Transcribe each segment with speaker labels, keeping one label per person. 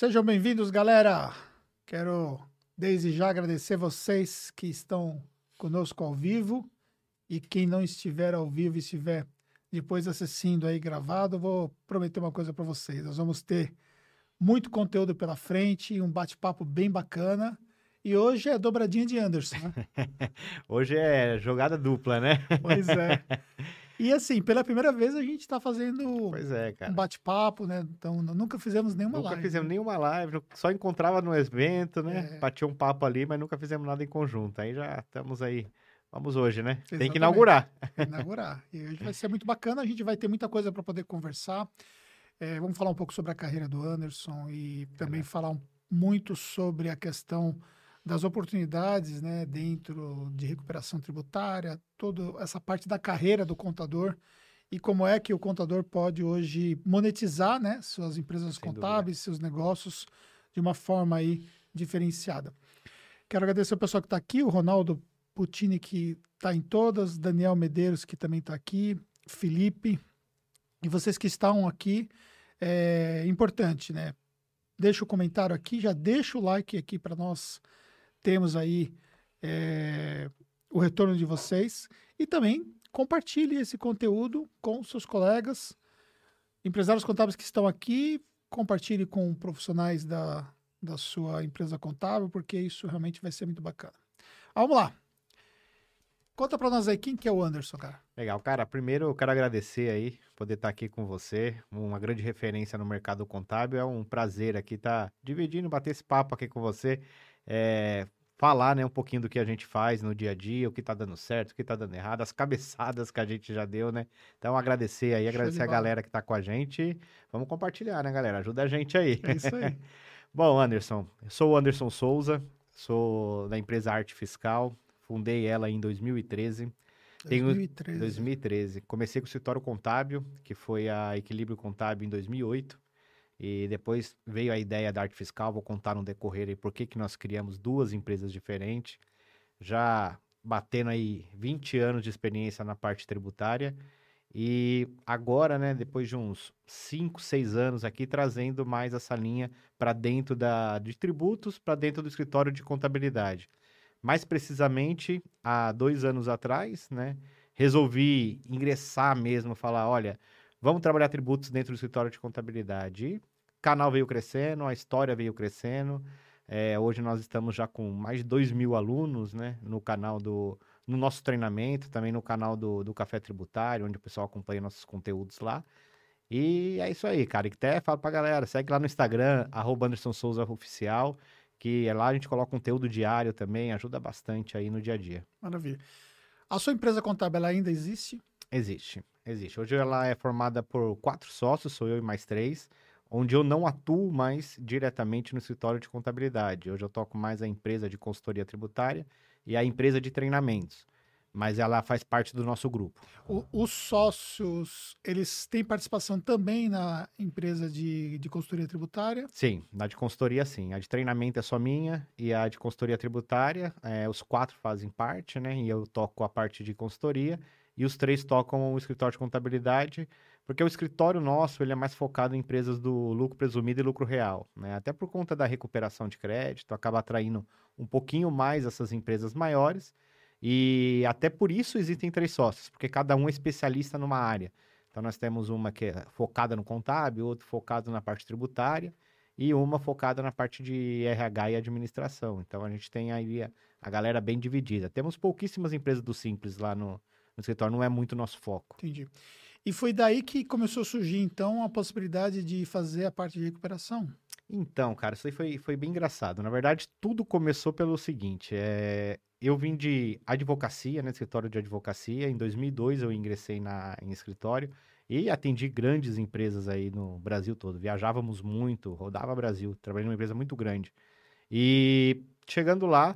Speaker 1: Sejam bem-vindos, galera. Quero desde já agradecer vocês que estão conosco ao vivo e quem não estiver ao vivo e estiver depois assistindo aí gravado, eu vou prometer uma coisa para vocês. Nós vamos ter muito conteúdo pela frente, um bate-papo bem bacana. E hoje é dobradinha de Anderson, né?
Speaker 2: Hoje é jogada dupla, né?
Speaker 1: Pois é. E assim, pela primeira vez a gente está fazendo
Speaker 2: Pois é,
Speaker 1: um
Speaker 2: cara.
Speaker 1: bate-papo, né? Então, nunca fizemos nenhuma
Speaker 2: Nunca
Speaker 1: live,
Speaker 2: fizemos
Speaker 1: né?
Speaker 2: nenhuma live, só encontrava no evento, né?
Speaker 1: É,
Speaker 2: Batia um papo ali, mas nunca fizemos nada em conjunto. Aí já estamos aí. Vamos hoje, né? Tem que
Speaker 1: exatamente.
Speaker 2: inaugurar.
Speaker 1: Inaugurar. E hoje vai ser muito bacana, a gente vai ter muita coisa para poder conversar. Vamos falar um pouco sobre a carreira do Anderson e também
Speaker 2: Cara,
Speaker 1: falar muito sobre a questão das oportunidades, né, dentro de recuperação tributária, toda essa parte da carreira do contador e como é que o contador pode hoje monetizar, né, suas empresas
Speaker 2: sem dúvida.
Speaker 1: contábeis, seus negócios de uma forma aí diferenciada. Quero agradecer o pessoal que está aqui, o Ronaldo Putini, que está em todas, Daniel Medeiros, que também está aqui, Felipe, e vocês que estão aqui, é importante, né? Deixa o comentário aqui, já deixa o like aqui para nós termos aí o retorno de vocês e também compartilhe esse conteúdo com seus colegas, empresários contábeis que estão aqui, compartilhe com profissionais da sua empresa contábil, porque isso realmente vai ser muito bacana. Vamos lá. Conta para nós aí quem que é o Anderson, cara.
Speaker 2: Legal, cara. Primeiro eu quero agradecer aí, poder estar aqui com você, uma grande referência no mercado contábil. É um prazer aqui estar dividindo, bater esse papo aqui com você. Falar, né, um pouquinho do que a gente faz no dia a dia, o que tá dando certo, o que tá dando errado, as cabeçadas que a gente já deu, né? Então, agradecer aí,
Speaker 1: Show de
Speaker 2: agradecer a
Speaker 1: bola.
Speaker 2: galera que tá com a gente. Vamos compartilhar, né, galera? Ajuda a gente aí.
Speaker 1: É isso aí.
Speaker 2: Bom, Anderson, eu sou o Anderson Souza, sou da empresa Arte Fiscal, fundei ela em 2013. Tenho
Speaker 1: 2013.
Speaker 2: 2013. Comecei com o escritório contábil, que foi a Equilíbrio Contábil em 2008. E depois veio a ideia da Arte Fiscal, vou contar no decorrer aí por que que nós criamos duas empresas diferentes, já batendo aí 20 anos de experiência na parte tributária. E agora, né, depois de uns 5, 6 anos aqui, trazendo mais essa linha para dentro de tributos, para dentro do escritório de contabilidade. Mais precisamente, há 2 anos atrás, né, resolvi ingressar mesmo, falar, olha, vamos trabalhar tributos dentro do escritório de contabilidade. E o canal veio crescendo, a história veio crescendo. Hoje nós estamos já com mais de 2.000 alunos, né, no nosso treinamento, também no canal do Café Tributário, onde o pessoal acompanha nossos conteúdos lá. E é isso aí, cara. E até falo pra galera, segue lá no Instagram, @AndersonSouzaOficial, que lá a gente coloca conteúdo diário também, ajuda bastante aí no dia a dia.
Speaker 1: Maravilha. A sua empresa contábil ela ainda existe?
Speaker 2: Existe. Hoje ela é formada por 4 sócios, sou eu e mais 3, onde eu não atuo mais diretamente no escritório de contabilidade. Hoje eu toco mais a empresa de consultoria tributária e a empresa de treinamentos, mas ela faz parte do nosso grupo.
Speaker 1: Os sócios, eles têm participação também na empresa de consultoria tributária?
Speaker 2: Sim, na de consultoria sim. A de treinamento é só minha e a de consultoria tributária, os 4 fazem parte, né? E eu toco a parte de consultoria e os 3 tocam o escritório de contabilidade, porque o escritório nosso ele é mais focado em empresas do lucro presumido e lucro real, né? Até por conta da recuperação de crédito, acaba atraindo um pouquinho mais essas empresas maiores e até por isso existem 3 sócios, porque cada um é especialista numa área. Então, nós temos uma que é focada no contábil, outro focado na parte tributária e uma focada na parte de RH e administração. Então, a gente tem aí a galera bem dividida. Temos pouquíssimas empresas do Simples lá no escritório, não é muito nosso foco.
Speaker 1: Entendi. E foi daí que começou a surgir, então, a possibilidade de fazer a parte de recuperação?
Speaker 2: Então, cara, isso aí foi bem engraçado. Na verdade, tudo começou pelo seguinte: eu vim de advocacia, né, escritório de advocacia. Em 2002 eu ingressei em escritório e atendi grandes empresas aí no Brasil todo. Viajávamos muito, rodava Brasil, trabalhei numa empresa muito grande. E chegando lá,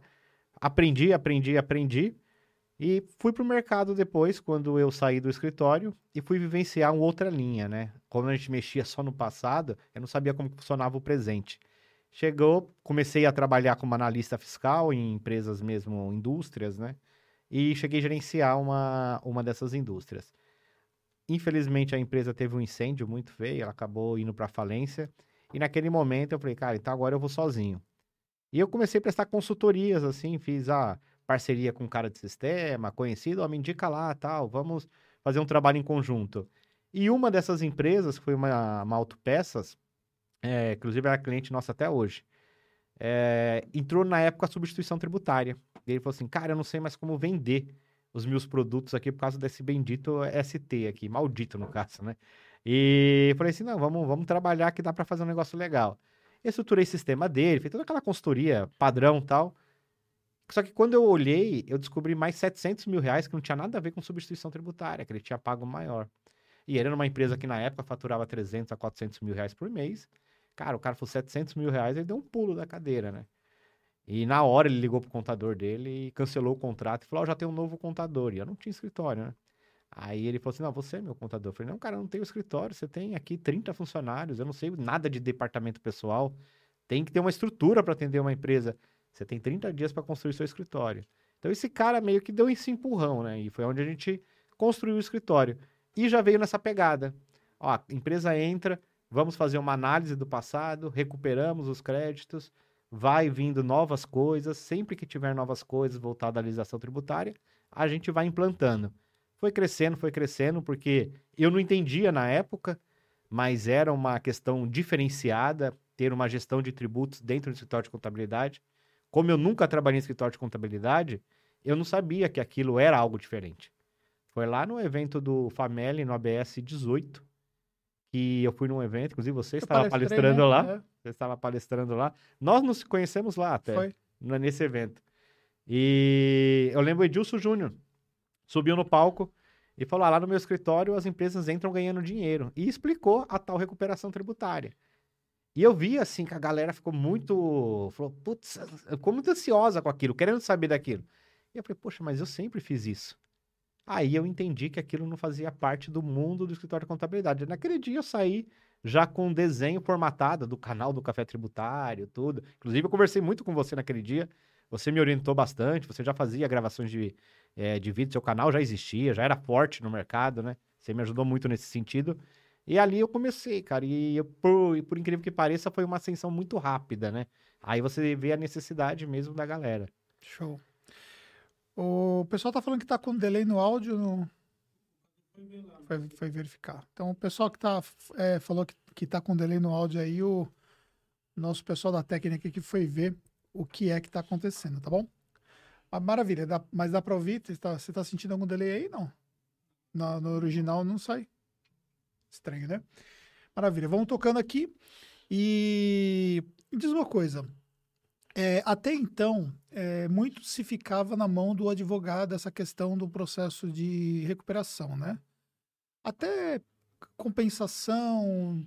Speaker 2: aprendi. E fui pro mercado depois, quando eu saí do escritório, e fui vivenciar uma outra linha, né? Como a gente mexia só no passado, eu não sabia como funcionava o presente. Comecei a trabalhar como analista fiscal em empresas mesmo, indústrias, né? E cheguei a gerenciar uma dessas indústrias. Infelizmente, a empresa teve um incêndio muito feio, ela acabou indo para falência. E naquele momento eu falei, cara, então agora eu vou sozinho. E eu comecei a prestar consultorias, assim, fiz a parceria com um cara de sistema, conhecido, ó, me indica lá, tal, vamos fazer um trabalho em conjunto. E uma dessas empresas, que foi uma autopeças, inclusive era cliente nossa até hoje, entrou na época a substituição tributária. E ele falou assim, cara, eu não sei mais como vender os meus produtos aqui por causa desse bendito ST aqui, maldito no caso, né? E eu falei assim, não, vamos trabalhar que dá para fazer um negócio legal. Eu estruturei o sistema dele, fiz toda aquela consultoria padrão e tal. Só que quando eu olhei, eu descobri mais 700 mil reais que não tinha nada a ver com substituição tributária, que ele tinha pago maior. E ele era uma empresa que na época faturava 300 a 400 mil reais por mês. Cara, o cara falou 700 mil reais, ele deu um pulo da cadeira, né? E na hora ele ligou pro contador dele e cancelou o contrato e falou, ó, já tem um novo contador. E eu não tinha escritório, né? Aí ele falou assim, não, você é meu contador. Eu falei, não, cara, eu não tenho escritório, você tem aqui 30 funcionários, eu não sei nada de departamento pessoal. Tem que ter uma estrutura para atender uma empresa. Você tem 30 dias para construir seu escritório. Então esse cara meio que deu esse empurrão, né? E foi onde a gente construiu o escritório. E já veio nessa pegada. Ó, a empresa entra, vamos fazer uma análise do passado, recuperamos os créditos, vai vindo novas coisas, sempre que tiver novas coisas voltadas à legislação tributária, a gente vai implantando. Foi crescendo, porque eu não entendia na época, mas era uma questão diferenciada ter uma gestão de tributos dentro do escritório de contabilidade. Como eu nunca trabalhei em escritório de contabilidade, eu não sabia que aquilo era algo diferente. Foi lá no evento do Fameli, no ABS 18, que eu fui num evento, inclusive você estava palestrando, né? Lá. É. Você estava palestrando lá. Nós nos conhecemos lá até, foi nesse evento. E eu lembro o Edilson Júnior subiu no palco e falou, lá no meu escritório as empresas entram ganhando dinheiro. E explicou a tal recuperação tributária. E eu vi, assim, que a galera ficou putz, ficou muito ansiosa com aquilo, querendo saber daquilo. E eu falei, poxa, mas eu sempre fiz isso. Aí eu entendi que aquilo não fazia parte do mundo do escritório de contabilidade. Naquele dia eu saí já com um desenho formatado do canal do Café Tributário, tudo. Inclusive eu conversei muito com você naquele dia, você me orientou bastante, você já fazia gravações de vídeo, seu canal já existia, já era forte no mercado, né? Você me ajudou muito nesse sentido. E ali eu comecei, cara, e por incrível que pareça, foi uma ascensão muito rápida, né? Aí você vê a necessidade mesmo da galera.
Speaker 1: Show. O pessoal tá falando que tá com delay no áudio, foi verificar. Então, o pessoal que falou que tá com delay no áudio aí, o nosso pessoal da técnica que foi ver o que é que tá acontecendo, tá bom? Maravilha, mas dá para ouvir? Você tá sentindo algum delay aí? Não. No original não sai. Estranho, né? Maravilha. Vamos tocando aqui. E diz uma coisa. Até então, muito se ficava na mão do advogado essa questão do processo de recuperação, né? Até compensação,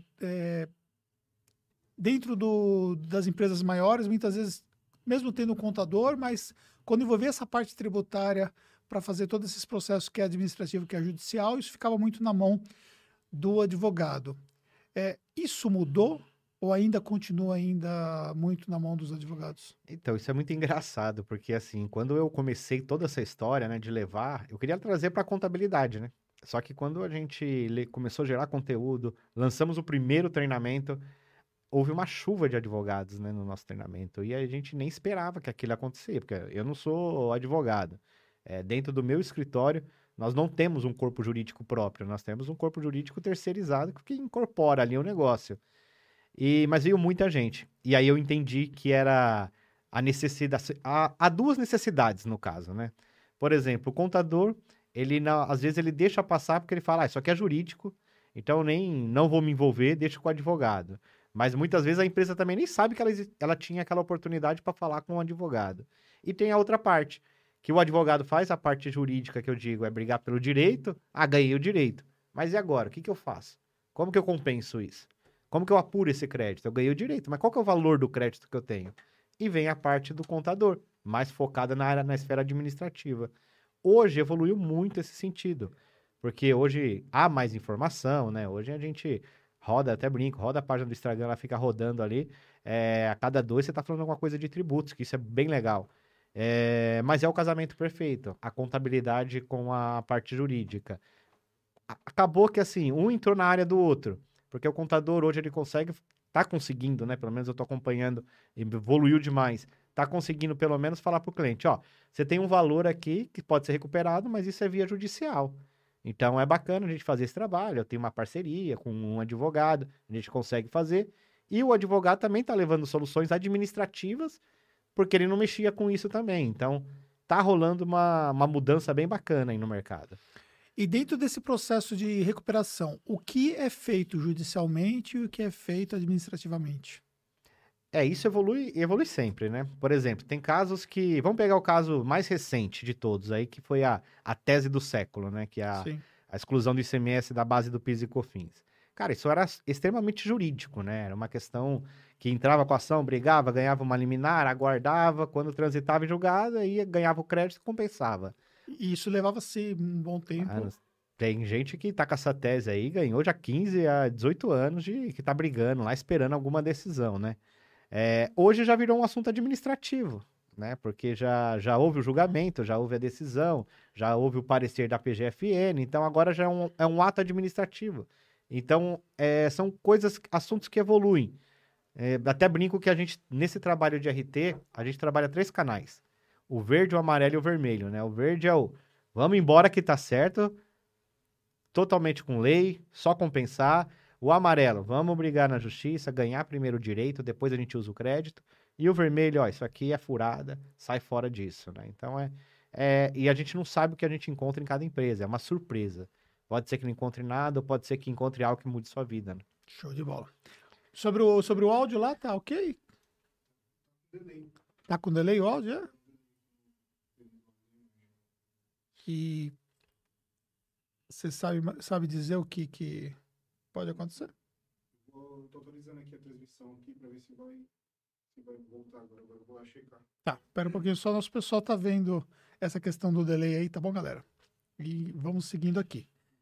Speaker 1: dentro das empresas maiores, muitas vezes, mesmo tendo um contador, mas quando envolvia essa parte tributária para fazer todos esses processos que é administrativo, que é judicial, isso ficava muito na mão do advogado. Isso mudou ou ainda continua muito na mão dos advogados?
Speaker 2: Então, isso é muito engraçado, porque assim, quando eu comecei toda essa história, né, de levar, eu queria trazer para a contabilidade, né? Só que quando a gente começou a gerar conteúdo, lançamos o primeiro treinamento, houve uma chuva de advogados, né, no nosso treinamento, e a gente nem esperava que aquilo ia acontecer, porque eu não sou advogado. Dentro do meu escritório, nós não temos um corpo jurídico próprio, nós temos um corpo jurídico terceirizado que incorpora ali o negócio. Mas veio muita gente. E aí eu entendi que era a necessidade. Há duas necessidades no caso, né? Por exemplo, o contador, às vezes ele deixa passar porque ele fala, isso aqui é jurídico, então não vou me envolver, deixa com o advogado. Mas muitas vezes a empresa também nem sabe que ela tinha aquela oportunidade para falar com o advogado. E tem a outra parte, que o advogado faz a parte jurídica, que eu digo, é brigar pelo direito, ganhei o direito. Mas e agora? O que eu faço? Como que eu compenso isso? Como que eu apuro esse crédito? Eu ganhei o direito, mas qual que é o valor do crédito que eu tenho? E vem a parte do contador, mais focada na esfera administrativa. Hoje evoluiu muito esse sentido, porque hoje há mais informação, né? Hoje a gente roda, até brinco, roda a página do Instagram, ela fica rodando ali, a cada 2 você está falando alguma coisa de tributos, que isso é bem legal. Mas é o casamento perfeito, a contabilidade com a parte jurídica. Acabou que assim, um entrou na área do outro. Porque o contador hoje ele consegue tá conseguindo, né? Pelo menos eu tô acompanhando, evoluiu demais. Tá conseguindo pelo menos falar pro cliente, ó, você tem um valor aqui que pode ser recuperado, mas isso é via judicial. Então é bacana a gente fazer esse trabalho. Eu tenho uma parceria com um advogado, a gente consegue fazer. E o advogado também tá levando soluções administrativas, porque ele não mexia com isso também. Então tá rolando uma mudança bem bacana aí no mercado.
Speaker 1: E dentro desse processo de recuperação, o que é feito judicialmente e o que é feito administrativamente?
Speaker 2: Isso evolui sempre, né? Por exemplo, tem casos que. Vamos pegar o caso mais recente de todos aí, que foi a tese do século, né? Que é
Speaker 1: Sim.
Speaker 2: a exclusão do ICMS da base do PIS e COFINS. Cara, isso era extremamente jurídico, né? Era uma questão que entrava com a ação, brigava, ganhava uma liminar, aguardava, quando transitava em julgado, aí ganhava o crédito e compensava.
Speaker 1: E isso levava-se um bom tempo.
Speaker 2: Mano, tem gente que tá com essa tese aí, ganhou já 15 a 18 anos que tá brigando lá, esperando alguma decisão, né? Hoje já virou um assunto administrativo, né? Porque já houve o julgamento, já houve a decisão, já houve o parecer da PGFN, então agora já é um ato administrativo. Então, são assuntos que evoluem. Até brinco que a gente, nesse trabalho de RT, a gente trabalha 3 canais. O verde, o amarelo e o vermelho, né? O verde é o vamos embora que tá certo, totalmente com lei, só compensar. O amarelo, vamos brigar na justiça, ganhar primeiro o direito, depois a gente usa o crédito. E o vermelho, ó, isso aqui é furada, sai fora disso, né? Então e a gente não sabe o que a gente encontra em cada empresa, é uma surpresa. Pode ser que não encontre nada, ou pode ser que encontre algo que mude sua vida, né?
Speaker 1: Show de bola. Sobre o áudio lá, tá ok? Tá com delay o áudio, é? E você sabe dizer o que pode acontecer?
Speaker 3: Tô autorizando aqui a transmissão aqui para ver se vai voltar agora. Agora eu vou lá checar.
Speaker 1: Tá, espera um pouquinho só, nosso pessoal tá vendo essa questão do delay aí, tá bom, galera? E vamos seguindo aqui.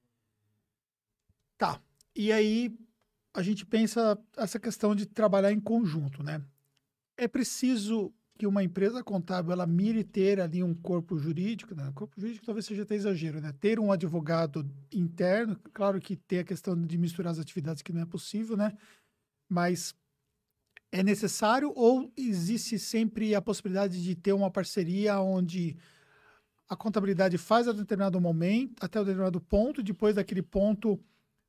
Speaker 1: Tá, e aí a gente pensa essa questão de trabalhar em conjunto, né? É preciso que uma empresa contábil ela mire ter ali um corpo jurídico, né? Corpo jurídico talvez seja até exagero, né? Ter um advogado interno, claro que tem a questão de misturar as atividades que não é possível, né? Mas é necessário ou existe sempre a possibilidade de ter uma parceria onde a contabilidade faz a determinado momento, até um determinado ponto, depois daquele ponto,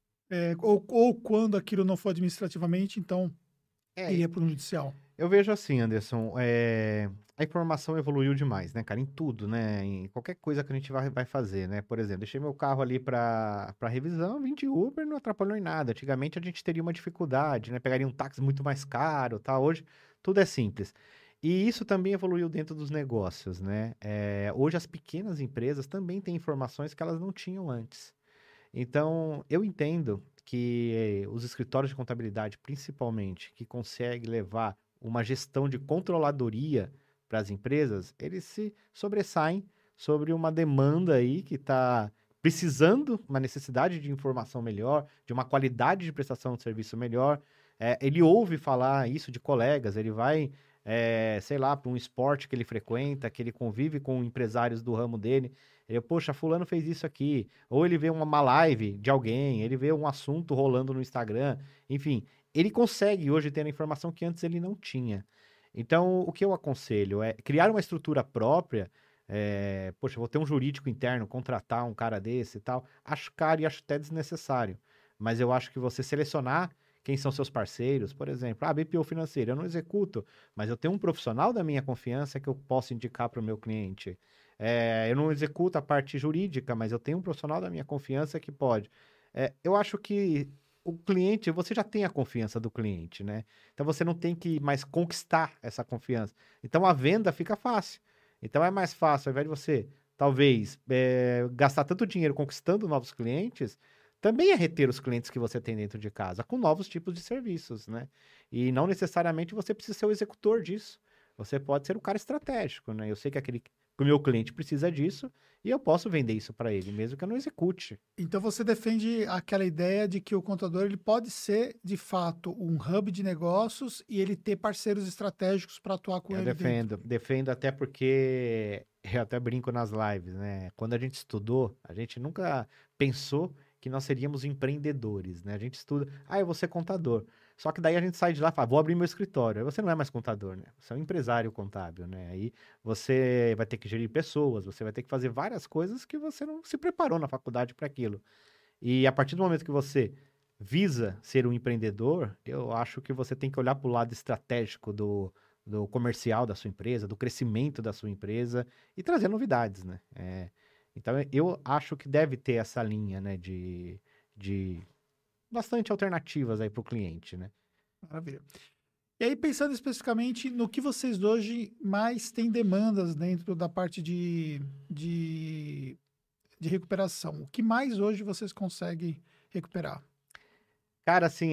Speaker 1: ou quando aquilo não for administrativamente, então iria para um judicial?
Speaker 2: Eu vejo assim, Anderson, a informação evoluiu demais, né, cara, em tudo, né, em qualquer coisa que a gente vai fazer, né, por exemplo, deixei meu carro ali para revisão, vim de Uber, não atrapalhou em nada, antigamente a gente teria uma dificuldade, né, pegaria um táxi muito mais caro, tá, hoje tudo é simples. E isso também evoluiu dentro dos negócios, né, hoje as pequenas empresas também têm informações que elas não tinham antes. Então, eu entendo que os escritórios de contabilidade, principalmente, que conseguem levar uma gestão de controladoria para as empresas, eles se sobressaem sobre uma demanda aí que está precisando, uma necessidade de informação melhor, de uma qualidade de prestação de serviço melhor. Ele ouve falar isso de colegas, ele vai, sei lá, para um esporte que ele frequenta, que ele convive com empresários do ramo dele. Ele, poxa, fulano fez isso aqui. Ou ele vê uma live de alguém, ele vê um assunto rolando no Instagram. Enfim, ele consegue hoje ter a informação que antes ele não tinha. Então, o que eu aconselho é criar uma estrutura própria. Poxa, vou ter um jurídico interno, contratar um cara desse e tal. Acho caro e acho até desnecessário. Mas eu acho que você selecionar quem são seus parceiros, por exemplo, BPO financeiro, eu não executo, mas eu tenho um profissional da minha confiança que eu posso indicar para o meu cliente. Eu não executo a parte jurídica, mas eu tenho um profissional da minha confiança que pode. Eu acho que o cliente, você já tem a confiança do cliente, né? Então você não tem que mais conquistar essa confiança. Então a venda fica fácil. Então é mais fácil, ao invés de você, talvez, gastar tanto dinheiro conquistando novos clientes, também é reter os clientes que você tem dentro de casa, com novos tipos de serviços, né? E não necessariamente você precisa ser o executor disso. Você pode ser um cara estratégico, né? Eu sei que o meu cliente precisa disso e eu posso vender isso para ele, mesmo que eu não execute.
Speaker 1: Então você defende aquela ideia de que o contador ele pode ser, de fato, um hub de negócios e ele ter parceiros estratégicos para atuar com
Speaker 2: Eu
Speaker 1: ele dentro.
Speaker 2: defendo até porque eu até brinco nas lives, né? Quando a gente estudou, a gente nunca pensou que nós seríamos empreendedores, né? A gente estuda, eu vou ser contador. Só que daí a gente sai de lá e fala, vou abrir meu escritório. Aí você não é mais contador, né? Você é um empresário contábil, né? Aí você vai ter que gerir pessoas, você vai ter que fazer várias coisas que você não se preparou na faculdade para aquilo. E a partir do momento que você visa ser um empreendedor, eu acho que você tem que olhar para o lado estratégico do comercial da sua empresa, do crescimento da sua empresa e trazer novidades, né? Então, eu acho que deve ter essa linha, né, de bastante alternativas aí para o cliente, né?
Speaker 1: Maravilha. E aí, pensando especificamente no que vocês hoje mais têm demandas dentro da parte de recuperação, o que mais hoje vocês conseguem recuperar?
Speaker 2: Cara, assim,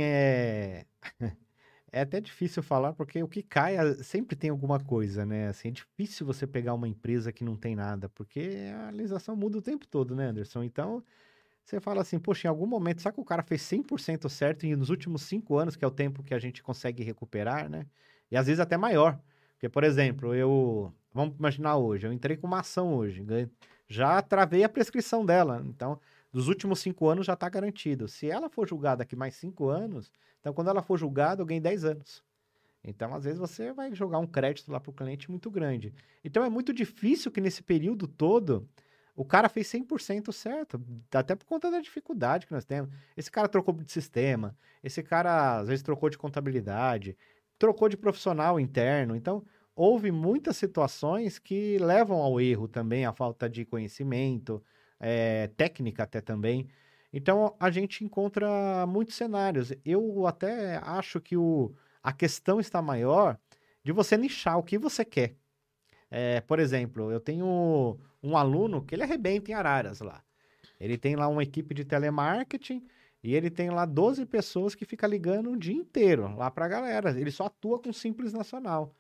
Speaker 2: é até difícil falar, porque o que cai sempre tem alguma coisa, né? Assim, é difícil você pegar uma empresa que não tem nada, porque a legislação muda o tempo todo, né, Anderson? Então, você fala assim, poxa, em algum momento, sabe que o cara fez 100% certo e nos últimos 5 anos, que é o tempo que a gente consegue recuperar, né? E às vezes até maior. Porque, por exemplo, vamos imaginar hoje, eu entrei com uma ação hoje, já travei a prescrição dela. Então, dos últimos 5 anos já está garantido. Se ela for julgada daqui mais 5 anos, então quando ela for julgada, eu ganhei 10 anos. Então, às vezes, você vai jogar um crédito lá para o cliente muito grande. Então, é muito difícil que nesse período todo, o cara fez 100% certo, até por conta da dificuldade que nós temos. Esse cara trocou de sistema, esse cara, às vezes, trocou de contabilidade, trocou de profissional interno. Então, houve muitas situações que levam ao erro também, à falta de conhecimento, técnica até também. Então, a gente encontra muitos cenários. Eu até acho que a questão está maior de você nichar o que você quer. Por exemplo, eu tenho um aluno que ele arrebenta em Araras lá. Ele tem lá uma equipe de telemarketing e ele tem lá 12 pessoas que ficam ligando o dia inteiro lá pra galera. Ele só atua com Simples Nacional.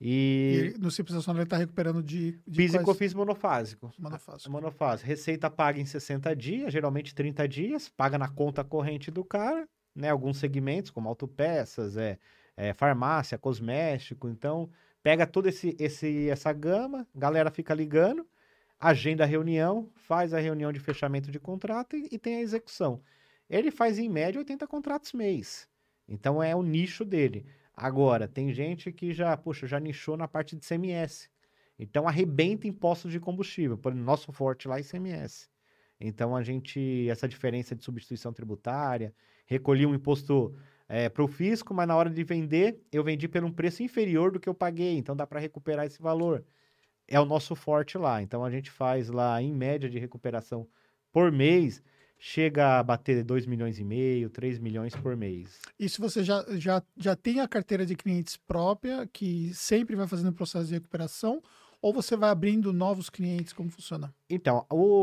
Speaker 1: E no Simples Nacional ele está recuperando de
Speaker 2: PIS e COFINS monofásico.
Speaker 1: Monofásico.
Speaker 2: Monofásico. Receita paga em 60 dias, geralmente 30 dias, paga na conta corrente do cara, né? Alguns segmentos, como autopeças, farmácia, cosmético. Então, pega toda essa gama, galera fica ligando, agenda a reunião, faz a reunião de fechamento de contrato e tem a execução. Ele faz, em média, 80 contratos mês. Então, é o nicho dele. Agora, tem gente que já nichou na parte de CMS. Então, arrebenta em postos de combustível. Por nosso forte lá é ICMS. Então, essa diferença de substituição tributária, recolhi um imposto para o fisco, mas na hora de vender, eu vendi por um preço inferior do que eu paguei. Então, dá para recuperar esse valor. É o nosso forte lá. Então, a gente faz lá, em média de recuperação por mês, chega a bater 2,5 milhões, 3 milhões por mês.
Speaker 1: E se você já tem a carteira de clientes própria, que sempre vai fazendo o processo de recuperação, ou você vai abrindo novos clientes? Como funciona?
Speaker 2: Então,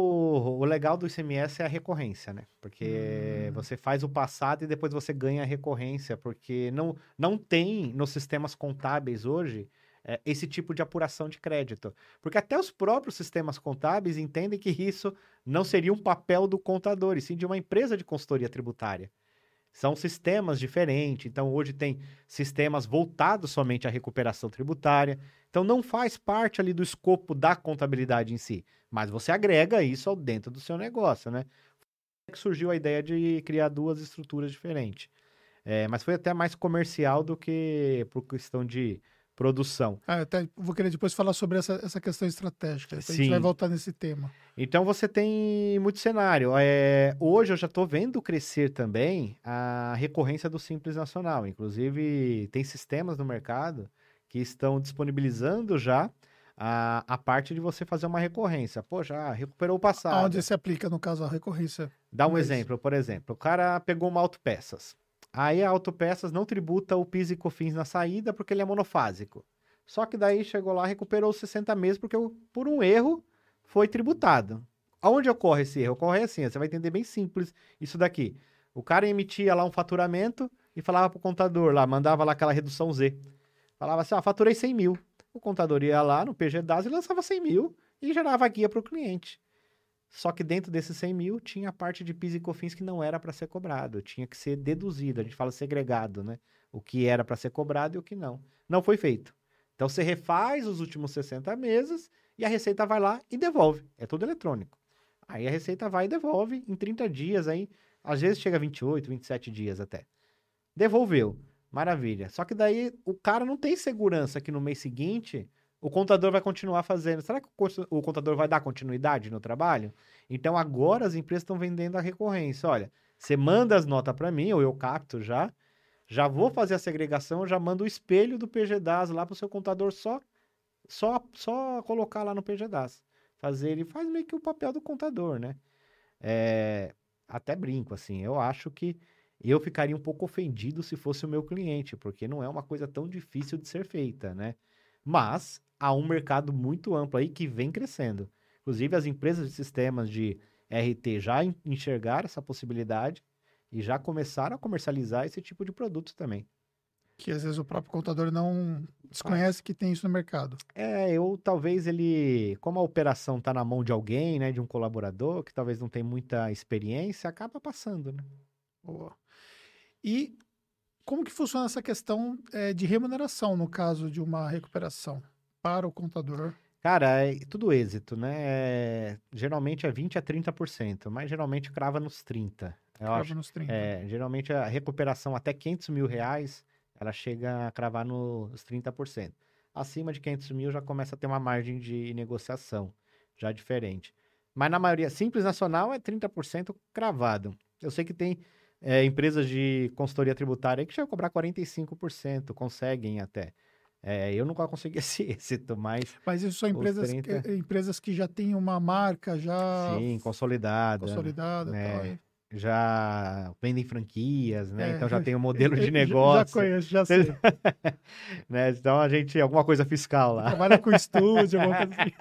Speaker 2: o legal do ICMS é a recorrência, né? Porque você faz o passado e depois você ganha a recorrência, porque não tem nos sistemas contábeis hoje esse tipo de apuração de crédito. Porque até os próprios sistemas contábeis entendem que isso não seria um papel do contador, e sim de uma empresa de consultoria tributária. São sistemas diferentes, então hoje tem sistemas voltados somente à recuperação tributária, então não faz parte ali do escopo da contabilidade em si, mas você agrega isso dentro do seu negócio, né? Surgiu a ideia de criar 2 estruturas diferentes, mas foi até mais comercial do que por questão de produção.
Speaker 1: Até vou querer depois falar sobre essa questão estratégica. Depois a gente
Speaker 2: Sim.
Speaker 1: vai voltar nesse tema.
Speaker 2: Então você tem muito cenário. Hoje eu já estou vendo crescer também a recorrência do Simples Nacional. Inclusive, tem sistemas no mercado que estão disponibilizando já a parte de você fazer uma recorrência. Pô, já recuperou o passado.
Speaker 1: Onde se aplica, no caso, a recorrência?
Speaker 2: Dá um exemplo, por exemplo. O cara pegou uma autopeças. Aí a autopeças não tributa o PIS e COFINS na saída porque ele é monofásico. Só que daí chegou lá, recuperou os 60 meses porque por um erro foi tributado. Aonde ocorre esse erro? Ocorre assim, você vai entender bem simples isso daqui. O cara emitia lá um faturamento e falava pro contador lá, mandava lá aquela redução Z. Falava assim, faturei 100 mil. O contador ia lá no PG Das e lançava 100 mil e gerava a guia para o cliente. Só que dentro desses 100 mil tinha a parte de PIS e COFINS que não era para ser cobrado, tinha que ser deduzido, a gente fala segregado, né? O que era para ser cobrado e o que não. Não foi feito. Então você refaz os últimos 60 meses e a Receita vai lá e devolve. É tudo eletrônico. Aí a Receita vai e devolve em 30 dias, aí às vezes chega a 28, 27 dias até. Devolveu. Maravilha. Só que daí o cara não tem segurança que no mês seguinte o contador vai continuar fazendo. Será que o contador vai dar continuidade no trabalho? Então agora as empresas estão vendendo a recorrência. Olha, você manda as notas para mim, ou eu capto já vou fazer a segregação, eu já mando o espelho do PGDAS lá para o seu contador só colocar lá no PGDAS. Ele faz meio que o papel do contador, né? Até brinco, assim, eu acho que eu ficaria um pouco ofendido se fosse o meu cliente, porque não é uma coisa tão difícil de ser feita, né? Mas há um mercado muito amplo aí que vem crescendo. Inclusive, as empresas de sistemas de RT já enxergaram essa possibilidade e já começaram a comercializar esse tipo de produto também.
Speaker 1: Que às vezes o próprio contador não desconhece que tem isso no mercado.
Speaker 2: Talvez como a operação está na mão de alguém, né, de um colaborador, que talvez não tem muita experiência, acaba passando, né?
Speaker 1: Boa. E como que funciona essa questão de remuneração no caso de uma recuperação para o contador?
Speaker 2: Cara, é tudo êxito, né? Geralmente é 20% a 30%, mas geralmente crava nos 30%.
Speaker 1: Crava nos 30%.
Speaker 2: Geralmente a recuperação até R$500 mil, ela chega a cravar nos 30%. Acima de 500 mil já começa a ter uma margem de negociação, já diferente. Mas na maioria, Simples Nacional é 30% cravado. Eu sei que tem empresas de consultoria tributária aí que chegam a cobrar 45%, conseguem até. Eu nunca consegui esse êxito, mas...
Speaker 1: Mas isso são empresas que já têm uma marca já...
Speaker 2: Sim, consolidada.
Speaker 1: Né?
Speaker 2: Tal. Já vendem franquias, né? Então já tem um modelo de negócio.
Speaker 1: Já conheço, já sei.
Speaker 2: Né? Então alguma coisa fiscal lá.
Speaker 1: Trabalha com estúdio, alguma coisa assim.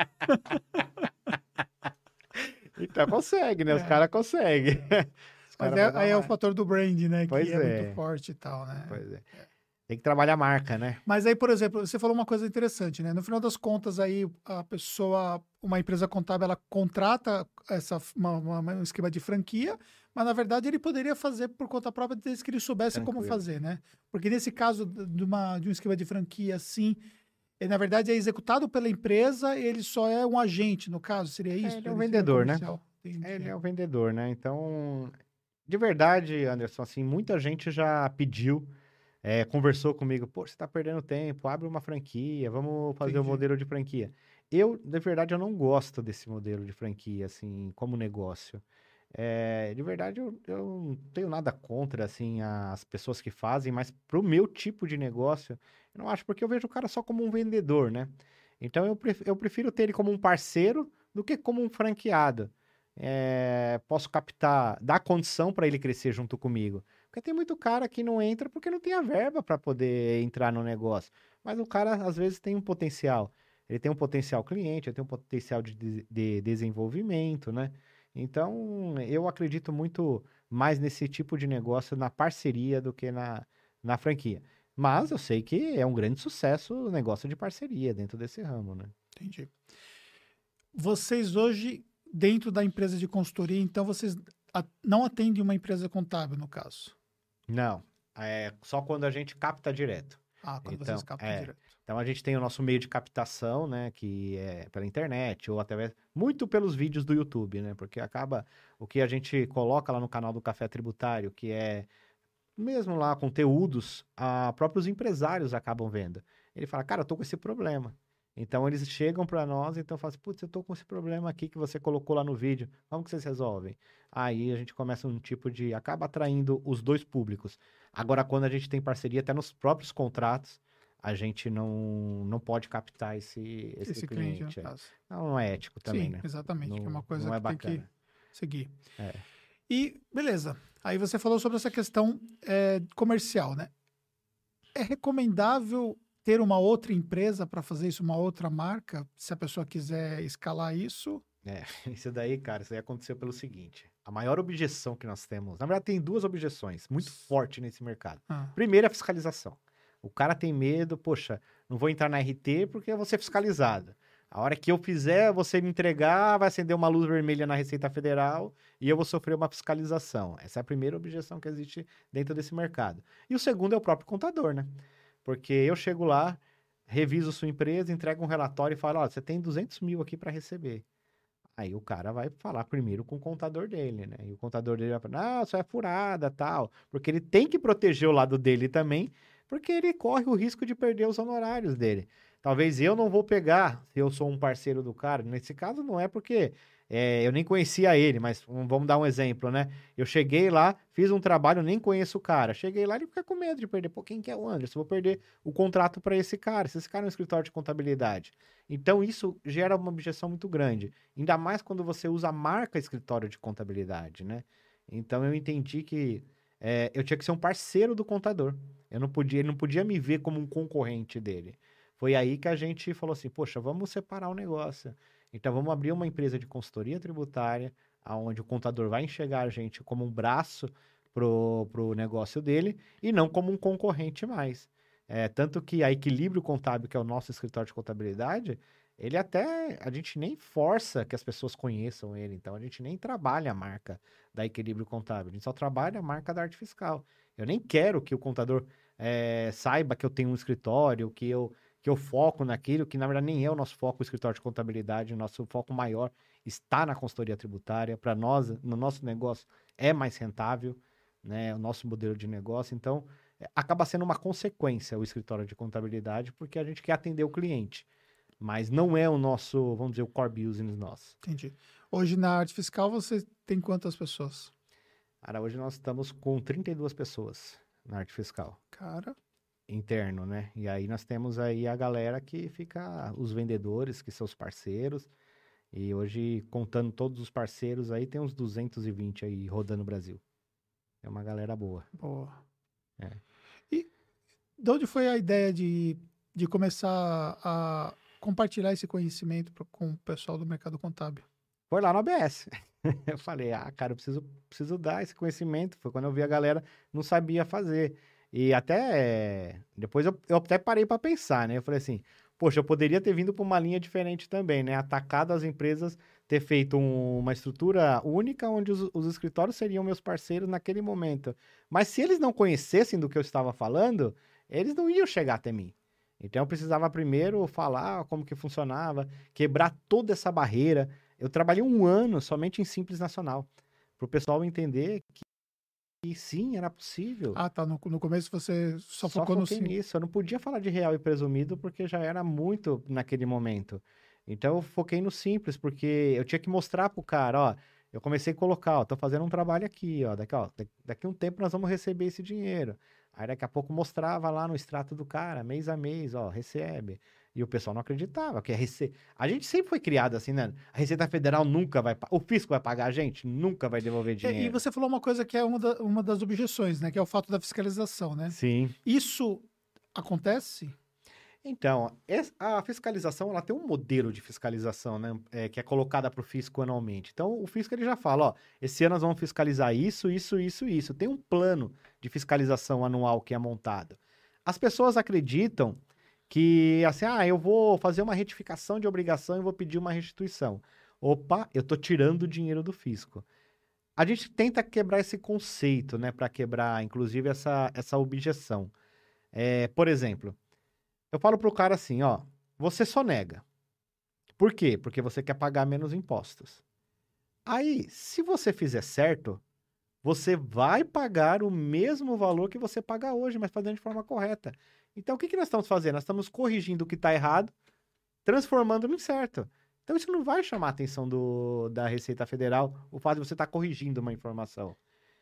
Speaker 2: Então consegue, né? Os caras conseguem.
Speaker 1: Mas aí é o fator do brand, né?
Speaker 2: Pois
Speaker 1: que é muito forte e tal, né?
Speaker 2: Pois é. Tem que trabalhar a marca, né?
Speaker 1: Mas aí, por exemplo, você falou uma coisa interessante, né? No final das contas, aí a pessoa, uma empresa contábil, ela contrata um esquema de franquia, mas na verdade ele poderia fazer por conta própria desde que ele soubesse como fazer, né? Porque nesse caso de um esquema de franquia assim, ele na verdade é executado pela empresa, ele só é um agente, no caso, seria isso?
Speaker 2: Ele é um vendedor, né? Ele é um vendedor, né? Então, de verdade, Anderson, assim, muita gente já pediu, conversou comigo, pô, você tá perdendo tempo, abre uma franquia, vamos fazer o modelo de franquia. De verdade, eu não gosto desse modelo de franquia, assim, como negócio. De verdade, eu não tenho nada contra, assim, as pessoas que fazem, mas pro meu tipo de negócio, eu não acho, porque eu vejo o cara só como um vendedor, né? Então, eu prefiro ter ele como um parceiro do que como um franqueado. Posso dar condição para ele crescer junto comigo. Porque tem muito cara que não entra porque não tem a verba para poder entrar no negócio. Mas o cara, às vezes, tem um potencial. Ele tem um potencial cliente, ele tem um potencial de desenvolvimento, né? Então, eu acredito muito mais nesse tipo de negócio, na parceria, do que na franquia. Mas eu sei que é um grande sucesso o negócio de parceria dentro desse ramo, né?
Speaker 1: Entendi. Vocês hoje, dentro da empresa de consultoria, então vocês não atendem uma empresa contábil, no caso?
Speaker 2: Não. Só quando a gente capta direto.
Speaker 1: Quando vocês captam direto.
Speaker 2: Então, a gente tem o nosso meio de captação, né, que é pela internet, ou até muito pelos vídeos do YouTube, né, porque acaba o que a gente coloca lá no canal do Café Tributário, que é mesmo lá conteúdos, próprios empresários acabam vendo. Ele fala, cara, eu tô com esse problema. Então, eles chegam para nós, então falam assim, putz, eu tô com esse problema aqui que você colocou lá no vídeo, como que vocês resolvem? Aí a gente começa acaba atraindo os dois públicos. Agora, quando a gente tem parceria, até nos próprios contratos, a gente não pode captar esse cliente. Não é ético também, né?
Speaker 1: Exatamente, que é uma coisa
Speaker 2: que
Speaker 1: tem que seguir.
Speaker 2: É.
Speaker 1: E, beleza, aí você falou sobre essa questão comercial, né? É recomendável ter uma outra empresa para fazer isso, uma outra marca, se a pessoa quiser escalar isso?
Speaker 2: Isso daí, cara, isso aí aconteceu pelo seguinte. A maior objeção que nós temos, na verdade tem duas objeções muito fortes nesse mercado. Primeiro, a fiscalização. O cara tem medo, poxa, não vou entrar na RT porque eu vou ser fiscalizado. A hora que eu fizer, você me entregar, vai acender uma luz vermelha na Receita Federal e eu vou sofrer uma fiscalização. Essa é a primeira objeção que existe dentro desse mercado. E o segundo é o próprio contador, né? Porque eu chego lá, reviso sua empresa, entrego um relatório e falo, você tem 200 mil aqui para receber. Aí o cara vai falar primeiro com o contador dele, né? E o contador dele vai falar, isso é furada, tal. Porque ele tem que proteger o lado dele também, porque ele corre o risco de perder os honorários dele. Talvez eu não vou pegar, se eu sou um parceiro do cara. Nesse caso não é porque eu nem conhecia ele, mas vamos dar um exemplo, né? Eu cheguei lá, fiz um trabalho, nem conheço o cara. Cheguei lá, ele fica com medo de perder. Pô, quem que é o Anderson? Vou perder o contrato para esse cara. Se esse cara é um escritório de contabilidade. Então isso gera uma objeção muito grande. Ainda mais quando você usa a marca escritório de contabilidade, né? Então eu entendi que eu tinha que ser um parceiro do contador. Ele não podia me ver como um concorrente dele. Foi aí que a gente falou assim, poxa, vamos separar o negócio. Então vamos abrir uma empresa de consultoria tributária, onde o contador vai enxergar a gente como um braço pro negócio dele e não como um concorrente mais. Tanto que a Equilíbrio Contábil, que é o nosso escritório de contabilidade, a gente nem força que as pessoas conheçam ele, então a gente nem trabalha a marca da Equilíbrio Contábil, a gente só trabalha a marca da Arte Fiscal. Eu nem quero que o contador saiba que eu tenho um escritório, que eu foco naquilo, que na verdade nem é o nosso foco, o escritório de contabilidade, o nosso foco maior está na consultoria tributária, para nós, no nosso negócio, é mais rentável, né, o nosso modelo de negócio, então acaba sendo uma consequência o escritório de contabilidade, porque a gente quer atender o cliente. Mas não é o nosso, vamos dizer, o core business nosso.
Speaker 1: Entendi. Hoje na Arte Fiscal você tem quantas pessoas?
Speaker 2: Cara, hoje nós estamos com 32 pessoas na Arte Fiscal.
Speaker 1: Cara,
Speaker 2: Interno, né? E aí nós temos aí a galera que fica, os vendedores, que são os parceiros. E hoje, contando todos os parceiros aí, tem uns 220 aí rodando o Brasil. É uma galera boa.
Speaker 1: boa.
Speaker 2: É.
Speaker 1: E de onde foi a ideia de começar a compartilhar esse conhecimento com o pessoal do mercado contábil?
Speaker 2: Foi lá no ABS. Eu falei, cara, eu preciso dar esse conhecimento. Foi quando eu vi a galera não sabia fazer. E até, depois eu até parei para pensar, né? Eu falei assim, poxa, eu poderia ter vindo para uma linha diferente também, né? Atacado as empresas, ter feito uma estrutura única onde os escritórios seriam meus parceiros naquele momento. Mas se eles não conhecessem do que eu estava falando, eles não iam chegar até mim. Então eu precisava primeiro falar como que funcionava, quebrar toda essa barreira. Eu trabalhei 1 ano somente em Simples Nacional, para o pessoal entender que sim, era possível.
Speaker 1: Ah, tá. No começo você só focou no Simples.
Speaker 2: Nisso. Eu não podia falar de real e presumido porque já era muito naquele momento. Então eu foquei no Simples, porque eu tinha que mostrar pro cara, ó, eu comecei a colocar, ó, tô fazendo um trabalho aqui, ó, daqui um tempo nós vamos receber esse dinheiro. Aí daqui a pouco mostrava lá no extrato do cara, mês a mês, ó, recebe. E o pessoal não acreditava que a gente sempre foi criado assim, né? A Receita Federal nunca vai... O fisco vai pagar a gente? Nunca vai devolver dinheiro.
Speaker 1: E você falou uma coisa que é uma das objeções, né? Que é o fato da fiscalização, né?
Speaker 2: Sim.
Speaker 1: Isso acontece?
Speaker 2: Então, a fiscalização, ela tem um modelo de fiscalização, né? Que é colocada para o fisco anualmente. Então, o fisco ele já fala, ó, esse ano nós vamos fiscalizar isso, isso, isso, isso. Tem um plano de fiscalização anual que é montado. As pessoas acreditam que, assim, eu vou fazer uma retificação de obrigação e vou pedir uma restituição. Opa, eu tô tirando o dinheiro do fisco. A gente tenta quebrar esse conceito, né? Para quebrar, inclusive, essa objeção. Por exemplo, eu falo pro cara assim, ó, você só nega. Por quê? Porque você quer pagar menos impostos. Aí, se você fizer certo, você vai pagar o mesmo valor que você paga hoje, mas fazendo de forma correta. Então, o que nós estamos fazendo? Nós estamos corrigindo o que está errado, transformando no certo. Então, isso não vai chamar a atenção da Receita Federal, o fato de você estar corrigindo uma informação.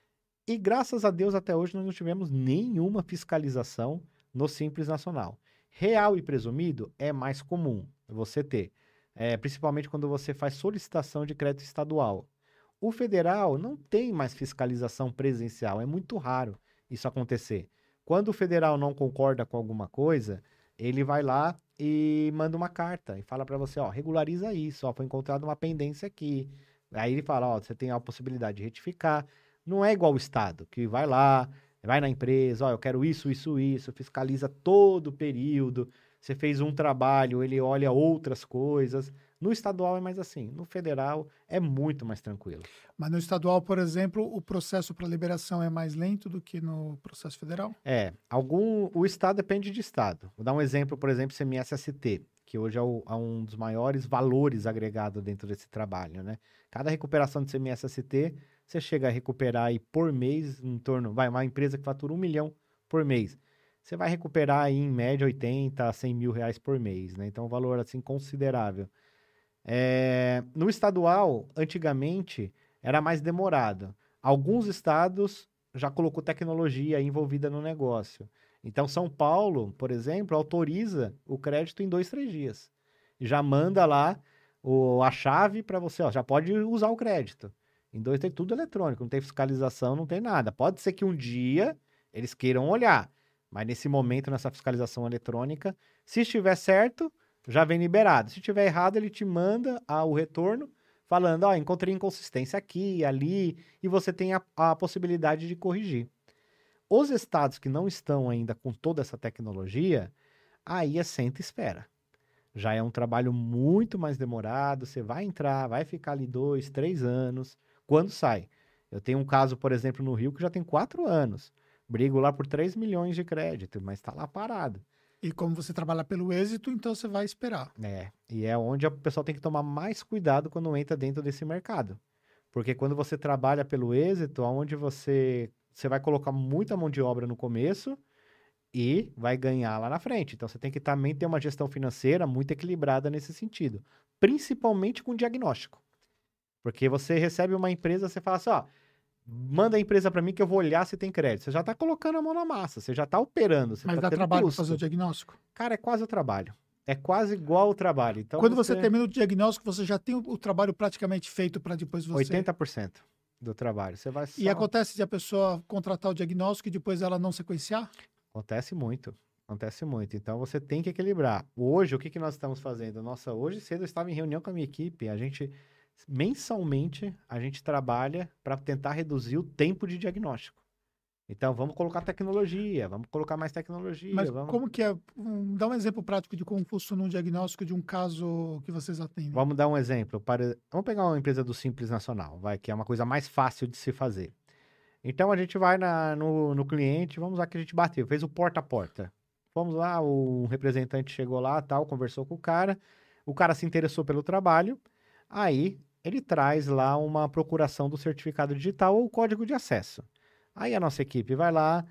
Speaker 2: E, graças a Deus, até hoje, nós não tivemos nenhuma fiscalização no Simples Nacional. Real e presumido é mais comum você ter, principalmente quando você faz solicitação de crédito estadual. O federal não tem mais fiscalização presencial, é muito raro isso acontecer. Quando o federal não concorda com alguma coisa, ele vai lá e manda uma carta e fala para você, ó, regulariza isso, ó, foi encontrada uma pendência aqui. Aí ele fala, ó, você tem a possibilidade de retificar. Não é igual o Estado, que vai lá, vai na empresa, ó, eu quero isso, isso, isso, fiscaliza todo o período. Você fez um trabalho, ele olha outras coisas. No estadual é mais assim, no federal é muito mais tranquilo.
Speaker 1: Mas no estadual, por exemplo, o processo para liberação é mais lento do que no processo federal?
Speaker 2: O estado depende de estado. Vou dar um exemplo, por exemplo, CMS-ST, que hoje é um dos maiores valores agregados dentro desse trabalho, né? Cada recuperação de CMS-ST, você chega a recuperar aí por mês, em torno, uma empresa que fatura 1 milhão por mês, você vai recuperar aí, em média, 80 a 100 mil reais por mês, né? Então, um valor, assim, considerável. No estadual, antigamente, era mais demorado. Alguns estados já colocou tecnologia envolvida no negócio. Então, São Paulo, por exemplo, autoriza o crédito em 2, 3 dias. Já manda lá a chave para você, ó, já pode usar o crédito. Em 2, tem tudo eletrônico, não tem fiscalização, não tem nada. Pode ser que um dia eles queiram olhar, mas nesse momento, nessa fiscalização eletrônica, se estiver certo, já vem liberado. Se estiver errado, ele te manda o retorno falando, ó, encontrei inconsistência aqui, ali, e você tem a possibilidade de corrigir. Os estados que não estão ainda com toda essa tecnologia, aí é senta e espera. Já é um trabalho muito mais demorado, você vai entrar, vai ficar ali 2, 3 anos, quando sai. Eu tenho um caso, por exemplo, no Rio, que já tem 4 anos. Brigo lá por 3 milhões de crédito, mas está lá parado.
Speaker 1: E como você trabalha pelo êxito, então você vai esperar.
Speaker 2: E é onde o pessoal tem que tomar mais cuidado quando entra dentro desse mercado. Porque quando você trabalha pelo êxito, onde você vai colocar muita mão de obra no começo e vai ganhar lá na frente. Então, você tem que também ter uma gestão financeira muito equilibrada nesse sentido. Principalmente com diagnóstico. Porque você recebe uma empresa, você fala assim, ó, manda a empresa para mim que eu vou olhar se tem crédito. Você já está colocando a mão na massa, você já está operando.
Speaker 1: Mas dá trabalho para fazer o diagnóstico?
Speaker 2: Cara, é quase o trabalho. É quase igual o trabalho. Então,
Speaker 1: quando você termina o diagnóstico, você já tem o trabalho praticamente feito para depois você...
Speaker 2: 80% do trabalho. Você vai só...
Speaker 1: E acontece de a pessoa contratar o diagnóstico e depois ela não sequenciar?
Speaker 2: Acontece muito. Acontece muito. Então, você tem que equilibrar. Hoje, o que nós estamos fazendo? Nossa, hoje cedo eu estava em reunião com a minha equipe. Mensalmente, a gente trabalha para tentar reduzir o tempo de diagnóstico. Então, vamos colocar tecnologia, vamos colocar mais tecnologia.
Speaker 1: Mas como que é? Dá um exemplo prático de como funciona um diagnóstico de um caso que vocês atendem.
Speaker 2: Vamos dar um exemplo. Vamos pegar uma empresa do Simples Nacional, que é uma coisa mais fácil de se fazer. Então, a gente vai no cliente, vamos lá que a gente bateu, fez o porta a porta. Vamos lá, o representante chegou lá, conversou com o cara se interessou pelo trabalho, aí ele traz lá uma procuração do certificado digital ou o código de acesso. Aí a nossa equipe vai lá,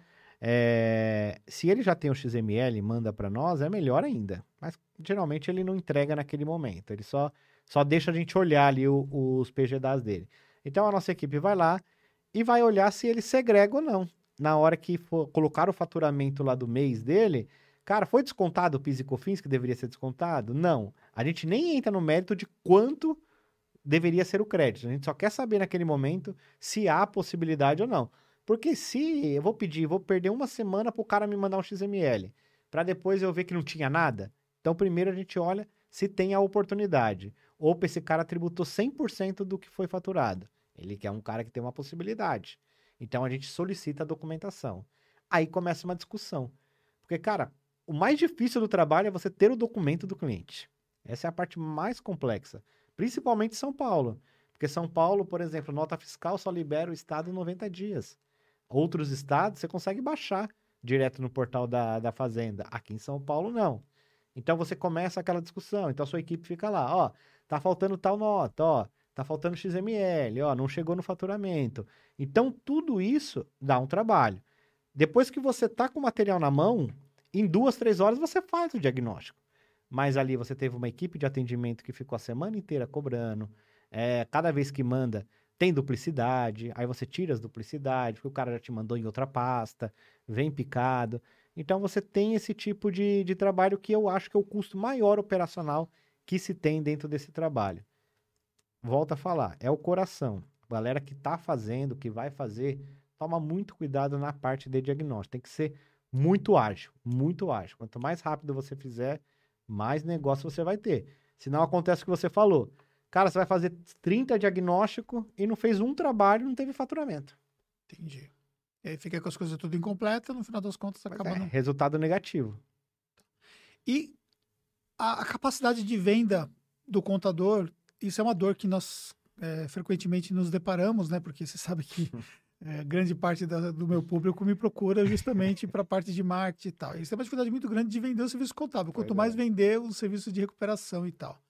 Speaker 2: se ele já tem o XML e manda para nós, é melhor ainda. Mas geralmente ele não entrega naquele momento, ele só deixa a gente olhar ali os PGDAs dele. Então a nossa equipe vai lá e vai olhar se ele segrega ou não. Na hora que for colocar o faturamento lá do mês dele, cara, foi descontado o PIS e COFINS que deveria ser descontado? Não. A gente nem entra no mérito de quanto deveria ser o crédito. A gente só quer saber naquele momento se há possibilidade ou não. Porque se eu vou perder uma semana para o cara me mandar um XML, para depois eu ver que não tinha nada. Então, primeiro a gente olha se tem a oportunidade. Ou para esse cara tributou 100% do que foi faturado. Ele quer um cara que tem uma possibilidade. Então, a gente solicita a documentação. Aí começa uma discussão. Porque, cara, o mais difícil do trabalho é você ter o documento do cliente. Essa é a parte mais complexa. Principalmente em São Paulo. Porque São Paulo, por exemplo, nota fiscal só libera o estado em 90 dias. Outros estados você consegue baixar direto no portal da Fazenda. Aqui em São Paulo, não. Então, você começa aquela discussão. Então, a sua equipe fica lá, ó, tá faltando tal nota, ó, tá faltando XML, ó, não chegou no faturamento. Então, tudo isso dá um trabalho. Depois que você tá com o material na mão, em 2, 3 horas você faz o diagnóstico. Mas ali você teve uma equipe de atendimento que ficou a semana inteira cobrando. Cada vez que manda, tem duplicidade. Aí você tira as duplicidades, porque o cara já te mandou em outra pasta, vem picado. Então, você tem esse tipo de trabalho que eu acho que é o custo maior operacional que se tem dentro desse trabalho. Volto a falar, é o coração. A galera que está fazendo, que vai fazer, toma muito cuidado na parte de diagnóstico. Tem que ser muito ágil, muito ágil. Quanto mais rápido você fizer, mais negócio você vai ter. Senão acontece o que você falou. Cara, você vai fazer 30 diagnósticos e não fez um trabalho, não teve faturamento.
Speaker 1: Entendi. E aí fica com as coisas tudo incompletas, no final das contas acaba não...
Speaker 2: Resultado negativo.
Speaker 1: E a capacidade de venda do contador, isso é uma dor que nós frequentemente nos deparamos, né? Porque você sabe que grande parte do meu público me procura justamente para a parte de marketing e tal. Isso é uma dificuldade muito grande de vender o serviço contábil. Quanto mais vender o serviço de recuperação e tal.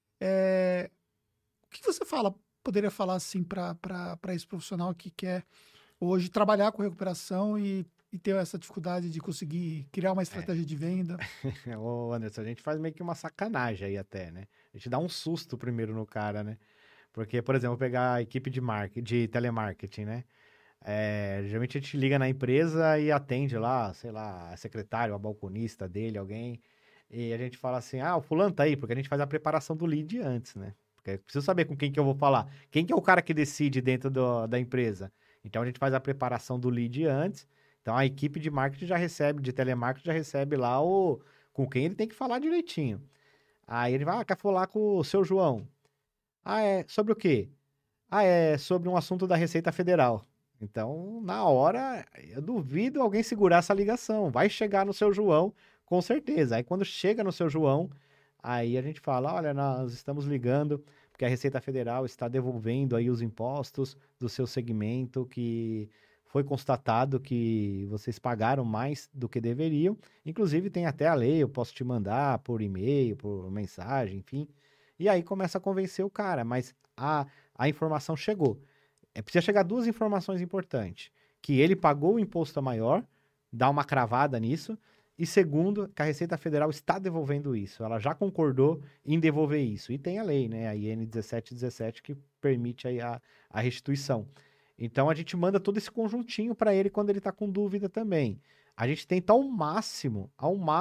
Speaker 1: O que você poderia falar assim para esse profissional que quer hoje trabalhar com recuperação e ter essa dificuldade de conseguir criar uma estratégia de venda?
Speaker 2: Ô, Anderson, a gente faz meio que uma sacanagem aí até, né? A gente dá um susto primeiro no cara, né? Porque, por exemplo, pegar a equipe de telemarketing, né? Geralmente a gente liga na empresa e atende lá, sei lá, a secretária, a balconista dele, alguém. E a gente fala assim, o fulano tá aí, porque a gente faz a preparação do lead antes, né? Porque eu preciso saber com quem que eu vou falar. Quem que é o cara que decide dentro da empresa? Então a gente faz a preparação do lead antes. Então a equipe de marketing já recebe, de telemarketing já recebe lá com quem ele tem que falar direitinho. Aí ele vai, quer falar com o seu João. Sobre o quê? É sobre um assunto da Receita Federal. Então, na hora, eu duvido alguém segurar essa ligação. Vai chegar no seu João, com certeza. Aí, quando chega no seu João, aí a gente fala, olha, nós estamos ligando porque a Receita Federal está devolvendo aí os impostos do seu segmento, que foi constatado que vocês pagaram mais do que deveriam. Inclusive, tem até a lei, eu posso te mandar por e-mail, por mensagem, enfim. E aí começa a convencer o cara, mas a informação chegou. Precisa chegar duas informações importantes. Que ele pagou o imposto maior, dá uma cravada nisso. E segundo, que a Receita Federal está devolvendo isso. Ela já concordou em devolver isso. E tem a lei, né? A IN 1717, que permite aí a restituição. Então, a gente manda todo esse conjuntinho para ele quando ele está com dúvida também. A gente tenta ao máximo,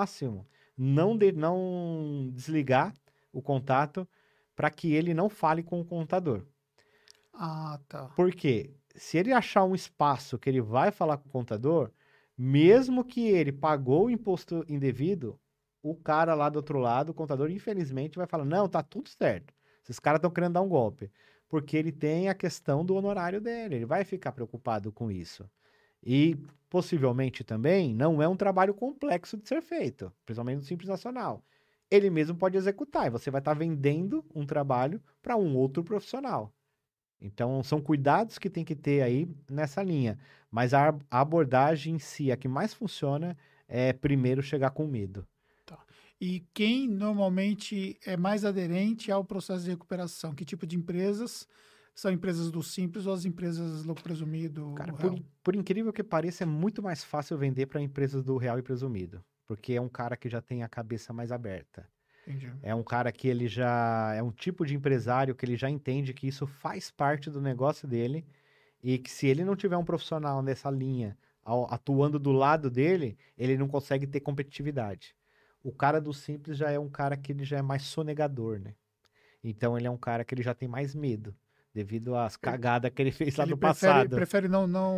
Speaker 2: não desligar o contato para que ele não fale com o contador.
Speaker 1: Tá.
Speaker 2: Por quê? Se ele achar um espaço que ele vai falar com o contador, mesmo que ele pagou o imposto indevido, o cara lá do outro lado, o contador, infelizmente, vai falar, não, tá tudo certo. Esses caras estão querendo dar um golpe. Porque ele tem a questão do honorário dele, ele vai ficar preocupado com isso. E, possivelmente também, não é um trabalho complexo de ser feito, principalmente no Simples Nacional. Ele mesmo pode executar, e você vai estar vendendo um trabalho para um outro profissional. Então, são cuidados que tem que ter aí nessa linha. Mas a abordagem em si, a que mais funciona, é primeiro chegar com medo.
Speaker 1: Tá. E quem normalmente é mais aderente ao processo de recuperação? Que tipo de empresas? São empresas do Simples ou as empresas lucro presumido?
Speaker 2: Cara, por incrível que pareça, é muito mais fácil vender para empresas do real e presumido. Porque é um cara que já tem a cabeça mais aberta.
Speaker 1: Entendi.
Speaker 2: É um cara que ele já é um tipo de empresário que ele já entende que isso faz parte do negócio dele e que se ele não tiver um profissional nessa linha atuando do lado dele, ele não consegue ter competitividade. O cara do Simples já é um cara que ele já é mais sonegador, né? Então ele é um cara que ele já tem mais medo devido às cagadas que ele fez lá no passado.
Speaker 1: Prefere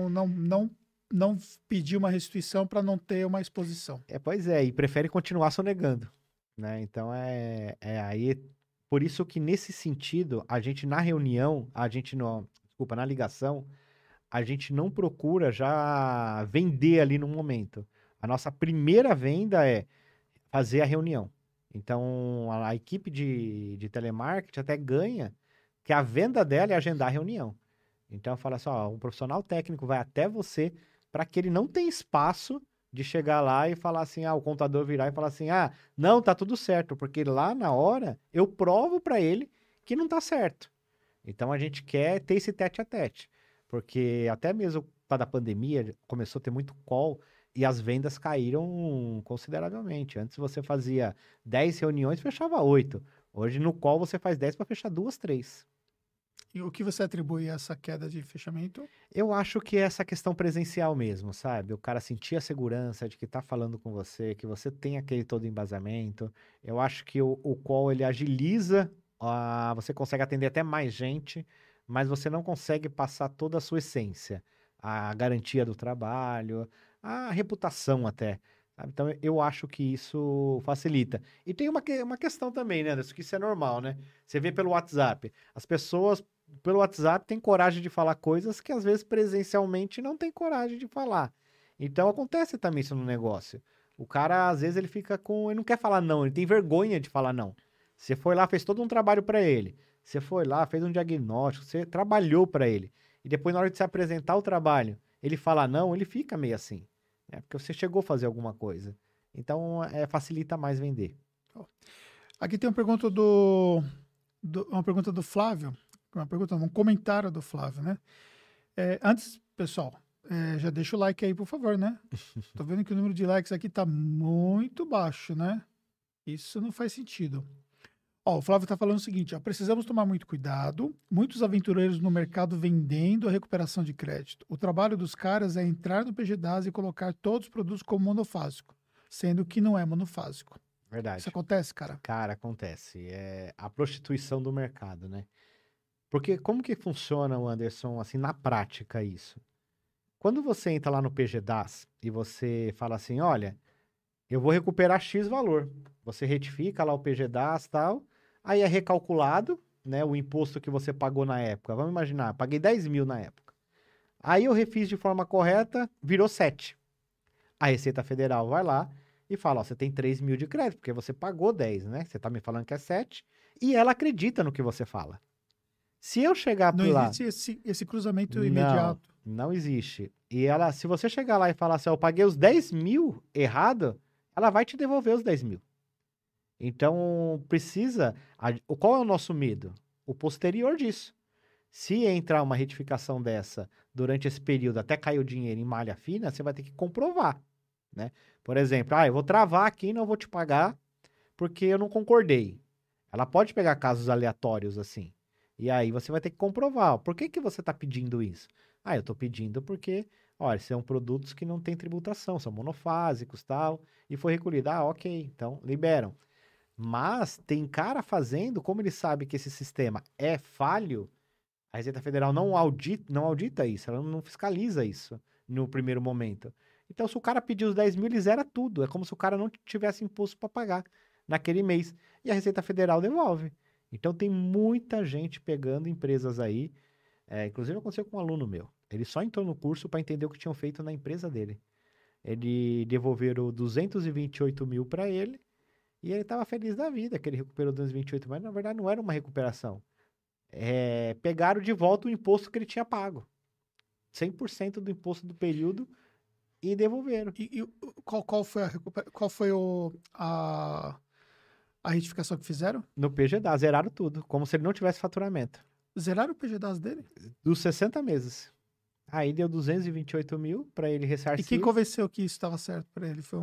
Speaker 1: não pedir uma restituição para não ter uma exposição.
Speaker 2: Pois é, e prefere continuar sonegando. Né? Então, aí, por isso que nesse sentido, a gente na reunião, na ligação, a gente não procura já vender ali no momento. A nossa primeira venda é fazer a reunião. Então, a equipe de telemarketing até ganha que a venda dela é agendar a reunião. Então, fala assim, um profissional técnico vai até você para que ele não tenha espaço de chegar lá e falar assim, o contador virar e falar assim, não, tá tudo certo, porque lá na hora eu provo para ele que não tá certo. Então a gente quer ter esse tete a tete, porque até mesmo para a pandemia começou a ter muito call e as vendas caíram consideravelmente. Antes você fazia 10 reuniões e fechava 8. Hoje no call você faz 10 para fechar 2, 3.
Speaker 1: E o que você atribui a essa queda de fechamento?
Speaker 2: Eu acho que é essa questão presencial mesmo, sabe? O cara sentir a segurança de que tá falando com você, que você tem aquele todo embasamento. Eu acho que o call, ele agiliza, você consegue atender até mais gente, mas você não consegue passar toda a sua essência. A garantia do trabalho, a reputação até. Sabe? Então, eu acho que isso facilita. E tem uma questão também, né, Anderson, que isso é normal, né? Você vê pelo WhatsApp. As pessoas pelo WhatsApp tem coragem de falar coisas que às vezes presencialmente não tem coragem de falar. Então acontece também isso no negócio. O cara às vezes ele não quer falar não, ele tem vergonha de falar não. Você foi lá, fez todo um trabalho para ele. Você foi lá, fez um diagnóstico, você trabalhou para ele. e depois na hora de se apresentar o trabalho, ele fala não, ele fica meio assim, né? Porque você chegou a fazer alguma coisa. Então, facilita mais vender.
Speaker 1: Aqui tem uma pergunta uma pergunta do Flávio, um comentário do Flávio, né? Antes, pessoal, já deixa o like aí, por favor, né? Tô vendo que o número de likes aqui tá muito baixo, né? Isso não faz sentido. Ó, o Flávio tá falando o seguinte, ó, precisamos tomar muito cuidado, muitos aventureiros no mercado vendendo a recuperação de crédito. O trabalho dos caras é entrar no PGDAS e colocar todos os produtos como monofásico, sendo que não é monofásico.
Speaker 2: Verdade.
Speaker 1: Isso acontece, cara?
Speaker 2: Cara, acontece. É a prostituição do mercado, né? Porque como que funciona, Anderson, assim, na prática isso? Quando você entra lá no PGDAS e você fala assim, olha, eu vou recuperar X valor. Você retifica lá o PGDAS e tal, aí é recalculado, né, o imposto que você pagou na época. Vamos imaginar, paguei 10 mil na época. Aí eu refiz de forma correta, virou 7. A Receita Federal vai lá e fala, ó, você tem 3 mil de crédito, porque você pagou 10, né? Você tá me falando que é 7, e ela acredita no que você fala. Se eu chegar por lá...
Speaker 1: Não existe esse cruzamento
Speaker 2: Não,
Speaker 1: imediato.
Speaker 2: não existe. E ela, se você chegar lá e falar assim, ó, eu paguei os 10 mil errado, ela vai te devolver os 10 mil. Então, qual é o nosso medo? O posterior disso. Se entrar uma retificação dessa durante esse período até cair o dinheiro em malha fina, você vai ter que comprovar, né? Por exemplo, eu vou travar aqui e não vou te pagar porque eu não concordei. Ela pode pegar casos aleatórios assim. E aí você vai ter que comprovar. Ó, por que você está pedindo isso? Eu estou pedindo porque, olha, são produtos que não têm tributação, são monofásicos e tal, e foi recolhido. Ok, então liberam. Mas tem cara fazendo, como ele sabe que esse sistema é falho, a Receita Federal não audita isso, ela não fiscaliza isso no primeiro momento. Então, se o cara pedir os 10 mil, ele zera tudo. É como se o cara não tivesse imposto para pagar naquele mês. E a Receita Federal devolve. Então, tem muita gente pegando empresas aí. Inclusive, aconteceu com um aluno meu. Ele só entrou no curso para entender o que tinham feito na empresa dele. Ele devolveram 228 mil para ele. E ele estava feliz da vida que ele recuperou 228 mil. Mas, na verdade, não era uma recuperação. Pegaram de volta o imposto que ele tinha pago. 100% do imposto do período e devolveram.
Speaker 1: E qual foi a retificação que fizeram?
Speaker 2: No PGDA, zeraram tudo, como se ele não tivesse faturamento.
Speaker 1: Zeraram o PGDAS dele?
Speaker 2: Dos 60 meses. Aí deu 228 mil para ele ressarcir.
Speaker 1: E quem convenceu que isso estava certo para ele? Foi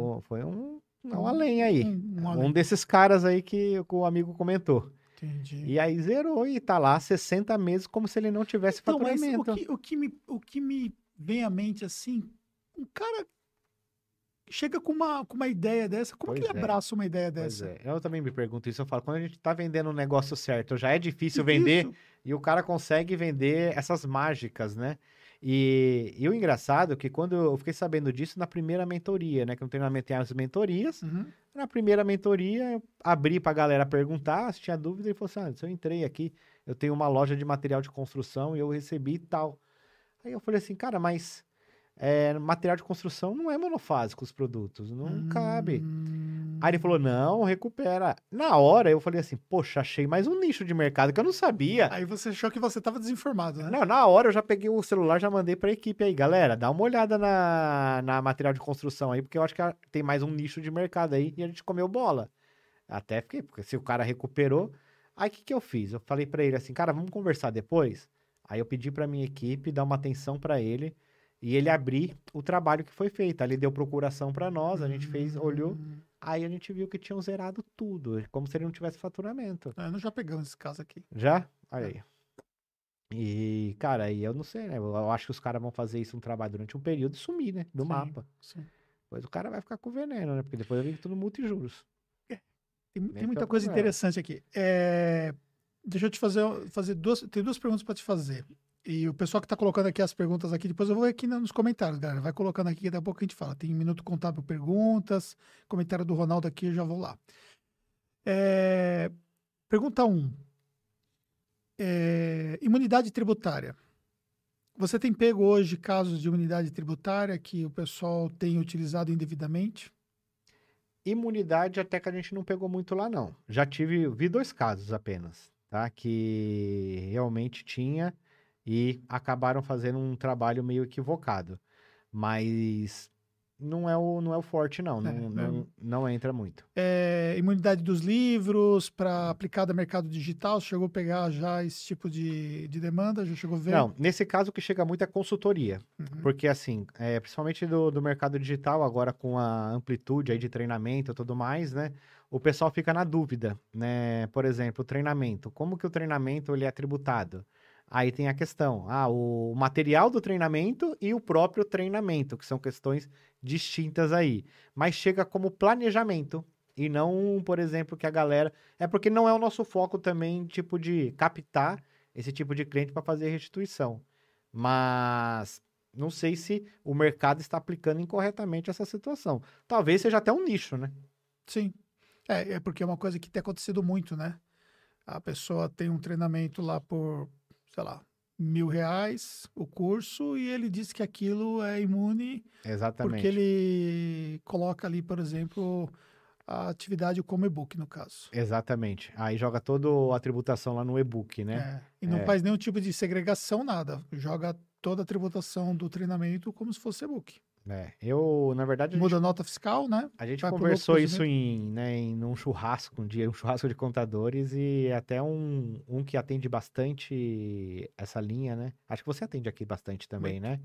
Speaker 2: um além aí. Um desses caras aí que o amigo comentou.
Speaker 1: Entendi.
Speaker 2: E aí zerou e tá lá 60 meses como se ele não tivesse faturamento.
Speaker 1: Mas o que me vem à mente assim, um cara chega com uma ideia dessa, como que ele abraça uma ideia dessa?
Speaker 2: Eu também me pergunto isso, eu falo, quando a gente tá vendendo um negócio certo, já é difícil vender, e o cara consegue vender essas mágicas, né? E o engraçado é que quando eu fiquei sabendo disso na primeira mentoria, né? Que no treinamento tem as mentorias, na primeira mentoria eu abri pra galera perguntar, se tinha dúvida, e falou assim, se eu entrei aqui, eu tenho uma loja de material de construção e eu recebi tal. Aí eu falei assim, cara, mas material de construção não é monofásico os produtos, não cabe. Aí ele falou, não, recupera. Na hora eu falei assim, poxa, achei mais um nicho de mercado que eu não sabia.
Speaker 1: Aí você achou que você estava desinformado, né?
Speaker 2: Não, na hora eu já peguei o celular, já mandei pra equipe aí, galera, dá uma olhada na material de construção aí, porque eu acho que tem mais um nicho de mercado aí e a gente comeu bola. Até fiquei, porque se o cara recuperou, aí o que eu fiz? Eu falei pra ele assim, cara, vamos conversar depois? Aí eu pedi pra minha equipe dar uma atenção pra ele, e ele abrir o trabalho que foi feito. Aí ele deu procuração para nós, a gente fez, olhou, aí a gente viu que tinham zerado tudo, como se ele não tivesse faturamento.
Speaker 1: Nós já pegamos esse caso aqui.
Speaker 2: Já? Olha aí. E, cara, aí eu não sei, né? Eu acho que os caras vão fazer isso um trabalho durante um período e sumir, né? Do mapa.
Speaker 1: Sim.
Speaker 2: Depois o cara vai ficar com veneno, né? Porque depois vem tudo multijuros.
Speaker 1: Tem muita coisa interessante aqui. Deixa eu te fazer tem duas perguntas para te fazer. E o pessoal que está colocando aqui as perguntas aqui, depois eu vou aqui nos comentários, galera. Vai colocando aqui, daqui a pouco a gente fala. Tem Minuto Contábil Perguntas, comentário do Ronaldo aqui, eu já vou lá. Pergunta 1. Imunidade tributária. Você tem pego hoje casos de imunidade tributária que o pessoal tem utilizado indevidamente?
Speaker 2: Imunidade até que a gente não pegou muito lá, não. Vi 2 casos apenas, tá? Que realmente tinha... e acabaram fazendo um trabalho meio equivocado. Mas não é o forte, não. Não entra muito.
Speaker 1: Imunidade dos livros para aplicada a mercado digital, você chegou a pegar já esse tipo de demanda? Já chegou a ver?
Speaker 2: Não, nesse caso o que chega muito é consultoria.
Speaker 1: Uhum.
Speaker 2: Porque assim, principalmente do mercado digital, agora com a amplitude aí de treinamento e tudo mais, né? O pessoal fica na dúvida, né? Por exemplo, o treinamento. Como que o treinamento ele é tributado? Aí tem a questão, o material do treinamento e o próprio treinamento, que são questões distintas aí. Mas chega como planejamento e não, por exemplo, que a galera... É porque não é o nosso foco também, tipo, de captar esse tipo de cliente para fazer restituição. Mas não sei se o mercado está aplicando incorretamente essa situação. Talvez seja até um nicho, né?
Speaker 1: Sim. É porque é uma coisa que tem acontecido muito, né? A pessoa tem um treinamento lá por, sei lá, R$ 1.000 o curso e ele diz que aquilo é imune
Speaker 2: Exatamente.
Speaker 1: porque ele coloca ali, por exemplo, a atividade como e-book, no caso.
Speaker 2: Exatamente. Aí joga toda a tributação lá no e-book, né?
Speaker 1: E não faz nenhum tipo de segregação, nada. Joga toda a tributação do treinamento como se fosse e-book.
Speaker 2: Eu, na verdade...
Speaker 1: Muda a nota fiscal, né?
Speaker 2: A gente
Speaker 1: Vai pro
Speaker 2: conversou
Speaker 1: lucro
Speaker 2: isso em um churrasco um dia, um churrasco de contadores e até um que atende bastante essa linha, né? Acho que você atende aqui bastante também, né?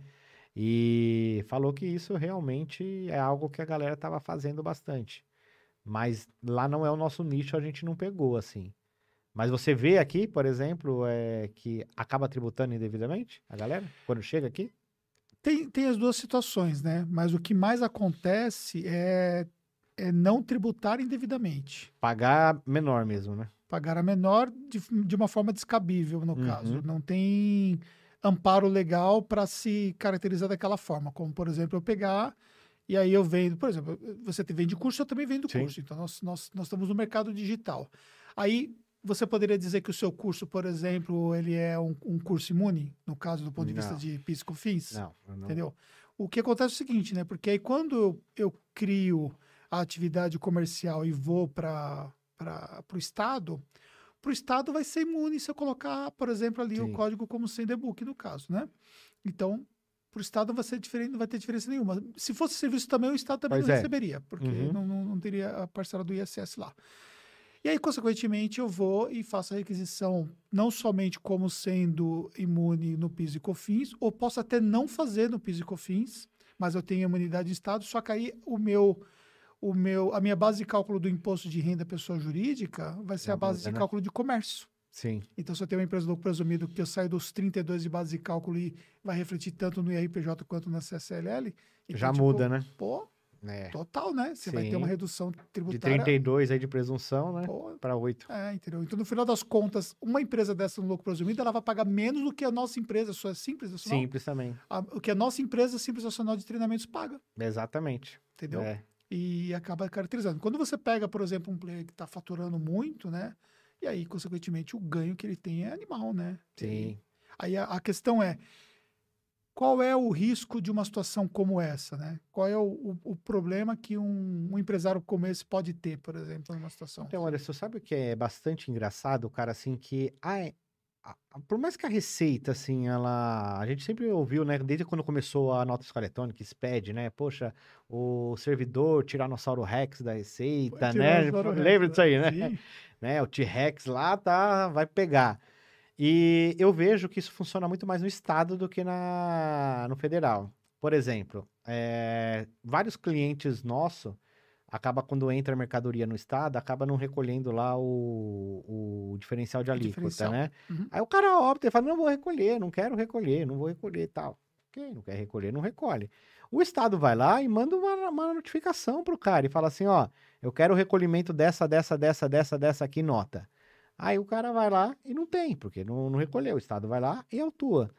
Speaker 2: E falou que isso realmente é algo que a galera tava fazendo bastante. Mas lá não é o nosso nicho, a gente não pegou, assim. Mas você vê aqui, por exemplo, que acaba tributando indevidamente a galera, quando chega aqui?
Speaker 1: Tem as duas situações, né? Mas o que mais acontece é não tributar indevidamente.
Speaker 2: Pagar menor mesmo, né?
Speaker 1: Pagar a menor de uma forma descabível, no caso. Não tem amparo legal para se caracterizar daquela forma. Como, por exemplo, eu pegar e aí eu vendo... Por exemplo, você vende curso, eu também vendo
Speaker 2: Sim.
Speaker 1: curso. Então, nós estamos no mercado digital. Aí, você poderia dizer que o seu curso, por exemplo, ele é um curso imune, no caso, do ponto de vista de PIS e COFINS?
Speaker 2: Não.
Speaker 1: Entendeu? O que acontece é o seguinte, né? Porque aí quando eu crio a atividade comercial e vou para o Estado vai ser imune se eu colocar, por exemplo, ali
Speaker 2: Sim.
Speaker 1: o código como sendo e-book, no caso, né? Então, para o Estado vai ser diferente, não vai ter diferença nenhuma. Se fosse serviço também, o Estado também
Speaker 2: Pois
Speaker 1: não
Speaker 2: é.
Speaker 1: receberia, porque não teria a parcela do ISS lá. E aí, consequentemente, eu vou e faço a requisição não somente como sendo imune no PIS e COFINS, ou posso até não fazer no PIS e COFINS, mas eu tenho imunidade de Estado, só que aí a minha base de cálculo do imposto de renda pessoa jurídica vai ser a base de cálculo de comércio.
Speaker 2: Sim.
Speaker 1: Então, se eu tenho uma empresa do lucro presumido que eu saio dos 32 de base de cálculo e vai refletir tanto no IRPJ quanto na CSLL... Então,
Speaker 2: já muda, né?
Speaker 1: Pô, total, né? Você vai ter uma redução tributária...
Speaker 2: De 32 aí de presunção, né? Para 8.
Speaker 1: Entendeu? Então, no final das contas, uma empresa dessa no lucro presumido, ela vai pagar menos do que a nossa empresa, só Simples Nacional.
Speaker 2: Simples também.
Speaker 1: O que a nossa empresa Simples Nacional de Treinamentos paga.
Speaker 2: Exatamente.
Speaker 1: Entendeu? E acaba caracterizando. Quando você pega, por exemplo, um player que está faturando muito, né? E aí, consequentemente, o ganho que ele tem é animal, né?
Speaker 2: Sim.
Speaker 1: Aí a questão é, qual é o risco de uma situação como essa, né? Qual é o problema que um empresário como esse pode ter, por exemplo, numa situação?
Speaker 2: Então, olha, você sabe o que é bastante engraçado, cara, assim, que por mais que a Receita, assim, a gente sempre ouviu, né, desde quando começou a nota fiscal eletrônica, SPED, né, poxa, o servidor Tiranossauro Rex da Receita, né, lembra disso aí, né?
Speaker 1: Sim.
Speaker 2: Né, o T-Rex lá vai pegar. E eu vejo que isso funciona muito mais no estado do que no federal. Por exemplo, vários clientes nossos, acaba quando entra a mercadoria no estado, acaba não recolhendo lá o diferencial de alíquota, né? Aí o cara opta e fala, não vou recolher, não quero recolher, não vou recolher e tal. Quem não quer recolher, não recolhe. O estado vai lá e manda uma notificação pro cara e fala assim, ó, eu quero o recolhimento dessa aqui, nota. Aí o cara vai lá e não tem, porque não recolheu. O estado vai lá e autua.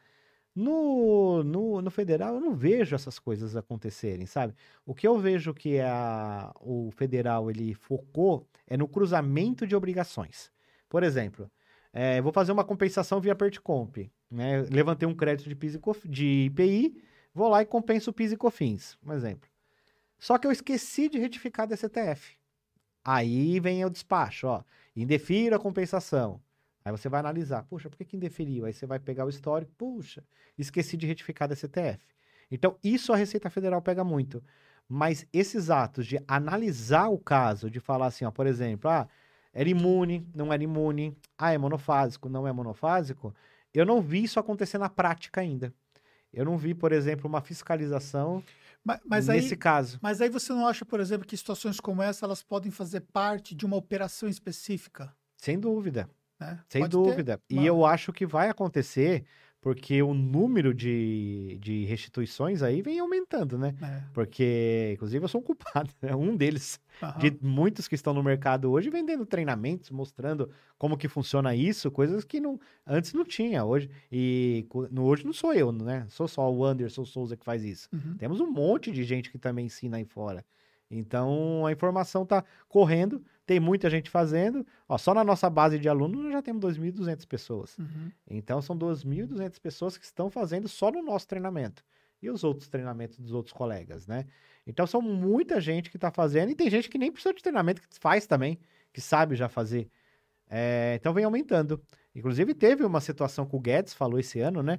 Speaker 2: No federal, eu não vejo essas coisas acontecerem, sabe? O que eu vejo que o federal ele focou é no cruzamento de obrigações. Por exemplo, vou fazer uma compensação via Perticomp, né? Levantei um crédito de IPI, vou lá e compenso o PIS e COFINS, um exemplo. Só que eu esqueci de retificar da CTF. Aí vem o despacho, ó, indefiro a compensação. Aí você vai analisar, puxa, por que indeferiu? Aí você vai pegar o histórico, puxa, esqueci de retificar da CTF. Então, isso a Receita Federal pega muito. Mas esses atos de analisar o caso, de falar assim, ó, por exemplo, era imune, não era imune, é monofásico, não é monofásico, eu não vi isso acontecer na prática ainda. Eu não vi, por exemplo, uma fiscalização nesse caso.
Speaker 1: Mas aí você não acha, por exemplo, que situações como essa, elas podem fazer parte de uma operação específica?
Speaker 2: Sem dúvida.
Speaker 1: Né?
Speaker 2: Sem
Speaker 1: Pode
Speaker 2: dúvida. E eu acho que vai acontecer porque o número de restituições aí vem aumentando, né? Porque, inclusive, eu sou um culpado, né? Um deles, de muitos que estão no mercado hoje, vendendo treinamentos, mostrando como que funciona isso, coisas que antes não tinha hoje. E hoje não sou eu, né? Sou só o Anderson Souza que faz isso. Temos um monte de gente que também ensina aí fora. Então, a informação está correndo, tem muita gente fazendo. Ó, só na nossa base de alunos nós já temos 2.200 pessoas. Então, são 2.200 pessoas que estão fazendo só no nosso treinamento. E os outros treinamentos dos outros colegas, né? Então, são muita gente que está fazendo. E tem gente que nem precisa de treinamento, que faz também, que sabe já fazer. Então, vem aumentando. Inclusive, teve uma situação que o Guedes falou esse ano, né?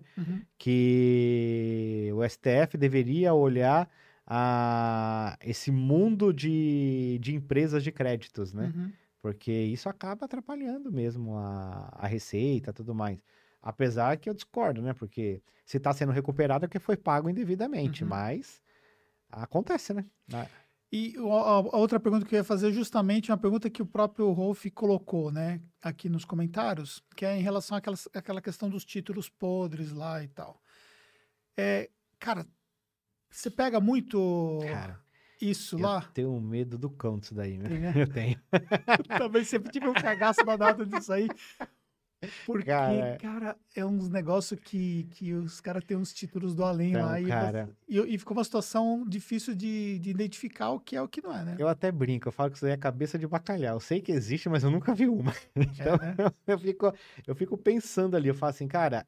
Speaker 2: Que o STF deveria olhar esse mundo de empresas de créditos, né? Porque isso acaba atrapalhando mesmo a receita e tudo mais. Apesar que eu discordo, né? Porque se está sendo recuperado é porque foi pago indevidamente, mas acontece, né?
Speaker 1: E a outra pergunta que eu ia fazer é justamente uma pergunta que o próprio Rolf colocou, né? Aqui nos comentários, que é em relação àquela questão dos títulos podres lá e tal. Cara, você pega muito isso lá?
Speaker 2: Eu tenho medo do cão disso daí, né?
Speaker 1: Eu
Speaker 2: tenho.
Speaker 1: Também sempre tive um cagaço danado disso aí. Porque, cara, é uns negócios que os caras têm uns títulos do além
Speaker 2: então,
Speaker 1: lá. E ficou uma situação difícil de identificar o que é o que não é, né?
Speaker 2: Eu até brinco, eu falo que isso aí é cabeça de bacalhau. Eu sei que existe, mas eu nunca vi uma. Então,
Speaker 1: né?
Speaker 2: eu fico pensando ali, eu falo assim, cara,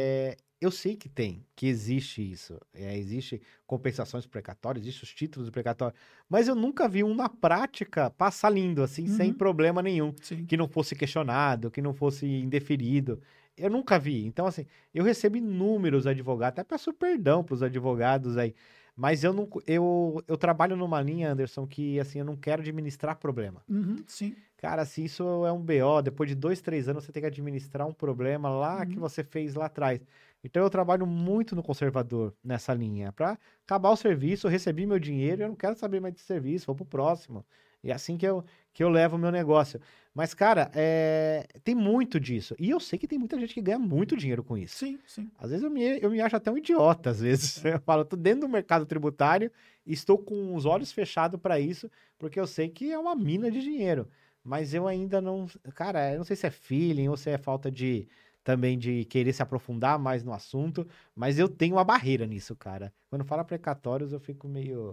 Speaker 2: eu sei que existe isso. Existe compensações precatórias, existe os títulos precatórios, mas eu nunca vi um na prática passar lindo, assim, sem problema nenhum.
Speaker 1: Sim.
Speaker 2: Que não fosse questionado, que não fosse indeferido. Eu nunca vi. Então, assim, eu recebo inúmeros advogados, até peço perdão para os advogados aí, mas eu trabalho numa linha, Anderson, que, assim, eu não quero administrar problema.
Speaker 1: Sim.
Speaker 2: Cara, se isso é um BO, depois de 2, 3 anos você tem que administrar um problema lá que você fez lá atrás. Então eu trabalho muito no conservador nessa linha. Para acabar o serviço, eu recebi meu dinheiro e eu não quero saber mais de serviço, vou pro próximo. E é assim que eu levo o meu negócio. Mas, cara, tem muito disso. E eu sei que tem muita gente que ganha muito dinheiro com isso.
Speaker 1: Sim, sim.
Speaker 2: Às vezes eu me acho até um idiota, às vezes. Eu falo, tô dentro do mercado tributário e estou com os olhos fechados para isso, porque eu sei que é uma mina de dinheiro. Mas eu ainda não... Cara, eu não sei se é feeling ou se é falta também de querer se aprofundar mais no assunto, mas eu tenho uma barreira nisso, cara. Quando fala precatórios, eu fico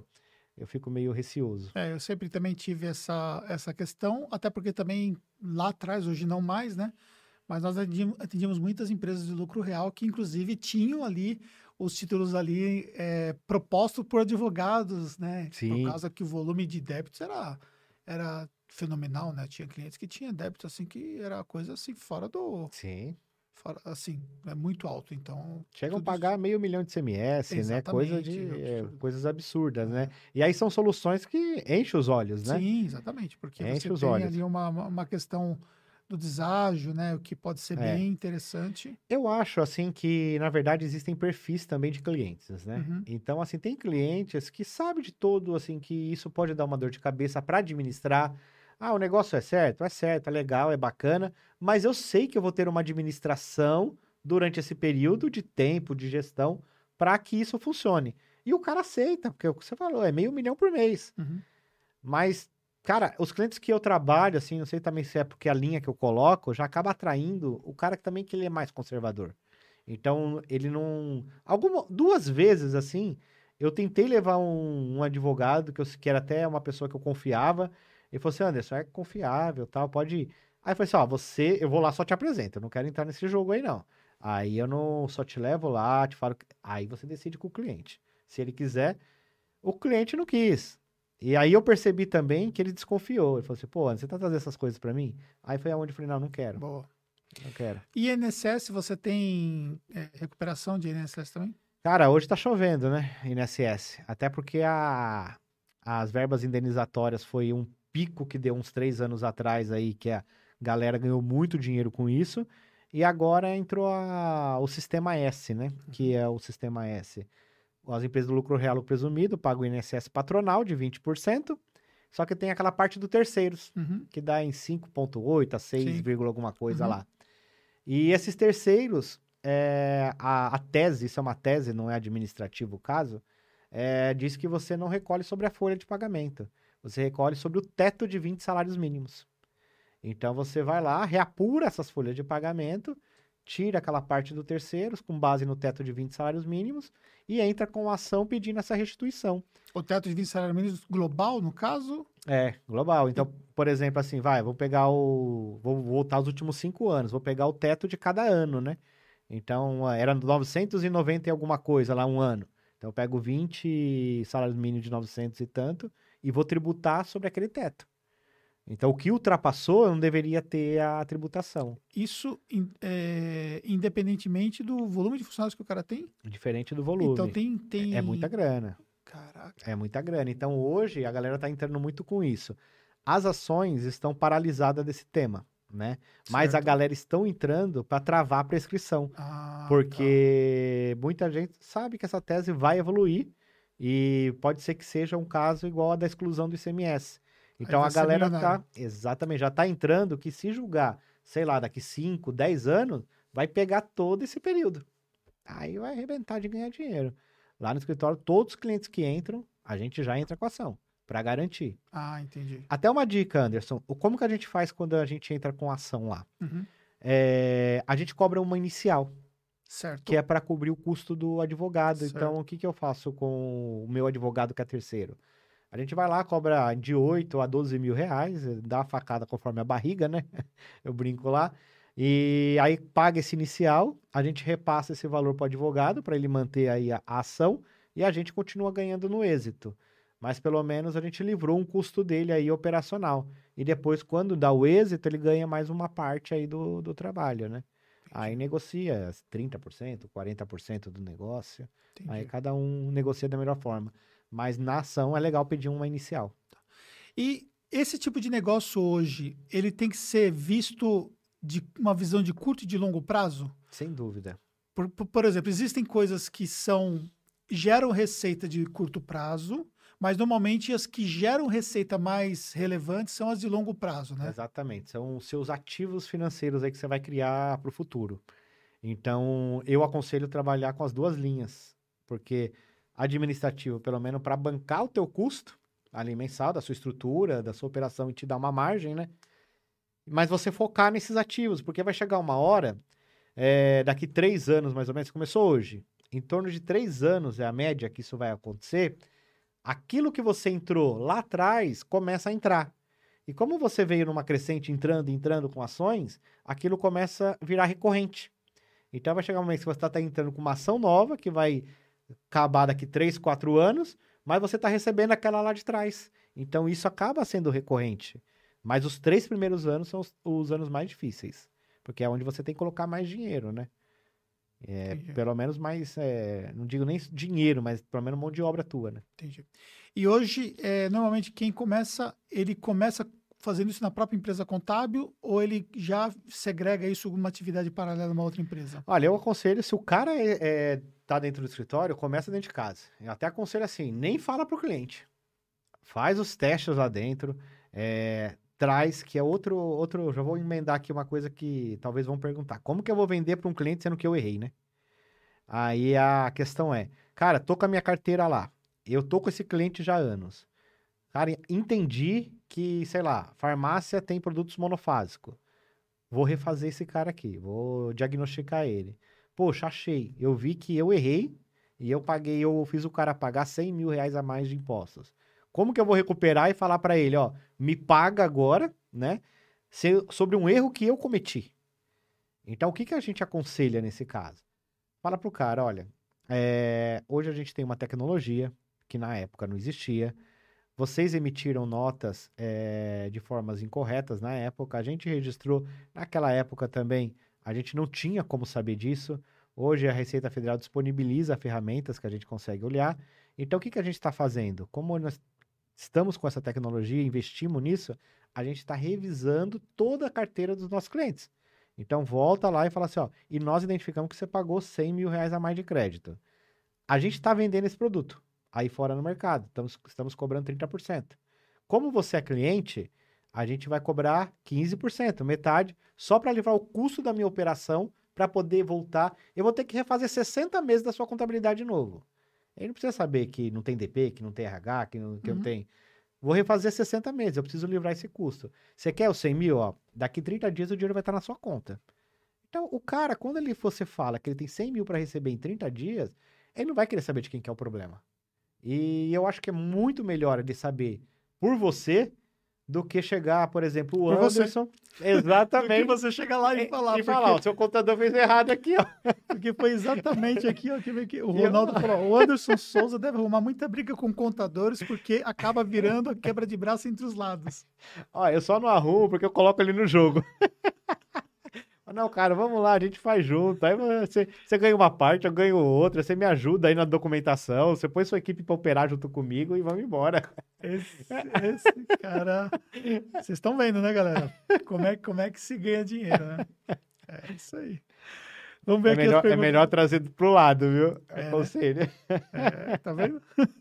Speaker 2: meio receoso.
Speaker 1: Eu sempre também tive essa questão, até porque também lá atrás, hoje não mais, né? Mas nós atendíamos muitas empresas de lucro real que, inclusive, tinham ali os títulos ali propostos por advogados, né?
Speaker 2: Sim.
Speaker 1: Por causa que o volume de débitos era fenomenal, né? Tinha clientes que tinham débitos assim que era coisa assim fora do...
Speaker 2: Sim.
Speaker 1: Assim, é muito alto, então...
Speaker 2: Chegam a pagar $500 mil de CMS, né? Coisas absurdas, né? E aí são soluções que enchem os olhos, né?
Speaker 1: Sim, exatamente, porque
Speaker 2: enche
Speaker 1: você tem ali uma questão do deságio, né? O que pode ser bem interessante.
Speaker 2: Eu acho, assim, que, na verdade, existem perfis também de clientes, né? Então, assim, tem clientes que sabem de todo, assim, que isso pode dar uma dor de cabeça para administrar. O negócio é certo, é legal, é bacana, mas eu sei que eu vou ter uma administração durante esse período de tempo, de gestão, para que isso funcione. E o cara aceita, porque o que você falou, é $500 mil por mês. Mas, cara, os clientes que eu trabalho, assim, não sei também se é porque a linha que eu coloco, já acaba atraindo o cara que ele é mais conservador. Então, ele não... 2 vezes, assim, eu tentei levar um advogado, que era até uma pessoa que eu confiava. Ele falou assim, Anderson, é confiável, tal, pode ir. Aí eu falei assim, eu vou lá, só te apresento, eu não quero entrar nesse jogo aí, não. Aí eu não só te levo lá, te falo... Aí você decide com o cliente. Se ele quiser, o cliente não quis. E aí eu percebi também que ele desconfiou. Ele falou assim, pô, você tá trazendo essas coisas pra mim? Aí foi aonde eu falei, não quero.
Speaker 1: Boa.
Speaker 2: Eu quero.
Speaker 1: E INSS, você tem recuperação de INSS também?
Speaker 2: Cara, hoje tá chovendo, né? INSS. Até porque as verbas indenizatórias foi um pico que deu uns 3 anos atrás aí, que a galera ganhou muito dinheiro com isso. E agora entrou o Sistema S, né? Que é o Sistema S. As empresas do lucro real ou presumido pagam o INSS patronal de 20%, só que tem aquela parte do terceiros,
Speaker 1: Uhum.
Speaker 2: que dá em 5,8 a 6,
Speaker 1: Sim.
Speaker 2: alguma coisa
Speaker 1: Uhum.
Speaker 2: lá. E esses terceiros, a tese, isso é uma tese, não é administrativo o caso, diz que você não recolhe sobre a folha de pagamento. Você recolhe sobre o teto de 20 salários mínimos. Então você vai lá, reapura essas folhas de pagamento, tira aquela parte do terceiros, com base no teto de 20 salários mínimos, e entra com a ação pedindo essa restituição.
Speaker 1: O teto de 20 salários mínimos global, no caso?
Speaker 2: Global. Então, por exemplo, assim, vou voltar os últimos 5 anos, vou pegar o teto de cada ano, né? Então, era 990 e alguma coisa lá um ano. Então, eu pego 20 salários mínimos de 900 e tanto e vou tributar sobre aquele teto. Então, o que ultrapassou, eu não deveria ter a tributação.
Speaker 1: Isso independentemente do volume de funcionários que o cara tem?
Speaker 2: Diferente do volume.
Speaker 1: Então tem...
Speaker 2: É muita grana.
Speaker 1: Caraca.
Speaker 2: É muita grana. Então, hoje, a galera tá entrando muito com isso. As ações estão paralisadas desse tema, né? Mas a
Speaker 1: Certo.
Speaker 2: galera estão entrando para travar a prescrição.
Speaker 1: Ah,
Speaker 2: Porque muita gente sabe que essa tese vai evoluir e pode ser que seja um caso igual a da exclusão do ICMS. Então,
Speaker 1: vai
Speaker 2: a
Speaker 1: ser
Speaker 2: galera
Speaker 1: milionário.
Speaker 2: exatamente, já tá entrando que se julgar, sei lá, daqui 5, 10 anos, vai pegar todo esse período. Aí vai arrebentar de ganhar dinheiro. Lá no escritório, todos os clientes que entram, a gente já entra com ação, para garantir.
Speaker 1: Ah, entendi.
Speaker 2: Até uma dica, Anderson. Como que a gente faz quando a gente entra com ação lá?
Speaker 1: Uhum.
Speaker 2: A gente cobra uma inicial,
Speaker 1: Certo.
Speaker 2: que é para cobrir o custo do advogado.
Speaker 1: Certo.
Speaker 2: Então, o que eu faço com o meu advogado que é terceiro? A gente vai lá, cobra de 8 a 12 mil reais, dá a facada conforme a barriga, né? Eu brinco lá. E aí paga esse inicial, a gente repassa esse valor para o advogado, para ele manter aí a ação, e a gente continua ganhando no êxito. Mas pelo menos a gente livrou um custo dele aí operacional. E depois, quando dá o êxito, ele ganha mais uma parte aí do trabalho, né? Aí negocia 30%, 40% do negócio.
Speaker 1: Entendi.
Speaker 2: Aí cada um negocia da melhor forma. Mas na ação é legal pedir uma inicial.
Speaker 1: E esse tipo de negócio hoje, ele tem que ser visto de uma visão de curto e de longo prazo?
Speaker 2: Sem dúvida.
Speaker 1: Por exemplo, existem coisas que geram receita de curto prazo, mas normalmente as que geram receita mais relevantes são as de longo prazo, né?
Speaker 2: Exatamente. São os seus ativos financeiros aí que você vai criar para o futuro. Então, eu aconselho trabalhar com as duas linhas, porque administrativo, pelo menos para bancar o teu custo ali mensal, da sua estrutura, da sua operação e te dar uma margem, né? Mas você focar nesses ativos, porque vai chegar uma hora, daqui 3 anos mais ou menos, começou hoje, em torno de 3 anos é a média que isso vai acontecer, aquilo que você entrou lá atrás começa a entrar. E como você veio numa crescente entrando com ações, aquilo começa a virar recorrente. Então vai chegar um momento que você está entrando com uma ação nova, que vai acabar daqui 3, 4 anos, mas você está recebendo aquela lá de trás. Então isso acaba sendo recorrente. Mas os 3 primeiros anos são os anos mais difíceis, porque é onde você tem que colocar mais dinheiro, né? Pelo menos mais, não digo nem dinheiro, mas pelo menos mão de obra tua, né?
Speaker 1: Entendi. E hoje, normalmente quem começa, ele começa fazendo isso na própria empresa contábil ou ele já segrega isso como uma atividade paralela numa outra empresa?
Speaker 2: Olha, eu aconselho, se o cara tá dentro do escritório, começa dentro de casa. Eu até aconselho assim, nem fala pro cliente. Faz os testes lá dentro, traz, que é outro, já vou emendar aqui uma coisa que talvez vão perguntar. Como que eu vou vender para um cliente sendo que eu errei, né? Aí a questão cara, tô com a minha carteira lá. Eu tô com esse cliente já há anos. Cara, entendi que, sei lá, farmácia tem produtos monofásicos. Vou refazer esse cara aqui, vou diagnosticar ele. Poxa, achei. Eu vi que eu errei e eu fiz o cara pagar 100 mil reais a mais de impostos. Como que eu vou recuperar e falar para ele, ó, me paga agora, né, sobre um erro que eu cometi? Então, o que a gente aconselha nesse caso? Fala pro cara, olha, hoje a gente tem uma tecnologia que na época não existia. vocês emitiram notas de formas incorretas na época, a gente registrou, naquela época também, a gente não tinha como saber disso. Hoje a Receita Federal disponibiliza ferramentas que a gente consegue olhar. Então, o que a gente está fazendo? Como nós estamos com essa tecnologia, investimos nisso, a gente está revisando toda a carteira dos nossos clientes. Então, volta lá e fala assim, ó, e nós identificamos que você pagou R$100 mil a mais de crédito. A gente está vendendo esse produto aí fora no mercado, estamos cobrando 30%. Como você é cliente, a gente vai cobrar 15%, metade, só para livrar o custo da minha operação, para poder voltar. Eu vou ter que refazer 60 meses da sua contabilidade de novo. Ele não precisa saber que não tem DP, que não tem RH, que não tem... Vou refazer 60 meses, eu preciso livrar esse custo. Você quer os 100 mil? Ó, daqui 30 dias o dinheiro vai estar na sua conta. Então, o cara, quando você fala que ele tem 100 mil para receber em 30 dias, ele não vai querer saber de quem que é o problema. E eu acho que é muito melhor ele saber por você do que chegar, por exemplo, o Anderson. Exatamente.
Speaker 1: Do que você chegar lá e falar.
Speaker 2: E falar, o seu contador fez errado aqui, ó.
Speaker 1: Porque foi exatamente aqui, ó, que o Ronaldo falou, o Anderson Souza deve arrumar muita briga com contadores, porque acaba virando a quebra de braço entre os lados.
Speaker 2: Ó, eu só não arrumo porque eu coloco ele no jogo. Não, cara, vamos lá, a gente faz junto. Aí você ganha uma parte, eu ganho outra. Você me ajuda aí na documentação. Você põe sua equipe para operar junto comigo e vamos embora.
Speaker 1: Esse cara... Vocês estão vendo, né, galera? Como é que se ganha dinheiro, né? É isso aí. Vamos ver aqui as perguntas.
Speaker 2: É melhor trazer pro lado, viu?
Speaker 1: É
Speaker 2: conselho.
Speaker 1: Tá vendo?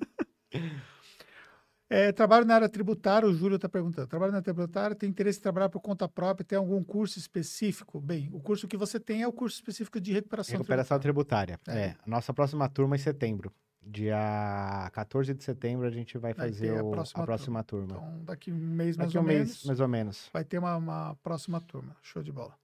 Speaker 1: Trabalho na área tributária, o Júlio está perguntando. Trabalho na área tributária, tem interesse em trabalhar por conta própria, tem algum curso específico? Bem, o curso que você tem é o curso específico de recuperação
Speaker 2: tributária. A nossa próxima turma é em setembro. Dia 14 de setembro a gente vai fazer a próxima turma.
Speaker 1: Então, daqui um mês,
Speaker 2: mais ou menos.
Speaker 1: Vai ter uma próxima turma. Show de bola.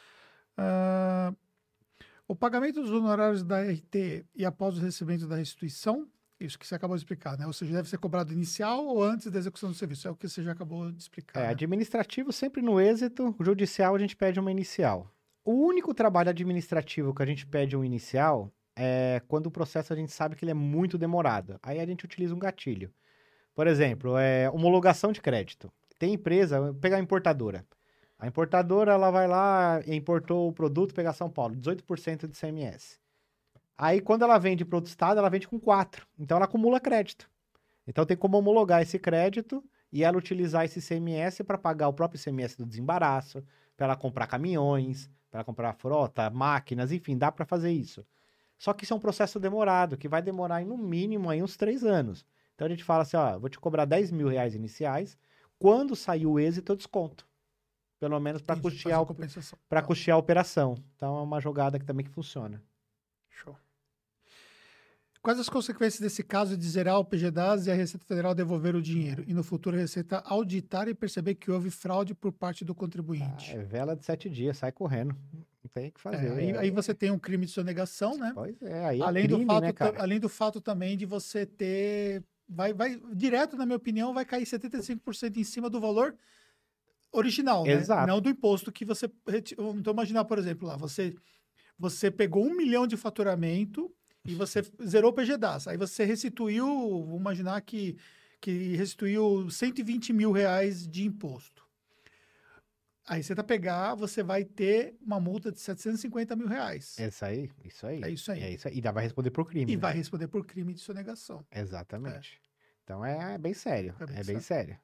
Speaker 1: O pagamento dos honorários da RT e após o recebimento da restituição, isso que você acabou de explicar, né? Ou seja, deve ser cobrado inicial ou antes da execução do serviço. É o que você já acabou de explicar. Né?
Speaker 2: Administrativo sempre no êxito, judicial a gente pede uma inicial. O único trabalho administrativo que a gente pede um inicial é quando o processo a gente sabe que ele é muito demorado. Aí a gente utiliza um gatilho. Por exemplo, homologação de crédito. Tem empresa, vou pegar a importadora. A importadora, ela vai lá e importou o produto, pegar São Paulo, 18% de CMS. Aí, quando ela vende para outro estado, ela vende com 4%. Então, ela acumula crédito. Então, tem como homologar esse crédito e ela utilizar esse CMS para pagar o próprio CMS do desembaraço, para ela comprar caminhões, para ela comprar frota, máquinas, enfim, dá para fazer isso. Só que isso é um processo demorado, que vai demorar no mínimo aí uns 3 anos. Então, a gente fala assim, ó, vou te cobrar R$10 mil iniciais, quando sair o êxito, eu desconto. Pelo menos para custear a operação. Então, é uma jogada que também funciona.
Speaker 1: Show. Quais as consequências desse caso de zerar o PGDAS e a Receita Federal devolver o dinheiro? E no futuro a Receita auditar e perceber que houve fraude por parte do contribuinte?
Speaker 2: Vela de 7 dias, sai correndo. Não tem o que fazer.
Speaker 1: Aí você tem um crime de sonegação, né?
Speaker 2: Pois é, aí
Speaker 1: além
Speaker 2: crime,
Speaker 1: do fato,
Speaker 2: né, cara?
Speaker 1: Além do fato também de você ter... Vai direto, na minha opinião, vai cair 75% em cima do valor original,
Speaker 2: Exato.
Speaker 1: Né? Não do imposto que você... Então, imaginar, por exemplo, lá, você pegou 1 milhão de faturamento... E você zerou o PGDAS. Aí você restituiu, vamos imaginar que restituiu R$120 mil de imposto. Aí você pegar, você vai ter uma multa de R$750 mil.
Speaker 2: Isso aí.
Speaker 1: É isso aí.
Speaker 2: E ainda vai responder por crime.
Speaker 1: E vai responder por crime de sonegação.
Speaker 2: Exatamente. Então é bem sério. É bem sério.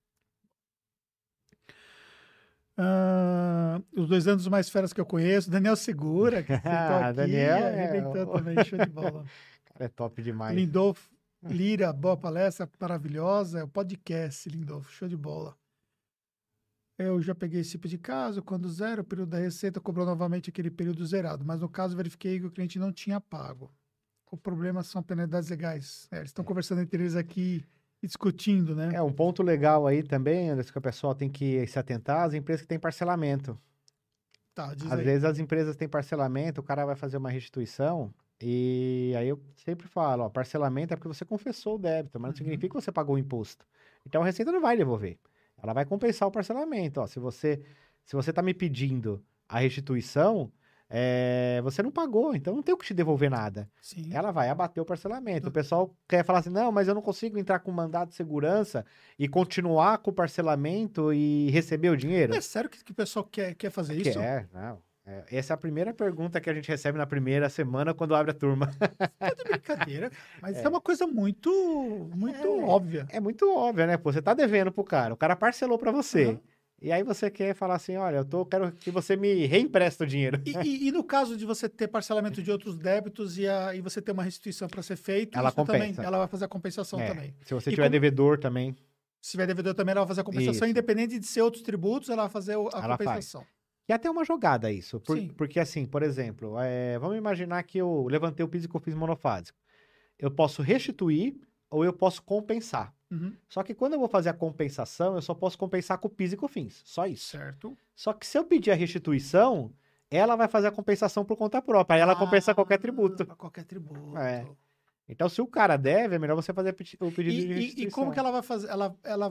Speaker 1: Os 2 anos mais feras que eu conheço, Daniel Segura, que sentou aqui,
Speaker 2: Daniel
Speaker 1: arrebentou também, show de bola.
Speaker 2: Cara, é top demais.
Speaker 1: Lindolfo Lira, boa palestra, maravilhosa, é o podcast, Lindolfo, show de bola. Eu já peguei esse tipo de caso, quando zero, o período da receita cobrou novamente aquele período zerado, mas no caso verifiquei que o cliente não tinha pago. O problema são penalidades legais. Eles estão conversando entre eles aqui, discutindo, né?
Speaker 2: Um ponto legal aí também, Anderson, que o pessoal tem que se atentar, as empresas que têm parcelamento.
Speaker 1: Tá, diz
Speaker 2: Às
Speaker 1: aí.
Speaker 2: vezes as empresas têm parcelamento, o cara vai fazer uma restituição, e aí eu sempre falo, ó, parcelamento é porque você confessou o débito, mas não significa que você pagou o imposto. Então a Receita não vai devolver. Ela vai compensar o parcelamento. Ó, se você está me pedindo a restituição, você não pagou, então não tem o que te devolver nada.
Speaker 1: Sim.
Speaker 2: Ela vai abater o parcelamento. O pessoal quer falar assim, não, mas eu não consigo entrar com mandado de segurança e continuar com o parcelamento e receber o dinheiro?
Speaker 1: É sério que o pessoal quer fazer isso?
Speaker 2: Não. Essa é a primeira pergunta que a gente recebe na primeira semana quando abre a turma.
Speaker 1: Tá de brincadeira, mas é uma coisa muito óbvia.
Speaker 2: É muito óbvio, né? Pô, você tá devendo pro cara, o cara parcelou pra você.
Speaker 1: Uhum.
Speaker 2: E aí você quer falar assim, olha, quero que você me reempreste o dinheiro.
Speaker 1: E no caso de você ter parcelamento de outros débitos e você ter uma restituição para ser feita,
Speaker 2: Ela
Speaker 1: isso também,
Speaker 2: compensa.
Speaker 1: ela vai fazer a compensação também.
Speaker 2: Se você
Speaker 1: E
Speaker 2: tiver devedor também.
Speaker 1: Se tiver devedor também, ela vai fazer a compensação,
Speaker 2: Isso.
Speaker 1: independente de ser outros tributos, ela vai fazer a
Speaker 2: Ela
Speaker 1: compensação.
Speaker 2: E até uma jogada isso.
Speaker 1: Sim.
Speaker 2: Porque assim, por exemplo, vamos imaginar que eu levantei o PIS e COFINS monofásico. Eu posso restituir ou eu posso compensar.
Speaker 1: Uhum.
Speaker 2: Só que quando eu vou fazer a compensação, eu só posso compensar com o PIS e COFINS. Só isso.
Speaker 1: Certo.
Speaker 2: Só que se eu pedir a restituição, ela vai fazer a compensação por conta própria. Aí ela compensa qualquer tributo.
Speaker 1: Qualquer tributo.
Speaker 2: Então, se o cara deve, é melhor você fazer o pedido de restituição.
Speaker 1: E como que ela vai fazer? Ela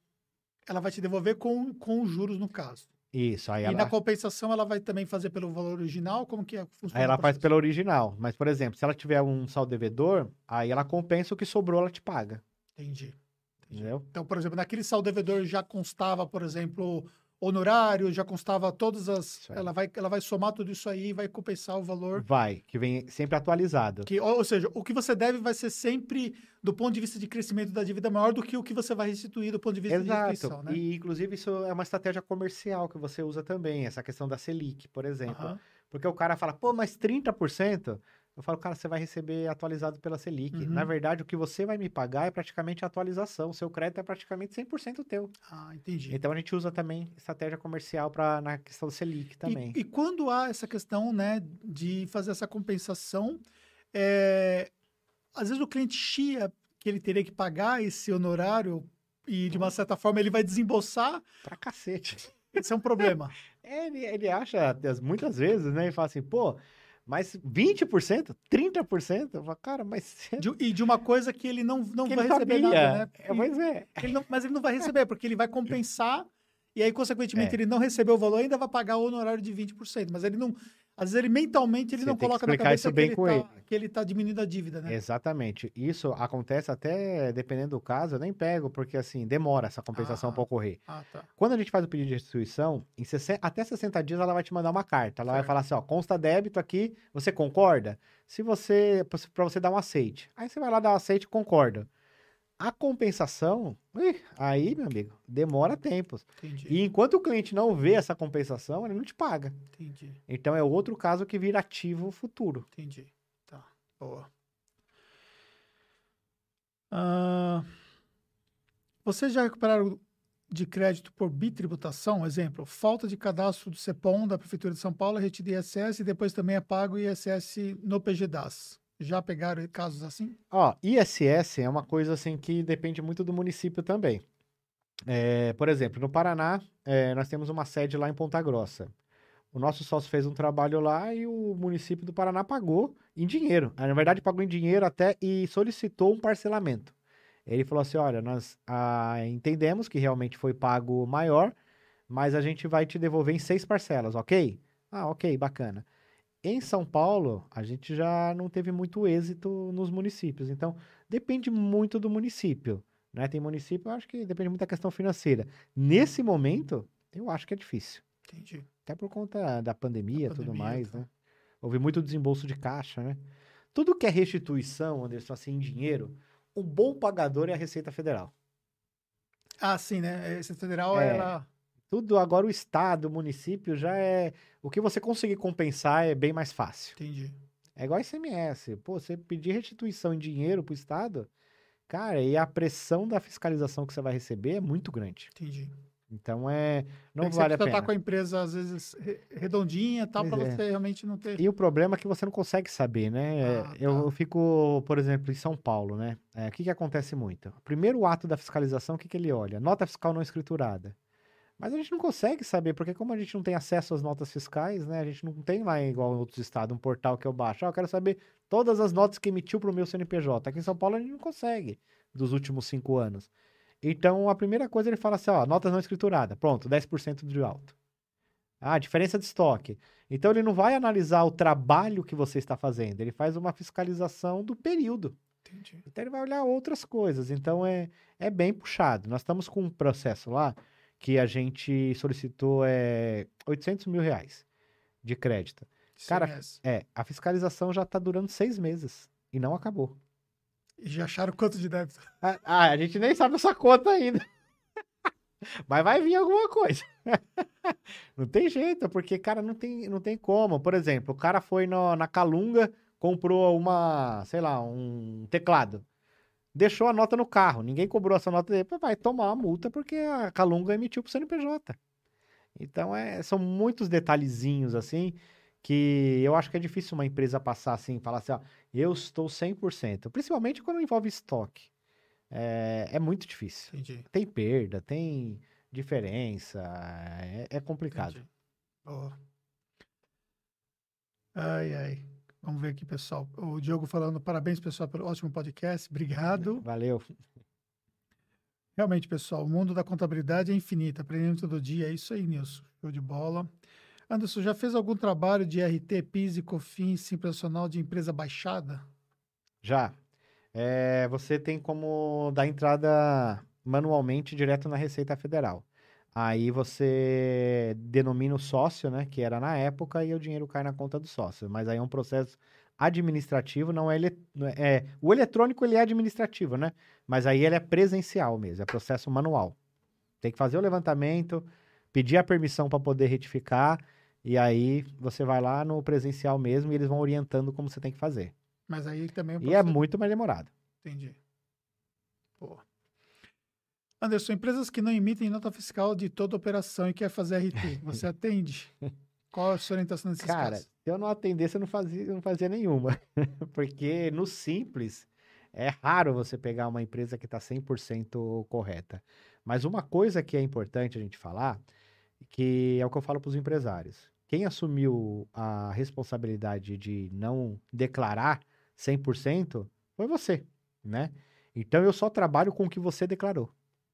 Speaker 1: vai te devolver com os juros, no caso.
Speaker 2: Isso. Aí
Speaker 1: na compensação, ela vai também fazer pelo valor original? Como que funciona?
Speaker 2: Aí ela faz pela original. Mas, por exemplo, se ela tiver um saldo devedor, aí ela compensa o que sobrou, ela te paga.
Speaker 1: Entendi.
Speaker 2: Entendeu?
Speaker 1: Então, por exemplo, naquele saldo devedor já constava, por exemplo, honorário, já constava todas as... Ela vai somar tudo isso aí e vai compensar o valor.
Speaker 2: Que vem sempre atualizado.
Speaker 1: Ou seja, o que você deve vai ser sempre, do ponto de vista de crescimento da dívida, maior do que o que você vai restituir do ponto de vista de restituição, né?
Speaker 2: E, inclusive, isso é uma estratégia comercial que você usa também, essa questão da Selic, por exemplo. Porque o cara fala, pô, mas 30%... Eu falo, cara, você vai receber atualizado pela Selic.
Speaker 1: Uhum.
Speaker 2: Na verdade, o que você vai me pagar é praticamente a atualização. O seu crédito é praticamente 100% teu.
Speaker 1: Entendi.
Speaker 2: Então, a gente usa também estratégia comercial na questão da Selic também.
Speaker 1: E quando há essa questão, né, de fazer essa compensação, às vezes o cliente chia que ele teria que pagar esse honorário e, de uma certa forma, ele vai desembolsar.
Speaker 2: Pra cacete.
Speaker 1: Esse é um problema.
Speaker 2: Ele acha, muitas vezes, né, e fala assim, pô... Mas 20%? 30%? Eu falo, cara, mas...
Speaker 1: De uma coisa que ele não
Speaker 2: que
Speaker 1: vai
Speaker 2: ele
Speaker 1: receber
Speaker 2: sabia.
Speaker 1: nada, né?
Speaker 2: Pois é.
Speaker 1: Mas ele não vai receber, porque ele vai compensar e aí, consequentemente, ele não recebeu o valor e ainda vai pagar o honorário de 20%. Mas ele não... Às vezes, ele mentalmente, ele não coloca na cabeça que ele tá diminuindo a dívida, né?
Speaker 2: Exatamente. Isso acontece até, dependendo do caso, eu nem pego, porque, assim, demora essa compensação para ocorrer.
Speaker 1: Tá.
Speaker 2: Quando a gente faz o pedido de restituição, até 60 dias ela vai te mandar uma carta. Ela vai falar assim, ó, consta débito aqui, você concorda? Para você dar um aceite. Aí você vai lá dar um aceite e concorda. A compensação, aí, meu amigo, demora tempos.
Speaker 1: Entendi.
Speaker 2: E enquanto o cliente não vê essa compensação, ele não te paga.
Speaker 1: Entendi.
Speaker 2: Então, é outro caso que vira ativo futuro.
Speaker 1: Entendi. Tá, boa. Vocês já recuperaram de crédito por bitributação? Exemplo, falta de cadastro do CEPOM da Prefeitura de São Paulo, retira ISS e depois também é pago ISS no PGDAS. Já pegaram casos assim?
Speaker 2: ISS é uma coisa assim que depende muito do município também. Por exemplo, no Paraná, nós temos uma sede lá em Ponta Grossa. O nosso sócio fez um trabalho lá e o município do Paraná pagou em dinheiro. Na verdade, pagou em dinheiro até e solicitou um parcelamento. Ele falou assim, olha, nós entendemos que realmente foi pago maior, mas a gente vai te devolver em 6 parcelas, ok? Ok, bacana. Em São Paulo, a gente já não teve muito êxito nos municípios. Então, depende muito do município, né? Tem município, eu acho que depende muito da questão financeira. Nesse momento, eu acho que é difícil.
Speaker 1: Entendi.
Speaker 2: Até por conta da pandemia e tudo mais, né? Houve muito desembolso de caixa, né? Tudo que é restituição, Anderson, assim, em dinheiro, o bom pagador é a Receita Federal.
Speaker 1: Sim, né? A Receita Federal, ela...
Speaker 2: Tudo agora o estado, o município já é... O que você conseguir compensar é bem mais fácil.
Speaker 1: Entendi.
Speaker 2: É igual ICMS. Pô, você pedir restituição em dinheiro pro estado, cara, e a pressão da fiscalização que você vai receber é muito grande.
Speaker 1: Entendi.
Speaker 2: Então não vale a pena.
Speaker 1: Você tá com a empresa, às vezes, redondinha e tal, para você realmente não ter...
Speaker 2: E o problema é que você não consegue saber, né? Eu fico, por exemplo, em São Paulo, né? O que acontece muito? O primeiro ato da fiscalização, o que ele olha? Nota fiscal não escriturada. Mas a gente não consegue saber, porque como a gente não tem acesso às notas fiscais, né? A gente não tem lá, igual em outros estados, um portal que eu baixo. Eu quero saber todas as notas que emitiu para o meu CNPJ. Aqui em São Paulo a gente não consegue, dos últimos 5 anos. Então, a primeira coisa ele fala assim, notas não escrituradas. Pronto, 10% de alto. Ah, diferença de estoque. Então, ele não vai analisar o trabalho que você está fazendo, ele faz uma fiscalização do período.
Speaker 1: Entendi.
Speaker 2: Então, ele vai olhar outras coisas. Então, é bem puxado. Nós estamos com um processo lá que a gente solicitou R$800 mil de crédito. Cara,
Speaker 1: CMS.
Speaker 2: a fiscalização já está durando 6 meses e não acabou.
Speaker 1: E já acharam quanto de débito?
Speaker 2: A gente nem sabe essa conta ainda. Mas vai vir alguma coisa. Não tem jeito, porque, cara, não tem como. Por exemplo, o cara foi na Calunga, comprou sei lá, um teclado. Deixou a nota no carro. Ninguém cobrou essa nota dele. Vai tomar uma multa porque a Calunga emitiu pro CNPJ. Então, são muitos detalhezinhos, assim, que eu acho que é difícil uma empresa passar assim, falar assim, ó, eu estou 100%. Principalmente quando envolve estoque. É muito difícil.
Speaker 1: Entendi.
Speaker 2: Tem perda, tem diferença, é complicado.
Speaker 1: Entendi. Boa. Ai, ai. Vamos ver aqui, pessoal. O Diogo falando, parabéns, pessoal, pelo ótimo podcast. Obrigado.
Speaker 2: Valeu.
Speaker 1: Realmente, pessoal, o mundo da contabilidade é infinito. Aprendendo todo dia. É isso aí, Nilson. Show de bola. Anderson, já fez algum trabalho de RT, PIS e COFINS Simples Nacional de empresa baixada?
Speaker 2: Já. Você tem como dar entrada manualmente direto na Receita Federal. Aí você denomina o sócio, né, que era na época, e o dinheiro cai na conta do sócio. Mas aí é um processo administrativo, não é... o eletrônico, ele é administrativo, né? Mas aí ele é presencial mesmo, é processo manual. Tem que fazer o levantamento, pedir a permissão para poder retificar, e aí você vai lá no presencial mesmo e eles vão orientando como você tem que fazer.
Speaker 1: Mas aí também...
Speaker 2: E é muito mais demorado.
Speaker 1: Entendi. Pô. Anderson, empresas que não emitem nota fiscal de toda operação e quer fazer RT, você atende? Qual a sua orientação nesses
Speaker 2: Cara,
Speaker 1: casos?
Speaker 2: se eu não atendesse, eu não fazia nenhuma. Porque no Simples, é raro você pegar uma empresa que está 100% correta. Mas uma coisa que é importante a gente falar, que é o que eu falo para os empresários. Quem assumiu a responsabilidade de não declarar 100% foi você, né? Então, eu só trabalho com o que você declarou.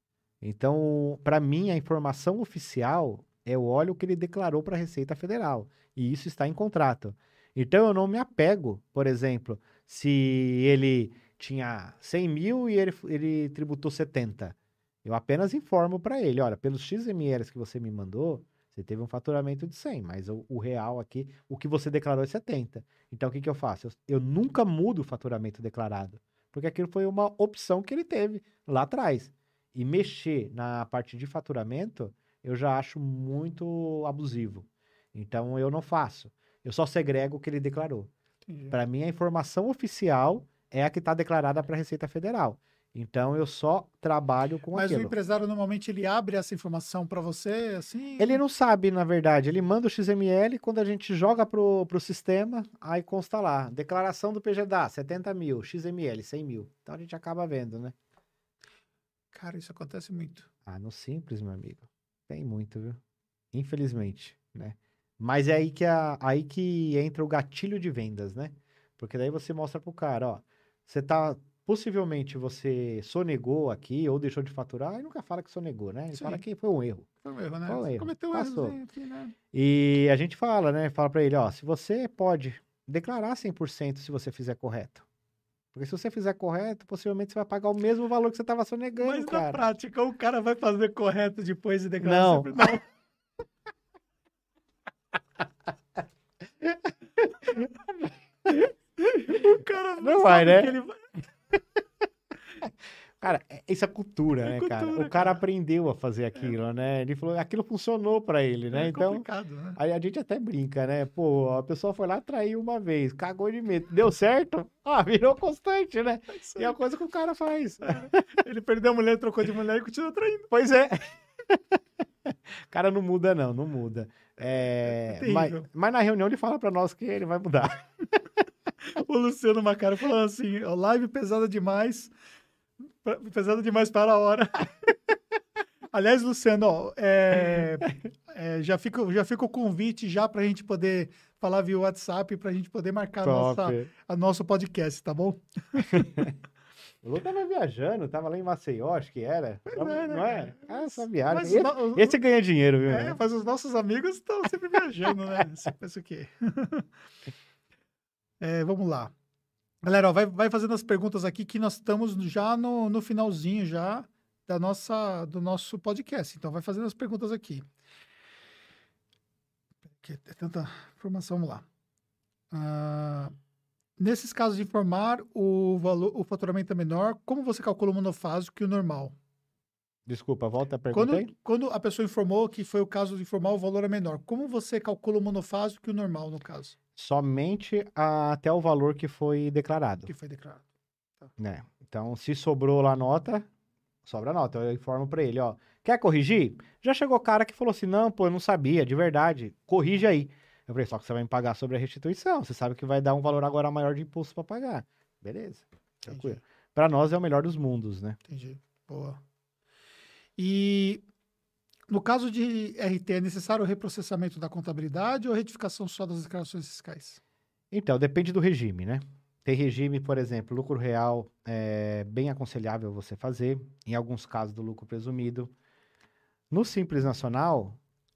Speaker 2: Então, para mim, a informação oficial eu olho o que ele declarou para a Receita Federal. E isso está em contrato. Então, eu não me apego, por exemplo, se ele tinha 100 mil e ele tributou 70. Eu apenas informo para ele, olha, pelos XMLs que você me mandou, você teve um faturamento de 100, mas o real aqui, o que você declarou é 70. Então, o que eu faço? Eu nunca mudo o faturamento declarado, porque aquilo foi uma opção que ele teve lá atrás. E mexer na parte de faturamento, eu já acho muito abusivo. Então, eu não faço. Eu só segrego o que ele declarou. Para mim, a informação oficial é a que está declarada para a Receita Federal. Então, eu só trabalho com aquilo.
Speaker 1: Mas o empresário, normalmente, ele abre essa informação para você, assim?
Speaker 2: Ele não sabe, na verdade. Ele manda o XML, quando a gente joga pro sistema, aí consta lá. Declaração do PGDA, 70 mil. XML, 100 mil. Então, a gente acaba vendo, né?
Speaker 1: Cara, isso acontece muito.
Speaker 2: Ah, no Simples, meu amigo. Tem muito, viu? Infelizmente, né? Mas é aí que entra o gatilho de vendas, né? Porque daí você mostra pro cara, ó, possivelmente você sonegou aqui ou deixou de faturar e nunca fala que sonegou, né? Ele
Speaker 1: Sim.
Speaker 2: fala que foi um erro.
Speaker 1: Foi um erro, né?
Speaker 2: Foi um erro.
Speaker 1: Cometeu um
Speaker 2: Passou.
Speaker 1: errozinho aqui, né?
Speaker 2: E a gente fala, né? Fala pra ele, ó, se você pode declarar 100% se você fizer correto. Porque se você fizer correto, possivelmente você vai pagar o mesmo valor que você estava sonegando,
Speaker 1: Mas
Speaker 2: cara.
Speaker 1: na prática, o cara vai fazer correto depois de declarar
Speaker 2: Não.
Speaker 1: sempre não. O cara
Speaker 2: Não vai,
Speaker 1: sabe
Speaker 2: né?
Speaker 1: que ele vai...
Speaker 2: Cara, isso é cultura,
Speaker 1: É
Speaker 2: né,
Speaker 1: cultura,
Speaker 2: cara? O cara
Speaker 1: cara.
Speaker 2: aprendeu a fazer aquilo, né? Ele falou, aquilo funcionou pra ele, né?
Speaker 1: É
Speaker 2: Então,
Speaker 1: complicado, né?
Speaker 2: aí a gente até brinca, né? Pô, a pessoa foi lá, traiu uma vez, cagou de medo. Deu certo? Ah, virou constante, né?
Speaker 1: É isso
Speaker 2: E é a
Speaker 1: aí.
Speaker 2: coisa que o cara faz.
Speaker 1: Ele perdeu a mulher, trocou de mulher e continua traindo.
Speaker 2: Pois é. Cara, não muda, não muda.
Speaker 1: terrível.
Speaker 2: Mas na reunião ele fala pra nós que ele vai mudar.
Speaker 1: O Luciano Macaro falando assim, ó, live pesada demais para a hora. Aliás, Luciano, ó, já fica o convite já para a gente poder falar via WhatsApp, para a gente poder marcar
Speaker 2: Top.
Speaker 1: a nosso podcast, tá bom?
Speaker 2: O Lu tava viajando, tava lá em Maceió, acho que era. Não é? Ah, essa viagem.
Speaker 1: Mas
Speaker 2: Esse ganha dinheiro, viu?
Speaker 1: é, mas os nossos amigos estão sempre viajando, né? Você pensa o quê? Vamos lá. Galera, ó, vai fazendo as perguntas aqui que nós estamos já no finalzinho já do nosso podcast. Então, vai fazendo as perguntas aqui. Porque é tanta informação, vamos lá. Nesses casos de informar o faturamento é menor, como você calcula o monofásico que o normal?
Speaker 2: Desculpa, volta a pergunta aí.
Speaker 1: Quando a pessoa informou que foi o caso de informar, o valor é menor, como você calcula o monofásico que o normal, no caso?
Speaker 2: Somente até o valor que foi declarado.
Speaker 1: Que foi declarado.
Speaker 2: Né? Então, se sobrou lá a nota, sobra a nota. Eu informo pra ele, ó. Quer corrigir? Já chegou cara que falou assim, não, pô, eu não sabia, de verdade. Corrige aí. Eu falei, só que você vai me pagar sobre a restituição. Você sabe que vai dar um valor agora maior de imposto pra pagar. Beleza. Tranquilo.
Speaker 1: Entendi.
Speaker 2: Pra nós é o melhor dos mundos, né?
Speaker 1: Entendi. Boa. E no caso de RT, é necessário o reprocessamento da contabilidade ou retificação só das declarações fiscais?
Speaker 2: Então, depende do regime, né? Tem regime, por exemplo, lucro real é bem aconselhável você fazer. Em alguns casos do lucro presumido. No Simples Nacional,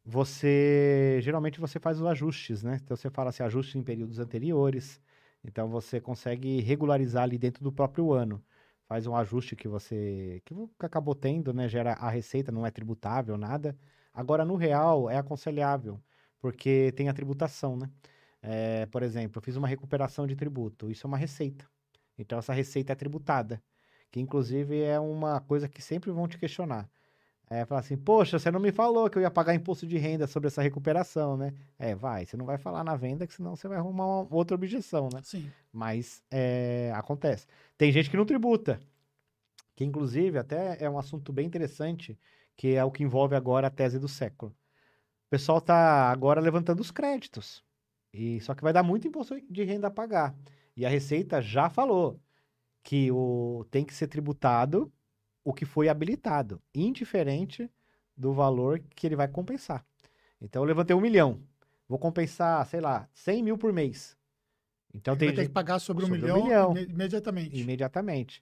Speaker 2: geralmente você faz os ajustes, né? Então você fala assim, ajustes em períodos anteriores. Então você consegue regularizar ali dentro do próprio ano. Faz um ajuste que acabou tendo, né? Gera a receita, não é tributável, nada. Agora, no real, é aconselhável, porque tem a tributação, né? Por exemplo, eu fiz uma recuperação de tributo. Isso é uma receita. Então essa receita é tributada, que inclusive é uma coisa que sempre vão te questionar. Falar assim, poxa, você não me falou que eu ia pagar imposto de renda sobre essa recuperação, né? Você não vai falar na venda, que senão você vai arrumar uma outra objeção, né?
Speaker 1: Sim.
Speaker 2: Mas acontece. Tem gente que não tributa, que inclusive até é um assunto bem interessante, que é o que envolve agora a tese do século. O pessoal tá agora levantando os créditos, só que vai dar muito imposto de renda a pagar. E a Receita já falou que tem que ser tributado o que foi habilitado, indiferente do valor que ele vai compensar. Então, eu levantei 1 milhão. Vou compensar, sei lá, 100 mil por mês. Então,
Speaker 1: Vai ter que pagar sobre 1 milhão imediatamente.
Speaker 2: Imediatamente.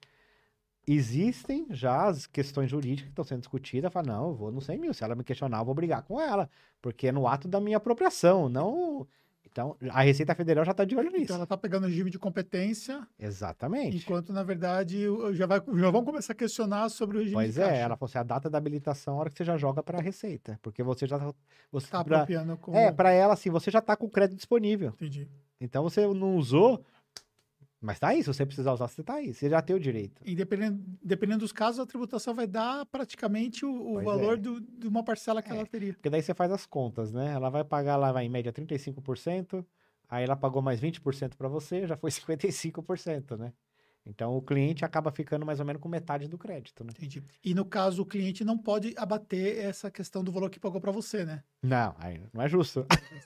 Speaker 2: Existem já as questões jurídicas que estão sendo discutidas. Fala, não, eu vou no 100 mil. Se ela me questionar, eu vou brigar com ela. Porque é no ato da minha apropriação, não... Então, a Receita Federal já está de olho nisso.
Speaker 1: Então, ela está pegando o regime de competência.
Speaker 2: Exatamente.
Speaker 1: Enquanto, na verdade, já vão começar a questionar sobre o regime de caixa.
Speaker 2: Ela falou assim, a data da habilitação é a hora que você já joga para a Receita. Porque você já... Você
Speaker 1: está apropriando como...
Speaker 2: para ela, assim, você já está com o crédito disponível.
Speaker 1: Entendi.
Speaker 2: Então, você não usou, mas tá aí. Se você precisar usar, você tá aí. Você já tem o direito.
Speaker 1: E dependendo dos casos, a tributação vai dar praticamente o valor de uma parcela que ela teria.
Speaker 2: Porque daí você faz as contas, né? Ela vai pagar lá, em média, 35%. Aí ela pagou mais 20% para você, já foi 55%, né? Então, o cliente acaba ficando mais ou menos com metade do crédito, né?
Speaker 1: Entendi. E no caso, o cliente não pode abater essa questão do valor que pagou para você, né?
Speaker 2: Não, aí não é justo.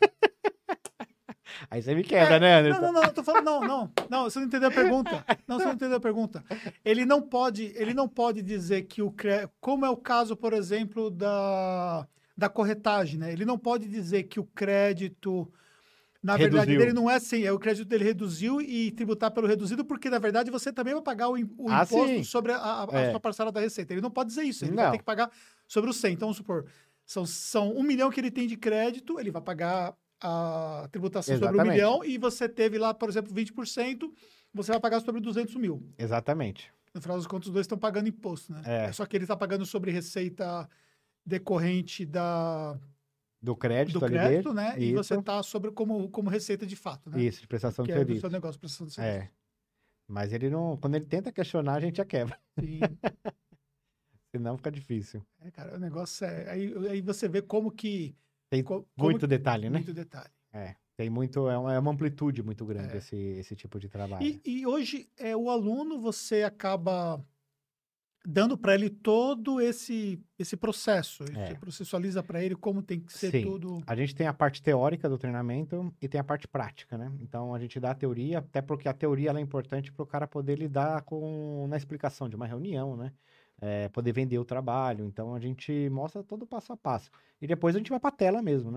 Speaker 2: Aí você me quebra, né, Anderson?
Speaker 1: Não, tô falando, não, você não entendeu a pergunta. Não, você não entendeu a pergunta. Ele não pode dizer que como é o caso, por exemplo, da corretagem, né? Ele não pode dizer que o crédito, na verdade, dele não é assim, o crédito dele reduziu e tributar pelo reduzido, porque, na verdade, você também vai pagar o imposto
Speaker 2: sim.
Speaker 1: sobre a sua parcela da receita. Ele não pode dizer isso, ele vai ter que pagar sobre o 100. Então, vamos supor, são 1 milhão que ele tem de crédito, ele vai pagar a tributação sobre 1 milhão e você teve lá, por exemplo, 20%, você vai pagar sobre 200 mil.
Speaker 2: Exatamente.
Speaker 1: No final das contas, os dois estão pagando imposto, né? Só que ele está pagando sobre receita decorrente
Speaker 2: do crédito,
Speaker 1: né? Isso. E você está sobre como receita de fato, né?
Speaker 2: Isso, de prestação de serviço.
Speaker 1: Do seu negócio, prestação de serviço.
Speaker 2: Mas ele não... Quando ele tenta questionar, a gente já quebra.
Speaker 1: Sim.
Speaker 2: Senão fica difícil.
Speaker 1: Cara, o negócio aí você vê como que...
Speaker 2: Tem muito detalhe, né?
Speaker 1: Muito detalhe.
Speaker 2: Tem muito... É uma amplitude muito grande esse tipo de trabalho.
Speaker 1: E hoje, o aluno, você acaba dando para ele todo esse processo. Você processualiza para ele como tem que ser tudo.
Speaker 2: A gente tem a parte teórica do treinamento e tem a parte prática, né? Então, a gente dá a teoria, até porque a teoria ela é importante para o cara poder lidar na explicação de uma reunião, né? Poder vender o trabalho. Então, a gente mostra todo o passo a passo. E depois a gente vai para a tela mesmo, né?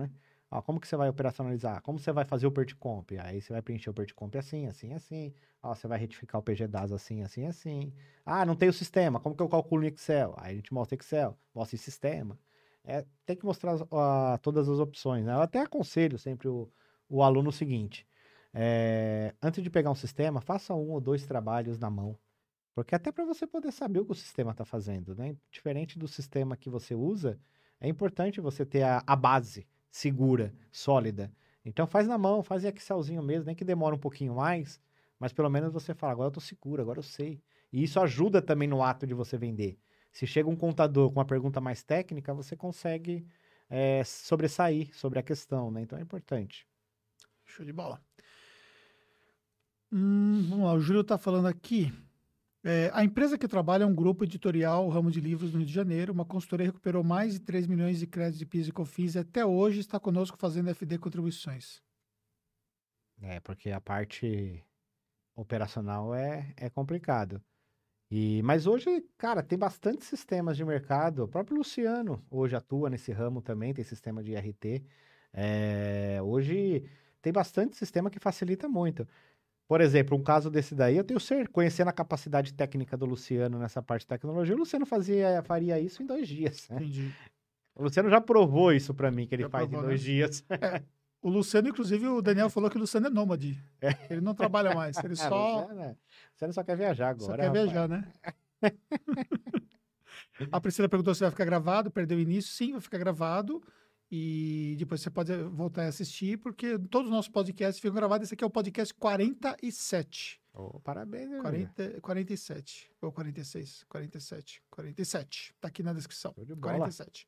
Speaker 2: Ó, como que você vai operacionalizar? Como você vai fazer o PertiComp? Aí você vai preencher o PertiComp assim, assim, assim. Ó, você vai retificar o PGDAS assim, assim, assim. Ah, não tem o sistema. Como que eu calculo em Excel? Aí a gente mostra Excel, mostra em sistema. Tem que mostrar todas as opções, né? Eu até aconselho sempre o aluno o seguinte. Antes de pegar um sistema, faça 1 ou 2 trabalhos na mão. Porque até para você poder saber o que o sistema está fazendo, né? Diferente do sistema que você usa, é importante você ter a base segura, sólida. Então faz na mão, faz em Excelzinho mesmo, nem que demore um pouquinho mais, mas pelo menos você fala, agora eu estou seguro, agora eu sei. E isso ajuda também no ato de você vender. Se chega um contador com uma pergunta mais técnica, você consegue sobressair sobre a questão, né? Então é importante.
Speaker 1: Show de bola. Vamos lá, o Júlio está falando aqui. A empresa que trabalha é um grupo editorial, ramo de livros no Rio de Janeiro. Uma consultoria recuperou mais de 3 milhões de créditos de PIS e COFINS e até hoje está conosco fazendo FD contribuições.
Speaker 2: Porque a parte operacional é complicado. Mas hoje, cara, tem bastante sistemas de mercado. O próprio Luciano hoje atua nesse ramo também, tem sistema de IRT. Hoje tem bastante sistema que facilita muito. Por exemplo, um caso desse daí, eu tenho certeza, conhecendo a capacidade técnica do Luciano nessa parte de tecnologia, o Luciano faria isso em 2 dias. Né?
Speaker 1: Entendi.
Speaker 2: O Luciano já provou isso para mim, que ele
Speaker 1: Já
Speaker 2: faz
Speaker 1: provou,
Speaker 2: em 2
Speaker 1: né?
Speaker 2: dias.
Speaker 1: O Luciano, inclusive, o Daniel falou que o Luciano é nômade. Ele não trabalha mais, ele
Speaker 2: Luciano só quer viajar agora,
Speaker 1: só quer viajar, né? A Priscila perguntou se vai ficar gravado, perdeu o início. Sim, vai ficar gravado. E depois você pode voltar a assistir, porque todos os nossos podcasts ficam gravados. Esse aqui é o podcast 47.
Speaker 2: Parabéns, meu
Speaker 1: 47. Ou 46. 47. 47. Tá aqui na descrição.
Speaker 2: Show de bola.
Speaker 1: 47.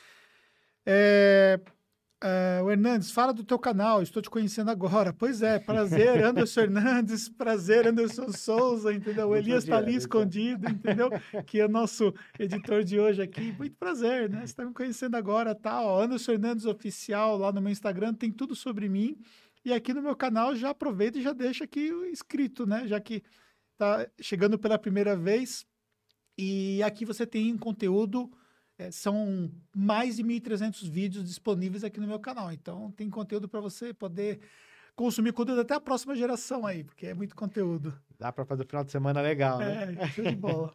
Speaker 1: O Hernandes, fala do teu canal, estou te conhecendo agora. Pois é, prazer, Anderson Hernandes, prazer, Anderson Souza, entendeu? O Elias está ali escondido, entendeu? Que é o nosso editor de hoje aqui. Muito prazer, né? Você está me conhecendo agora, tá? Ó, Anderson Hernandes Oficial, lá no meu Instagram, tem tudo sobre mim. E aqui no meu canal, já aproveita e já deixa aqui inscrito, né? Já que tá chegando pela primeira vez. E aqui você tem um conteúdo... são mais de 1.300 vídeos disponíveis aqui no meu canal. Então, tem conteúdo para você poder consumir conteúdo até a próxima geração aí, porque é muito conteúdo.
Speaker 2: Dá para fazer o final de semana legal, né?
Speaker 1: Show de bola.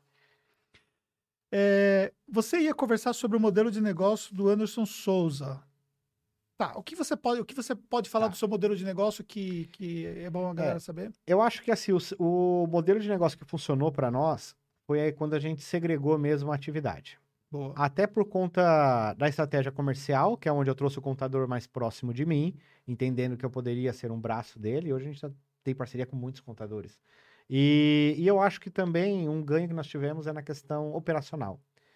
Speaker 1: Você ia conversar sobre o modelo de negócio do Anderson Souza. Tá, o que você pode falar do seu modelo de negócio que é bom a galera saber?
Speaker 2: Eu acho que assim, o modelo de negócio que funcionou para nós foi aí quando a gente segregou mesmo a atividade.
Speaker 1: Boa.
Speaker 2: Até por conta da estratégia comercial, que é onde eu trouxe o contador mais próximo de mim, entendendo que eu poderia ser um braço dele. E hoje a gente tem parceria com muitos contadores. E eu acho que também um ganho que nós tivemos é na questão operacional.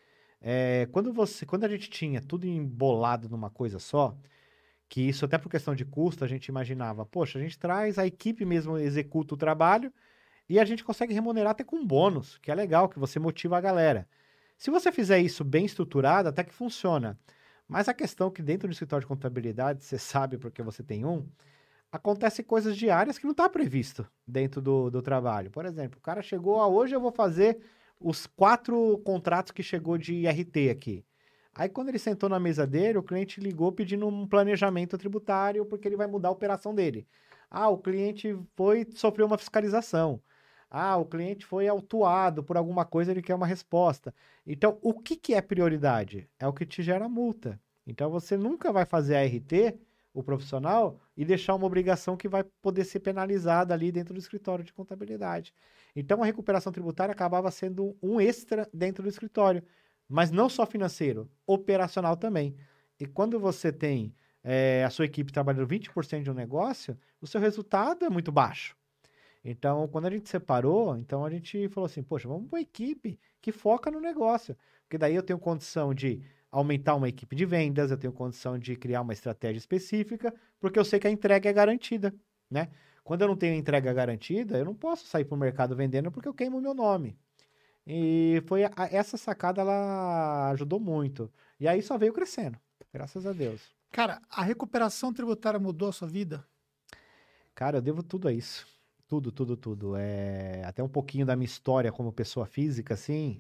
Speaker 2: Quando a gente tinha tudo embolado numa coisa só, que isso até por questão de custo, a gente imaginava, poxa, a gente traz, a equipe mesmo executa o trabalho e a gente consegue remunerar até com bônus, que é legal, que você motiva a galera. Se você fizer isso bem estruturado, até que funciona. Mas a questão é que dentro do escritório de contabilidade, você sabe porque você tem acontece coisas diárias que não está previsto dentro do trabalho. Por exemplo, o cara chegou, hoje eu vou fazer os 4 contratos que chegou de IRT aqui. Aí quando ele sentou na mesa dele, o cliente ligou pedindo um planejamento tributário porque ele vai mudar a operação dele. O cliente sofreu uma fiscalização. O cliente foi autuado por alguma coisa, ele quer uma resposta. Então, o que é prioridade? É o que te gera multa. Então, você nunca vai fazer a RT, o profissional, e deixar uma obrigação que vai poder ser penalizada ali dentro do escritório de contabilidade. Então, a recuperação tributária acabava sendo um extra dentro do escritório. Mas não só financeiro, operacional também. E quando você tem a sua equipe trabalhando 20% de um negócio, o seu resultado é muito baixo. Então, quando a gente separou, então a gente falou assim, poxa, vamos para uma equipe que foca no negócio. Porque daí eu tenho condição de aumentar uma equipe de vendas, eu tenho condição de criar uma estratégia específica, porque eu sei que a entrega é garantida, né? Quando eu não tenho entrega garantida, eu não posso sair para o mercado vendendo porque eu queimo o meu nome. E essa sacada, ela ajudou muito. E aí só veio crescendo, graças a Deus.
Speaker 1: Cara, a recuperação tributária mudou a sua vida?
Speaker 2: Cara, eu devo tudo a isso. Tudo. Até um pouquinho da minha história como pessoa física, assim.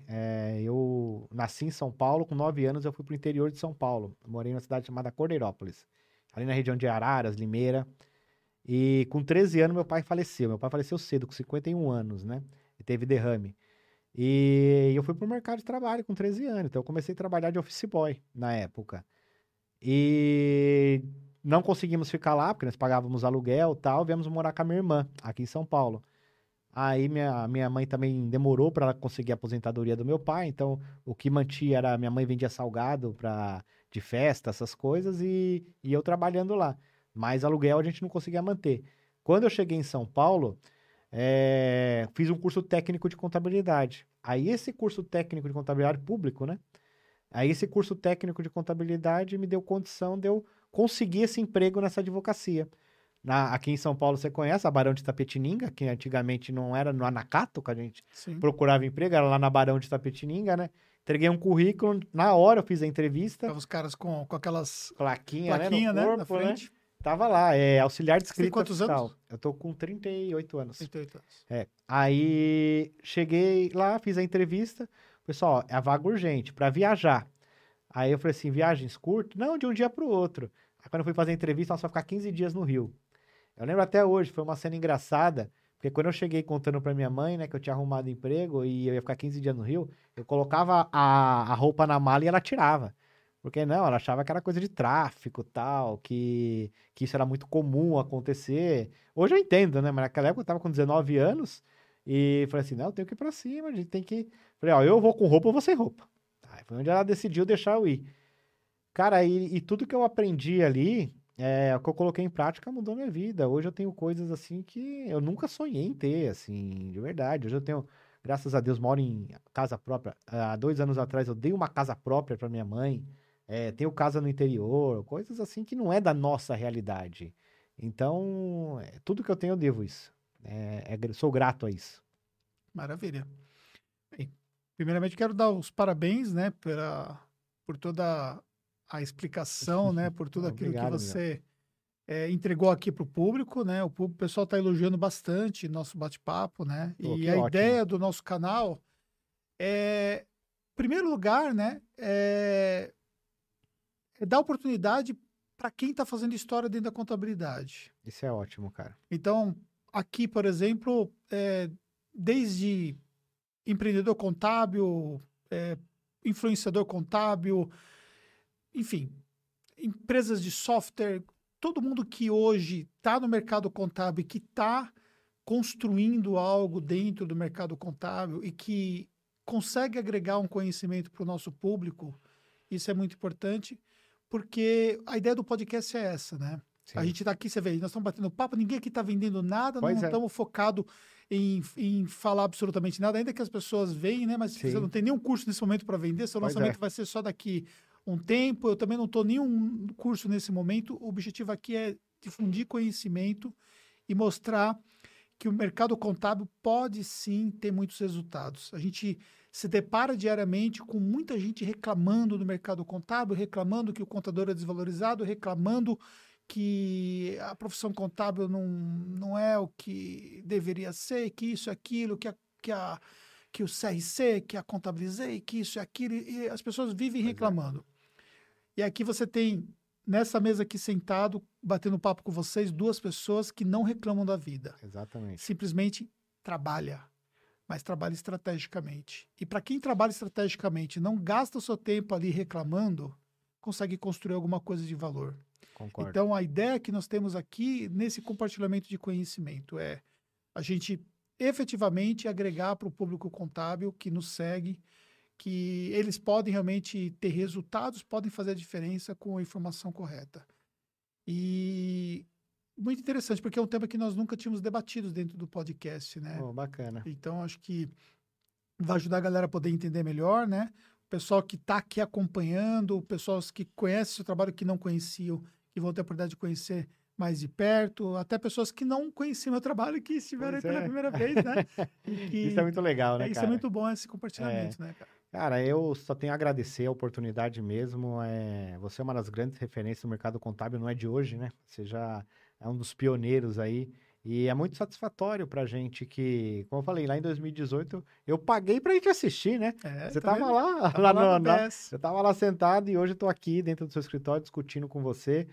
Speaker 2: Eu nasci em São Paulo, com 9 anos eu fui pro interior de São Paulo. Eu morei numa cidade chamada Cordeirópolis. ali na região de Araras, Limeira. E com 13 anos meu pai faleceu. Meu pai faleceu cedo, com 51 anos, né? E teve derrame. E eu fui pro mercado de trabalho com 13 anos. Então eu comecei a trabalhar de office boy na época. E não conseguimos ficar lá, porque nós pagávamos aluguel e tal. Viemos morar com a minha irmã, aqui em São Paulo. Aí minha mãe também demorou para ela conseguir a aposentadoria do meu pai. Então o que mantinha era... Minha mãe vendia salgado de festa, essas coisas. E eu trabalhando lá. Mas aluguel a gente não conseguia manter. Quando eu cheguei em São Paulo, fiz um curso técnico de contabilidade. Aí esse curso técnico de contabilidade público, né? Aí esse curso técnico de contabilidade me deu condição de eu conseguir esse emprego nessa advocacia. Aqui em São Paulo você conhece a Barão de Itapetininga, que antigamente não era no Anacato que a gente procurava emprego, era lá na Barão de Itapetininga, né? Entreguei um currículo, na hora eu fiz a entrevista.
Speaker 1: Os caras com aquelas
Speaker 2: plaquinha, né, no corpo,
Speaker 1: na frente.
Speaker 2: Né? Tava lá, auxiliar de escrita
Speaker 1: quantos
Speaker 2: fiscal.
Speaker 1: anos?
Speaker 2: Eu tô com 38 anos.
Speaker 1: 38 anos.
Speaker 2: Aí cheguei lá, fiz a entrevista. Pessoal, é a vaga urgente para viajar. Aí eu falei assim, viagens curtas? Não, de um dia pro outro. Aí quando eu fui fazer a entrevista, nós só ficar 15 dias no Rio. Eu lembro até hoje, foi uma cena engraçada, porque quando eu cheguei contando pra minha mãe, né, que eu tinha arrumado emprego e eu ia ficar 15 dias no Rio, eu colocava a roupa na mala e ela tirava. Porque não, ela achava que era coisa de tráfico e tal, que isso era muito comum acontecer. Hoje eu entendo, né? Mas naquela época eu tava com 19 anos e falei assim, não, eu tenho que ir pra cima, a gente tem que... Falei, ó, eu vou com roupa, eu vou sem roupa. Aí foi onde ela decidiu deixar eu ir. Cara, e tudo que eu aprendi ali, o que eu coloquei em prática mudou minha vida. Hoje eu tenho coisas assim que eu nunca sonhei em ter, assim, de verdade. Hoje eu tenho, graças a Deus, moro em casa própria. Há 2 anos atrás eu dei uma casa própria pra minha mãe. Tenho casa no interior, coisas assim que não é da nossa realidade. Então, tudo que eu tenho eu devo isso. Sou grato a isso.
Speaker 1: Maravilha. Bem, primeiramente quero dar os parabéns, né, por toda a explicação, né, por tudo aquilo que você entregou aqui para o público, né? O pessoal está elogiando bastante nosso bate-papo, né? E a ideia do nosso canal em primeiro lugar, né, é dar oportunidade para quem está fazendo história dentro da contabilidade.
Speaker 2: Isso é ótimo, cara.
Speaker 1: Então, aqui, por exemplo, desde empreendedor contábil, influenciador contábil, enfim, empresas de software, todo mundo que hoje está no mercado contábil e que está construindo algo dentro do mercado contábil e que consegue agregar um conhecimento para o nosso público, isso é muito importante. Porque a ideia do podcast é essa, né? Sim. A gente tá aqui, você vê, nós estamos batendo papo, ninguém aqui tá vendendo nada, não estamos focados em falar absolutamente nada, ainda que as pessoas venham, né? Mas se você não tem nenhum curso nesse momento para vender, seu lançamento vai ser só daqui um tempo, eu também não estou nenhum curso nesse momento, o objetivo aqui é difundir conhecimento e mostrar que o mercado contábil pode sim ter muitos resultados. A gente se depara diariamente com muita gente reclamando do mercado contábil, reclamando que o contador é desvalorizado, reclamando que a profissão contábil não é o que deveria ser, que isso é aquilo, que o CRC, que a Contabilizei, que isso é aquilo, e as pessoas vivem reclamando. E aqui você tem, nessa mesa aqui sentado, batendo papo com vocês, 2 pessoas que não reclamam da vida.
Speaker 2: Exatamente.
Speaker 1: Simplesmente trabalha, mas trabalha estrategicamente. E para quem trabalha estrategicamente, não gasta o seu tempo ali reclamando, consegue construir alguma coisa de valor.
Speaker 2: Concordo.
Speaker 1: Então, a ideia que nós temos aqui, nesse compartilhamento de conhecimento, é a gente efetivamente agregar para o público contábil que nos segue, que eles podem realmente ter resultados, podem fazer a diferença com a informação correta. E muito interessante, porque é um tema que nós nunca tínhamos debatido dentro do podcast, né?
Speaker 2: Bacana.
Speaker 1: Então, acho que vai ajudar a galera a poder entender melhor, né? O pessoal que está aqui acompanhando, pessoas que conhecem o seu trabalho que não conheciam, que vão ter a oportunidade de conhecer mais de perto, até pessoas que não conheciam meu trabalho, que estiveram aí pela primeira vez, né?
Speaker 2: Isso é muito legal, né,
Speaker 1: isso
Speaker 2: cara?
Speaker 1: é muito bom, esse compartilhamento, né, cara?
Speaker 2: Cara, eu só tenho a agradecer a oportunidade mesmo. Você é uma das grandes referências do mercado contábil, não é de hoje, né? Você já é um dos pioneiros aí. E é muito satisfatório pra gente que, como eu falei, lá em 2018, eu paguei pra gente assistir, né? Você tava lá, eu tava lá sentado e hoje eu tô aqui dentro do seu escritório discutindo com você.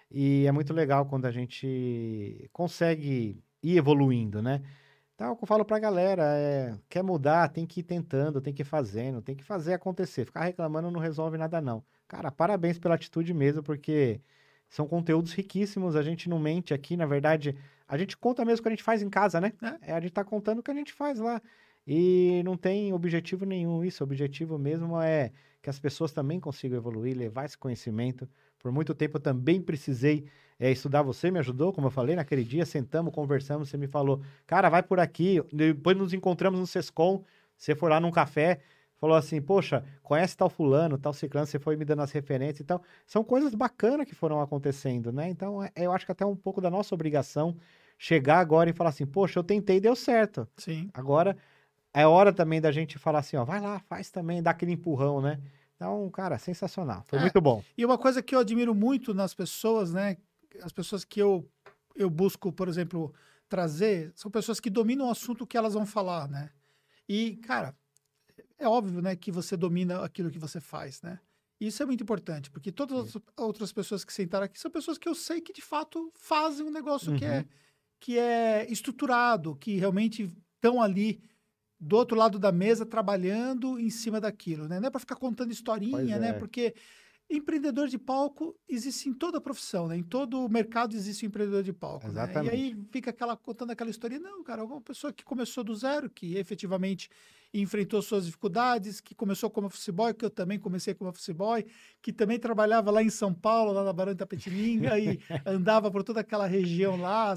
Speaker 2: E é muito legal quando a gente consegue ir evoluindo, né? Então, eu falo pra galera, quer mudar, tem que ir tentando, tem que ir fazendo, tem que fazer acontecer. Ficar reclamando não resolve nada, não. Cara, parabéns pela atitude mesmo, porque são conteúdos riquíssimos, a gente não mente aqui, na verdade, a gente conta mesmo o que a gente faz em casa, né? A gente tá contando o que a gente faz lá. E não tem objetivo nenhum isso, o objetivo mesmo é que as pessoas também consigam evoluir, levar esse conhecimento. Por muito tempo eu também precisei estudar, você me ajudou, como eu falei, naquele dia, sentamos, conversamos, você me falou, cara, vai por aqui, depois nos encontramos no Sescom, você foi lá num café, falou assim, poxa, conhece tal fulano, tal ciclano, você foi me dando as referências e tal. São coisas bacanas que foram acontecendo, né? Então, eu acho que até um pouco da nossa obrigação chegar agora e falar assim, poxa, eu tentei e deu certo.
Speaker 1: Sim.
Speaker 2: Agora é hora também da gente falar assim, ó, vai lá, faz também, dá aquele empurrão, né? Então, cara, sensacional. Foi muito bom.
Speaker 1: E uma coisa que eu admiro muito nas pessoas, né? As pessoas que eu busco, por exemplo, trazer, são pessoas que dominam o assunto que elas vão falar, né? E, cara, é óbvio, né, que você domina aquilo que você faz, né? E isso é muito importante, porque todas as outras pessoas que sentaram aqui são pessoas que eu sei que, de fato, fazem um negócio que é estruturado, que realmente estão ali do outro lado da mesa trabalhando em cima daquilo, né? Não é para ficar contando historinha, né? Porque empreendedor de palco existe em toda a profissão, né? Em todo mercado existe um empreendedor de palco,
Speaker 2: Exatamente.
Speaker 1: né? E aí fica contando aquela historinha. Não, cara, uma pessoa que começou do zero, que efetivamente enfrentou suas dificuldades, que começou como office boy, que eu também comecei como office boy, que também trabalhava lá em São Paulo, lá na Barão de Itapetininga, e andava por toda aquela região lá,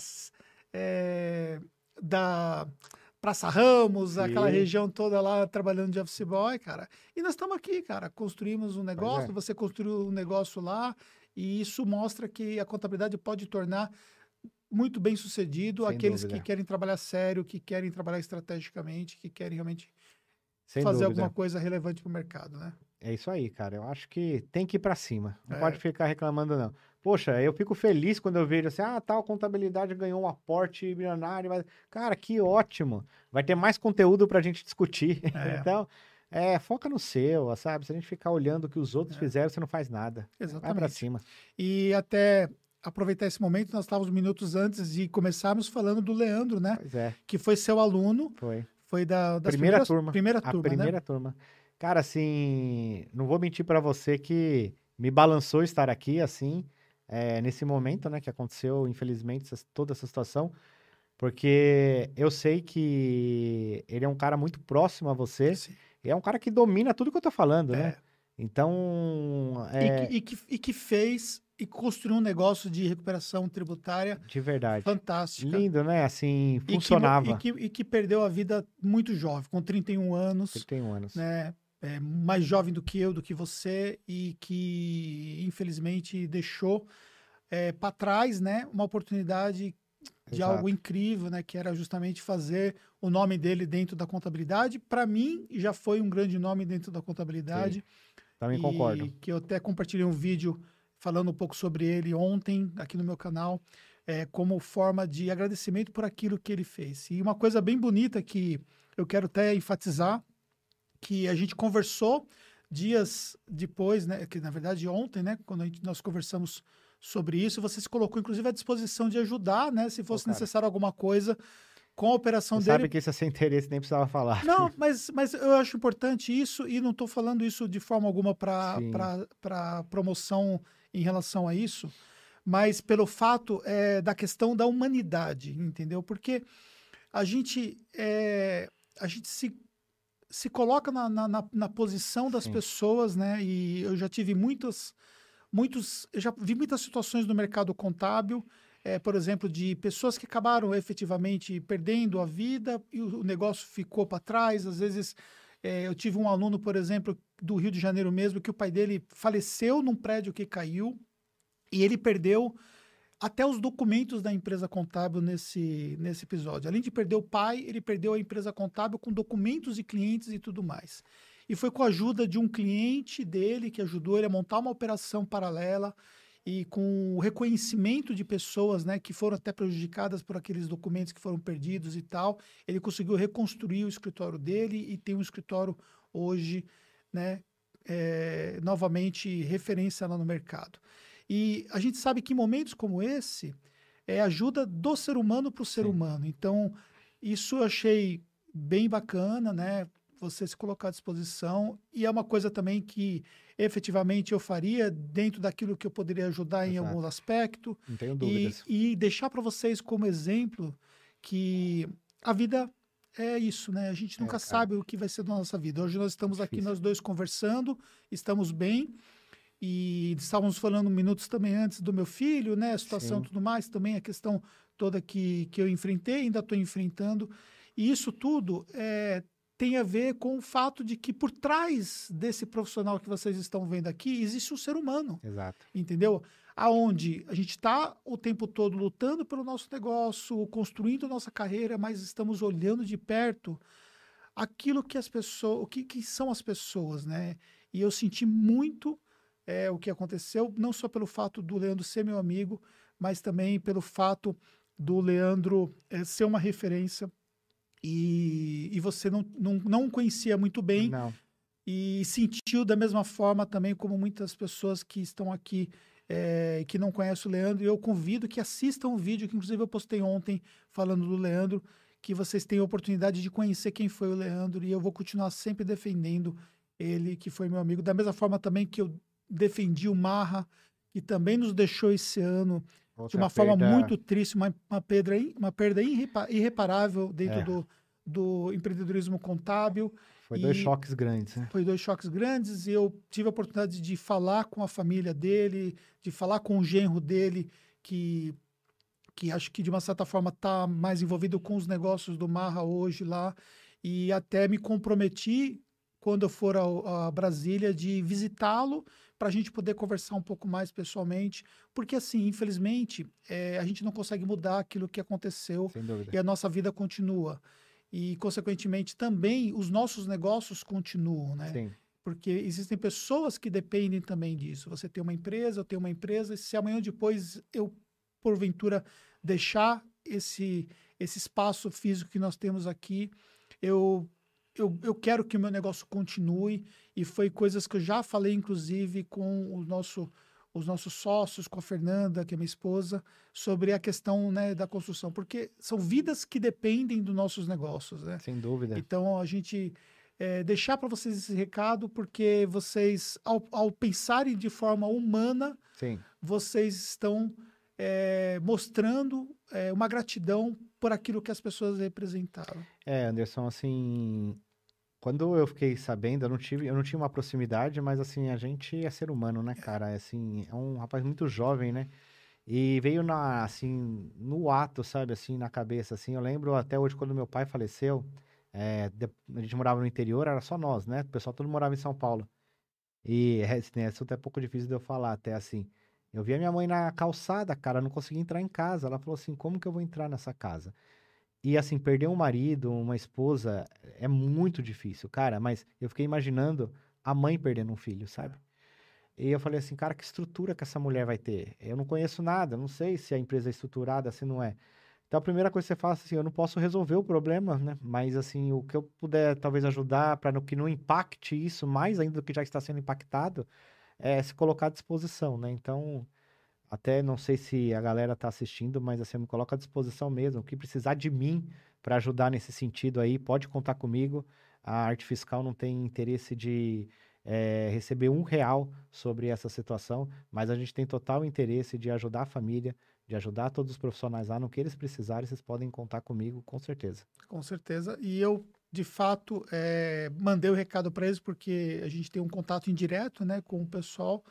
Speaker 1: da Praça Ramos, aquela região toda lá trabalhando de office boy, cara. E nós estamos aqui, cara, construímos um negócio, você construiu um negócio lá, e isso mostra que a contabilidade pode tornar muito bem sucedido aqueles que querem trabalhar sério, que querem trabalhar estrategicamente, que querem realmente fazer alguma coisa relevante para o mercado, né?
Speaker 2: É isso aí, cara. Eu acho que tem que ir para cima. Não pode ficar reclamando, não. Poxa, eu fico feliz quando eu vejo assim, tal contabilidade ganhou um aporte milionário. Mas... Cara, que ótimo. Vai ter mais conteúdo pra gente discutir. Então, foca no seu, sabe? Se a gente ficar olhando o que os outros fizeram, você não faz nada.
Speaker 1: Exatamente.
Speaker 2: Vai pra cima.
Speaker 1: E até aproveitar esse momento, nós estávamos minutos antes de começarmos falando do Leandro, né?
Speaker 2: Pois é.
Speaker 1: Que foi seu aluno. Foi das
Speaker 2: primeira turma.
Speaker 1: A primeira
Speaker 2: turma. Cara, assim, não vou mentir pra você que me balançou estar aqui, assim, nesse momento, né, que aconteceu, infelizmente, toda essa situação, porque eu sei que ele é um cara muito próximo a você, e é um cara que domina tudo que eu tô falando, né? Então...
Speaker 1: E que fez e construiu um negócio de recuperação tributária
Speaker 2: de verdade.
Speaker 1: Fantástica.
Speaker 2: Lindo, né? Assim, funcionava.
Speaker 1: E que perdeu a vida muito jovem, com 31 anos.
Speaker 2: 31 anos.
Speaker 1: Né? Mais jovem do que eu, do que você, e que infelizmente deixou para trás, né, uma oportunidade de algo incrível, né, que era justamente fazer o nome dele dentro da contabilidade. Para mim, já foi um grande nome dentro da contabilidade.
Speaker 2: Sim. Também concordo.
Speaker 1: Que eu até compartilhei um vídeo falando um pouco sobre ele ontem aqui no meu canal, como forma de agradecimento por aquilo que ele fez. E uma coisa bem bonita que eu quero até enfatizar, que a gente conversou dias depois, né, que na verdade ontem, né, quando nós conversamos sobre isso, você se colocou inclusive à disposição de ajudar, né, se fosse necessário alguma coisa com a operação
Speaker 2: você
Speaker 1: dele.
Speaker 2: Sabe que isso é sem interesse, nem precisava falar.
Speaker 1: Não, mas eu acho importante isso, e não estou falando isso de forma alguma para promoção em relação a isso, mas pelo fato da questão da humanidade, entendeu? Porque a gente se coloca na posição das pessoas, né? E eu já tive eu já vi muitas situações no mercado contábil, por exemplo, de pessoas que acabaram efetivamente perdendo a vida e o negócio ficou para trás. Às vezes, eu tive um aluno, por exemplo, do Rio de Janeiro mesmo, que o pai dele faleceu num prédio que caiu e ele perdeu até os documentos da empresa contábil nesse episódio. Além de perder o pai, ele perdeu a empresa contábil com documentos de clientes e tudo mais. E foi com a ajuda de um cliente dele que ajudou ele a montar uma operação paralela e com o reconhecimento de pessoas, né, que foram até prejudicadas por aqueles documentos que foram perdidos e tal, ele conseguiu reconstruir o escritório dele e tem um escritório hoje, né, novamente referência lá no mercado. E a gente sabe que em momentos como esse, é ajuda do ser humano para o ser
Speaker 2: Sim.
Speaker 1: humano. Então, isso eu achei bem bacana, né? Você se colocar à disposição. E é uma coisa também que efetivamente eu faria dentro daquilo que eu poderia ajudar em algum
Speaker 2: Exato.
Speaker 1: aspecto.
Speaker 2: Não tenho
Speaker 1: E,
Speaker 2: dúvidas.
Speaker 1: e deixar para vocês como exemplo que a vida é isso, né? A gente nunca
Speaker 2: Cara,
Speaker 1: sabe o que vai ser da nossa vida. Hoje nós estamos aqui,
Speaker 2: difícil.
Speaker 1: nós dois conversando, estamos bem. E estávamos falando minutos também antes do meu filho, né? A situação e
Speaker 2: Sim.
Speaker 1: tudo mais, também a questão toda que eu enfrentei, ainda estou enfrentando. E isso tudo tem a ver com o fato de que por trás desse profissional que vocês estão vendo aqui, existe um ser humano,
Speaker 2: Exato.
Speaker 1: entendeu? Aonde a gente está o tempo todo lutando pelo nosso negócio, construindo nossa carreira, mas estamos olhando de perto aquilo que as pessoas, que são as pessoas, né? E eu senti muito o que aconteceu, não só pelo fato do Leandro ser meu amigo, mas também pelo fato do Leandro ser uma referência e você não conhecia muito bem
Speaker 2: Não.
Speaker 1: e sentiu da mesma forma também como muitas pessoas que estão aqui que não conhecem o Leandro. E eu convido que assistam o vídeo, que inclusive eu postei ontem falando do Leandro, que vocês tenham a oportunidade de conhecer quem foi o Leandro, e eu vou continuar sempre defendendo ele, que foi meu amigo, da mesma forma também que eu defendi o Marra, que também nos deixou esse ano de
Speaker 2: Outra
Speaker 1: uma forma
Speaker 2: perda-
Speaker 1: muito triste, uma perda irreparável dentro
Speaker 2: É.
Speaker 1: do empreendedorismo contábil.
Speaker 2: Foi
Speaker 1: E
Speaker 2: 2 choques grandes, né?
Speaker 1: foi 2 choques grandes, e eu tive a oportunidade de falar com a família dele, de falar com o genro dele, que acho que de uma certa forma está mais envolvido com os negócios do Marra hoje lá, e até me comprometi, quando eu for a Brasília, de visitá-lo para a gente poder conversar um pouco mais pessoalmente, porque assim, infelizmente, a gente não consegue mudar aquilo que aconteceu
Speaker 2: Sem dúvida.
Speaker 1: e a nossa vida continua. E, consequentemente, também os nossos negócios continuam, né?
Speaker 2: Sim.
Speaker 1: Porque existem pessoas que dependem também disso. Você tem uma empresa, eu tenho uma empresa, e se amanhã ou depois eu, porventura, deixar esse espaço físico que nós temos aqui, eu quero que o meu negócio continue, e foi coisas que eu já falei, inclusive, com os nossos sócios, com a Fernanda, que é minha esposa, sobre a questão, né, da construção, porque são vidas que dependem dos nossos negócios, né?
Speaker 2: Sem dúvida.
Speaker 1: Então, a gente deixar para vocês esse recado, porque vocês, ao pensarem de forma humana,
Speaker 2: Sim.
Speaker 1: vocês estão mostrando uma gratidão por aquilo que as pessoas representaram.
Speaker 2: Anderson, assim, quando eu fiquei sabendo, eu não tinha uma proximidade, mas assim, a gente é ser humano, né, cara? Assim, é um rapaz muito jovem, né? E veio assim, no ato, sabe, assim, na cabeça, assim. Eu lembro até hoje, quando meu pai faleceu, a gente morava no interior, era só nós, né? O pessoal todo morava em São Paulo. E esse assunto é um pouco difícil de eu falar, até assim. Eu vi a minha mãe na calçada, cara, não conseguia entrar em casa. Ela falou assim, como que eu vou entrar nessa casa? E assim, perder um marido, uma esposa, é muito difícil, cara. Mas eu fiquei imaginando a mãe perdendo um filho, sabe? E eu falei assim, cara, que estrutura que essa mulher vai ter? Eu não conheço nada, não sei se a empresa é estruturada, se não é. Então a primeira coisa que você fala assim, eu não posso resolver o problema, né? Mas assim, o que eu puder talvez ajudar para que não impacte isso mais ainda do que já está sendo impactado, é se colocar à disposição, né? Então, até não sei se a galera tá assistindo, mas assim, eu me coloco à disposição mesmo. O que precisar de mim para ajudar nesse sentido aí, pode contar comigo. A Arte Fiscal não tem interesse de receber R$1 sobre essa situação, mas a gente tem total interesse de ajudar a família, de ajudar todos os profissionais lá no que eles precisarem. Vocês podem contar comigo, com certeza.
Speaker 1: Com certeza. E eu, de fato, mandei o recado para eles, porque a gente tem um contato indireto, né, com o pessoal,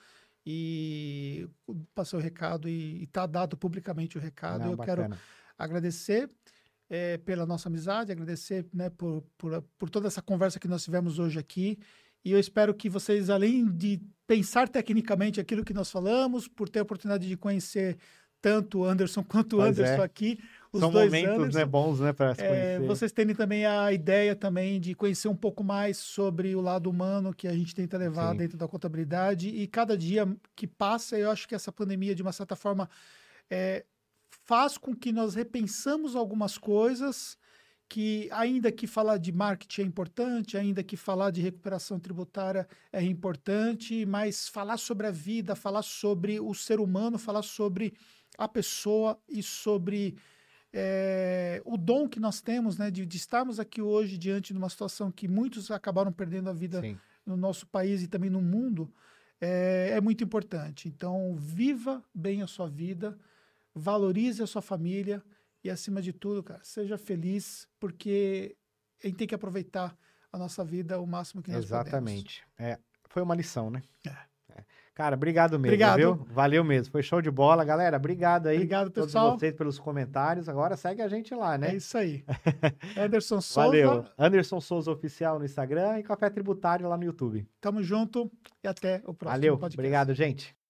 Speaker 1: e passei o recado e está dado publicamente o recado.
Speaker 2: Não,
Speaker 1: Eu quero
Speaker 2: bacana.
Speaker 1: agradecer pela nossa amizade, agradecer, né, por toda essa conversa que nós tivemos hoje aqui. E eu espero que vocês, além de pensar tecnicamente aquilo que nós falamos, por ter a oportunidade de conhecer tanto o Anderson quanto o
Speaker 2: Pois
Speaker 1: Anderson
Speaker 2: é.
Speaker 1: aqui, os
Speaker 2: São
Speaker 1: dois
Speaker 2: momentos,
Speaker 1: Anderson,
Speaker 2: né, bons, né, para se conhecer.
Speaker 1: vocês terem também a ideia também de conhecer um pouco mais sobre o lado humano que a gente tenta levar
Speaker 2: Sim.
Speaker 1: dentro da contabilidade. E cada dia que passa, eu acho que essa pandemia, de uma certa forma, faz com que nós repensamos algumas coisas que ainda que falar de marketing é importante, ainda que falar de recuperação tributária é importante, mas falar sobre a vida, falar sobre o ser humano, falar sobre a pessoa e sobre o dom que nós temos, né, de estarmos aqui hoje diante de uma situação que muitos acabaram perdendo a vida
Speaker 2: Sim.
Speaker 1: no nosso país e também no mundo, é muito importante. Então, viva bem a sua vida, valorize a sua família e, acima de tudo, cara, seja feliz, porque a gente tem que aproveitar a nossa vida o máximo que nós podemos.
Speaker 2: Exatamente. Foi uma lição, né?
Speaker 1: É.
Speaker 2: Cara, obrigado mesmo,
Speaker 1: Obrigado.
Speaker 2: viu? Valeu mesmo, foi show de bola. Galera, obrigado aí.
Speaker 1: Obrigado,
Speaker 2: todos
Speaker 1: pessoal.
Speaker 2: vocês pelos comentários. Agora segue a gente lá, né?
Speaker 1: É isso aí. Anderson Souza,
Speaker 2: Valeu. Anderson Souza Oficial no Instagram e Café Tributário lá no YouTube.
Speaker 1: tamo junto e até o próximo
Speaker 2: Valeu,
Speaker 1: podcast.
Speaker 2: obrigado, gente.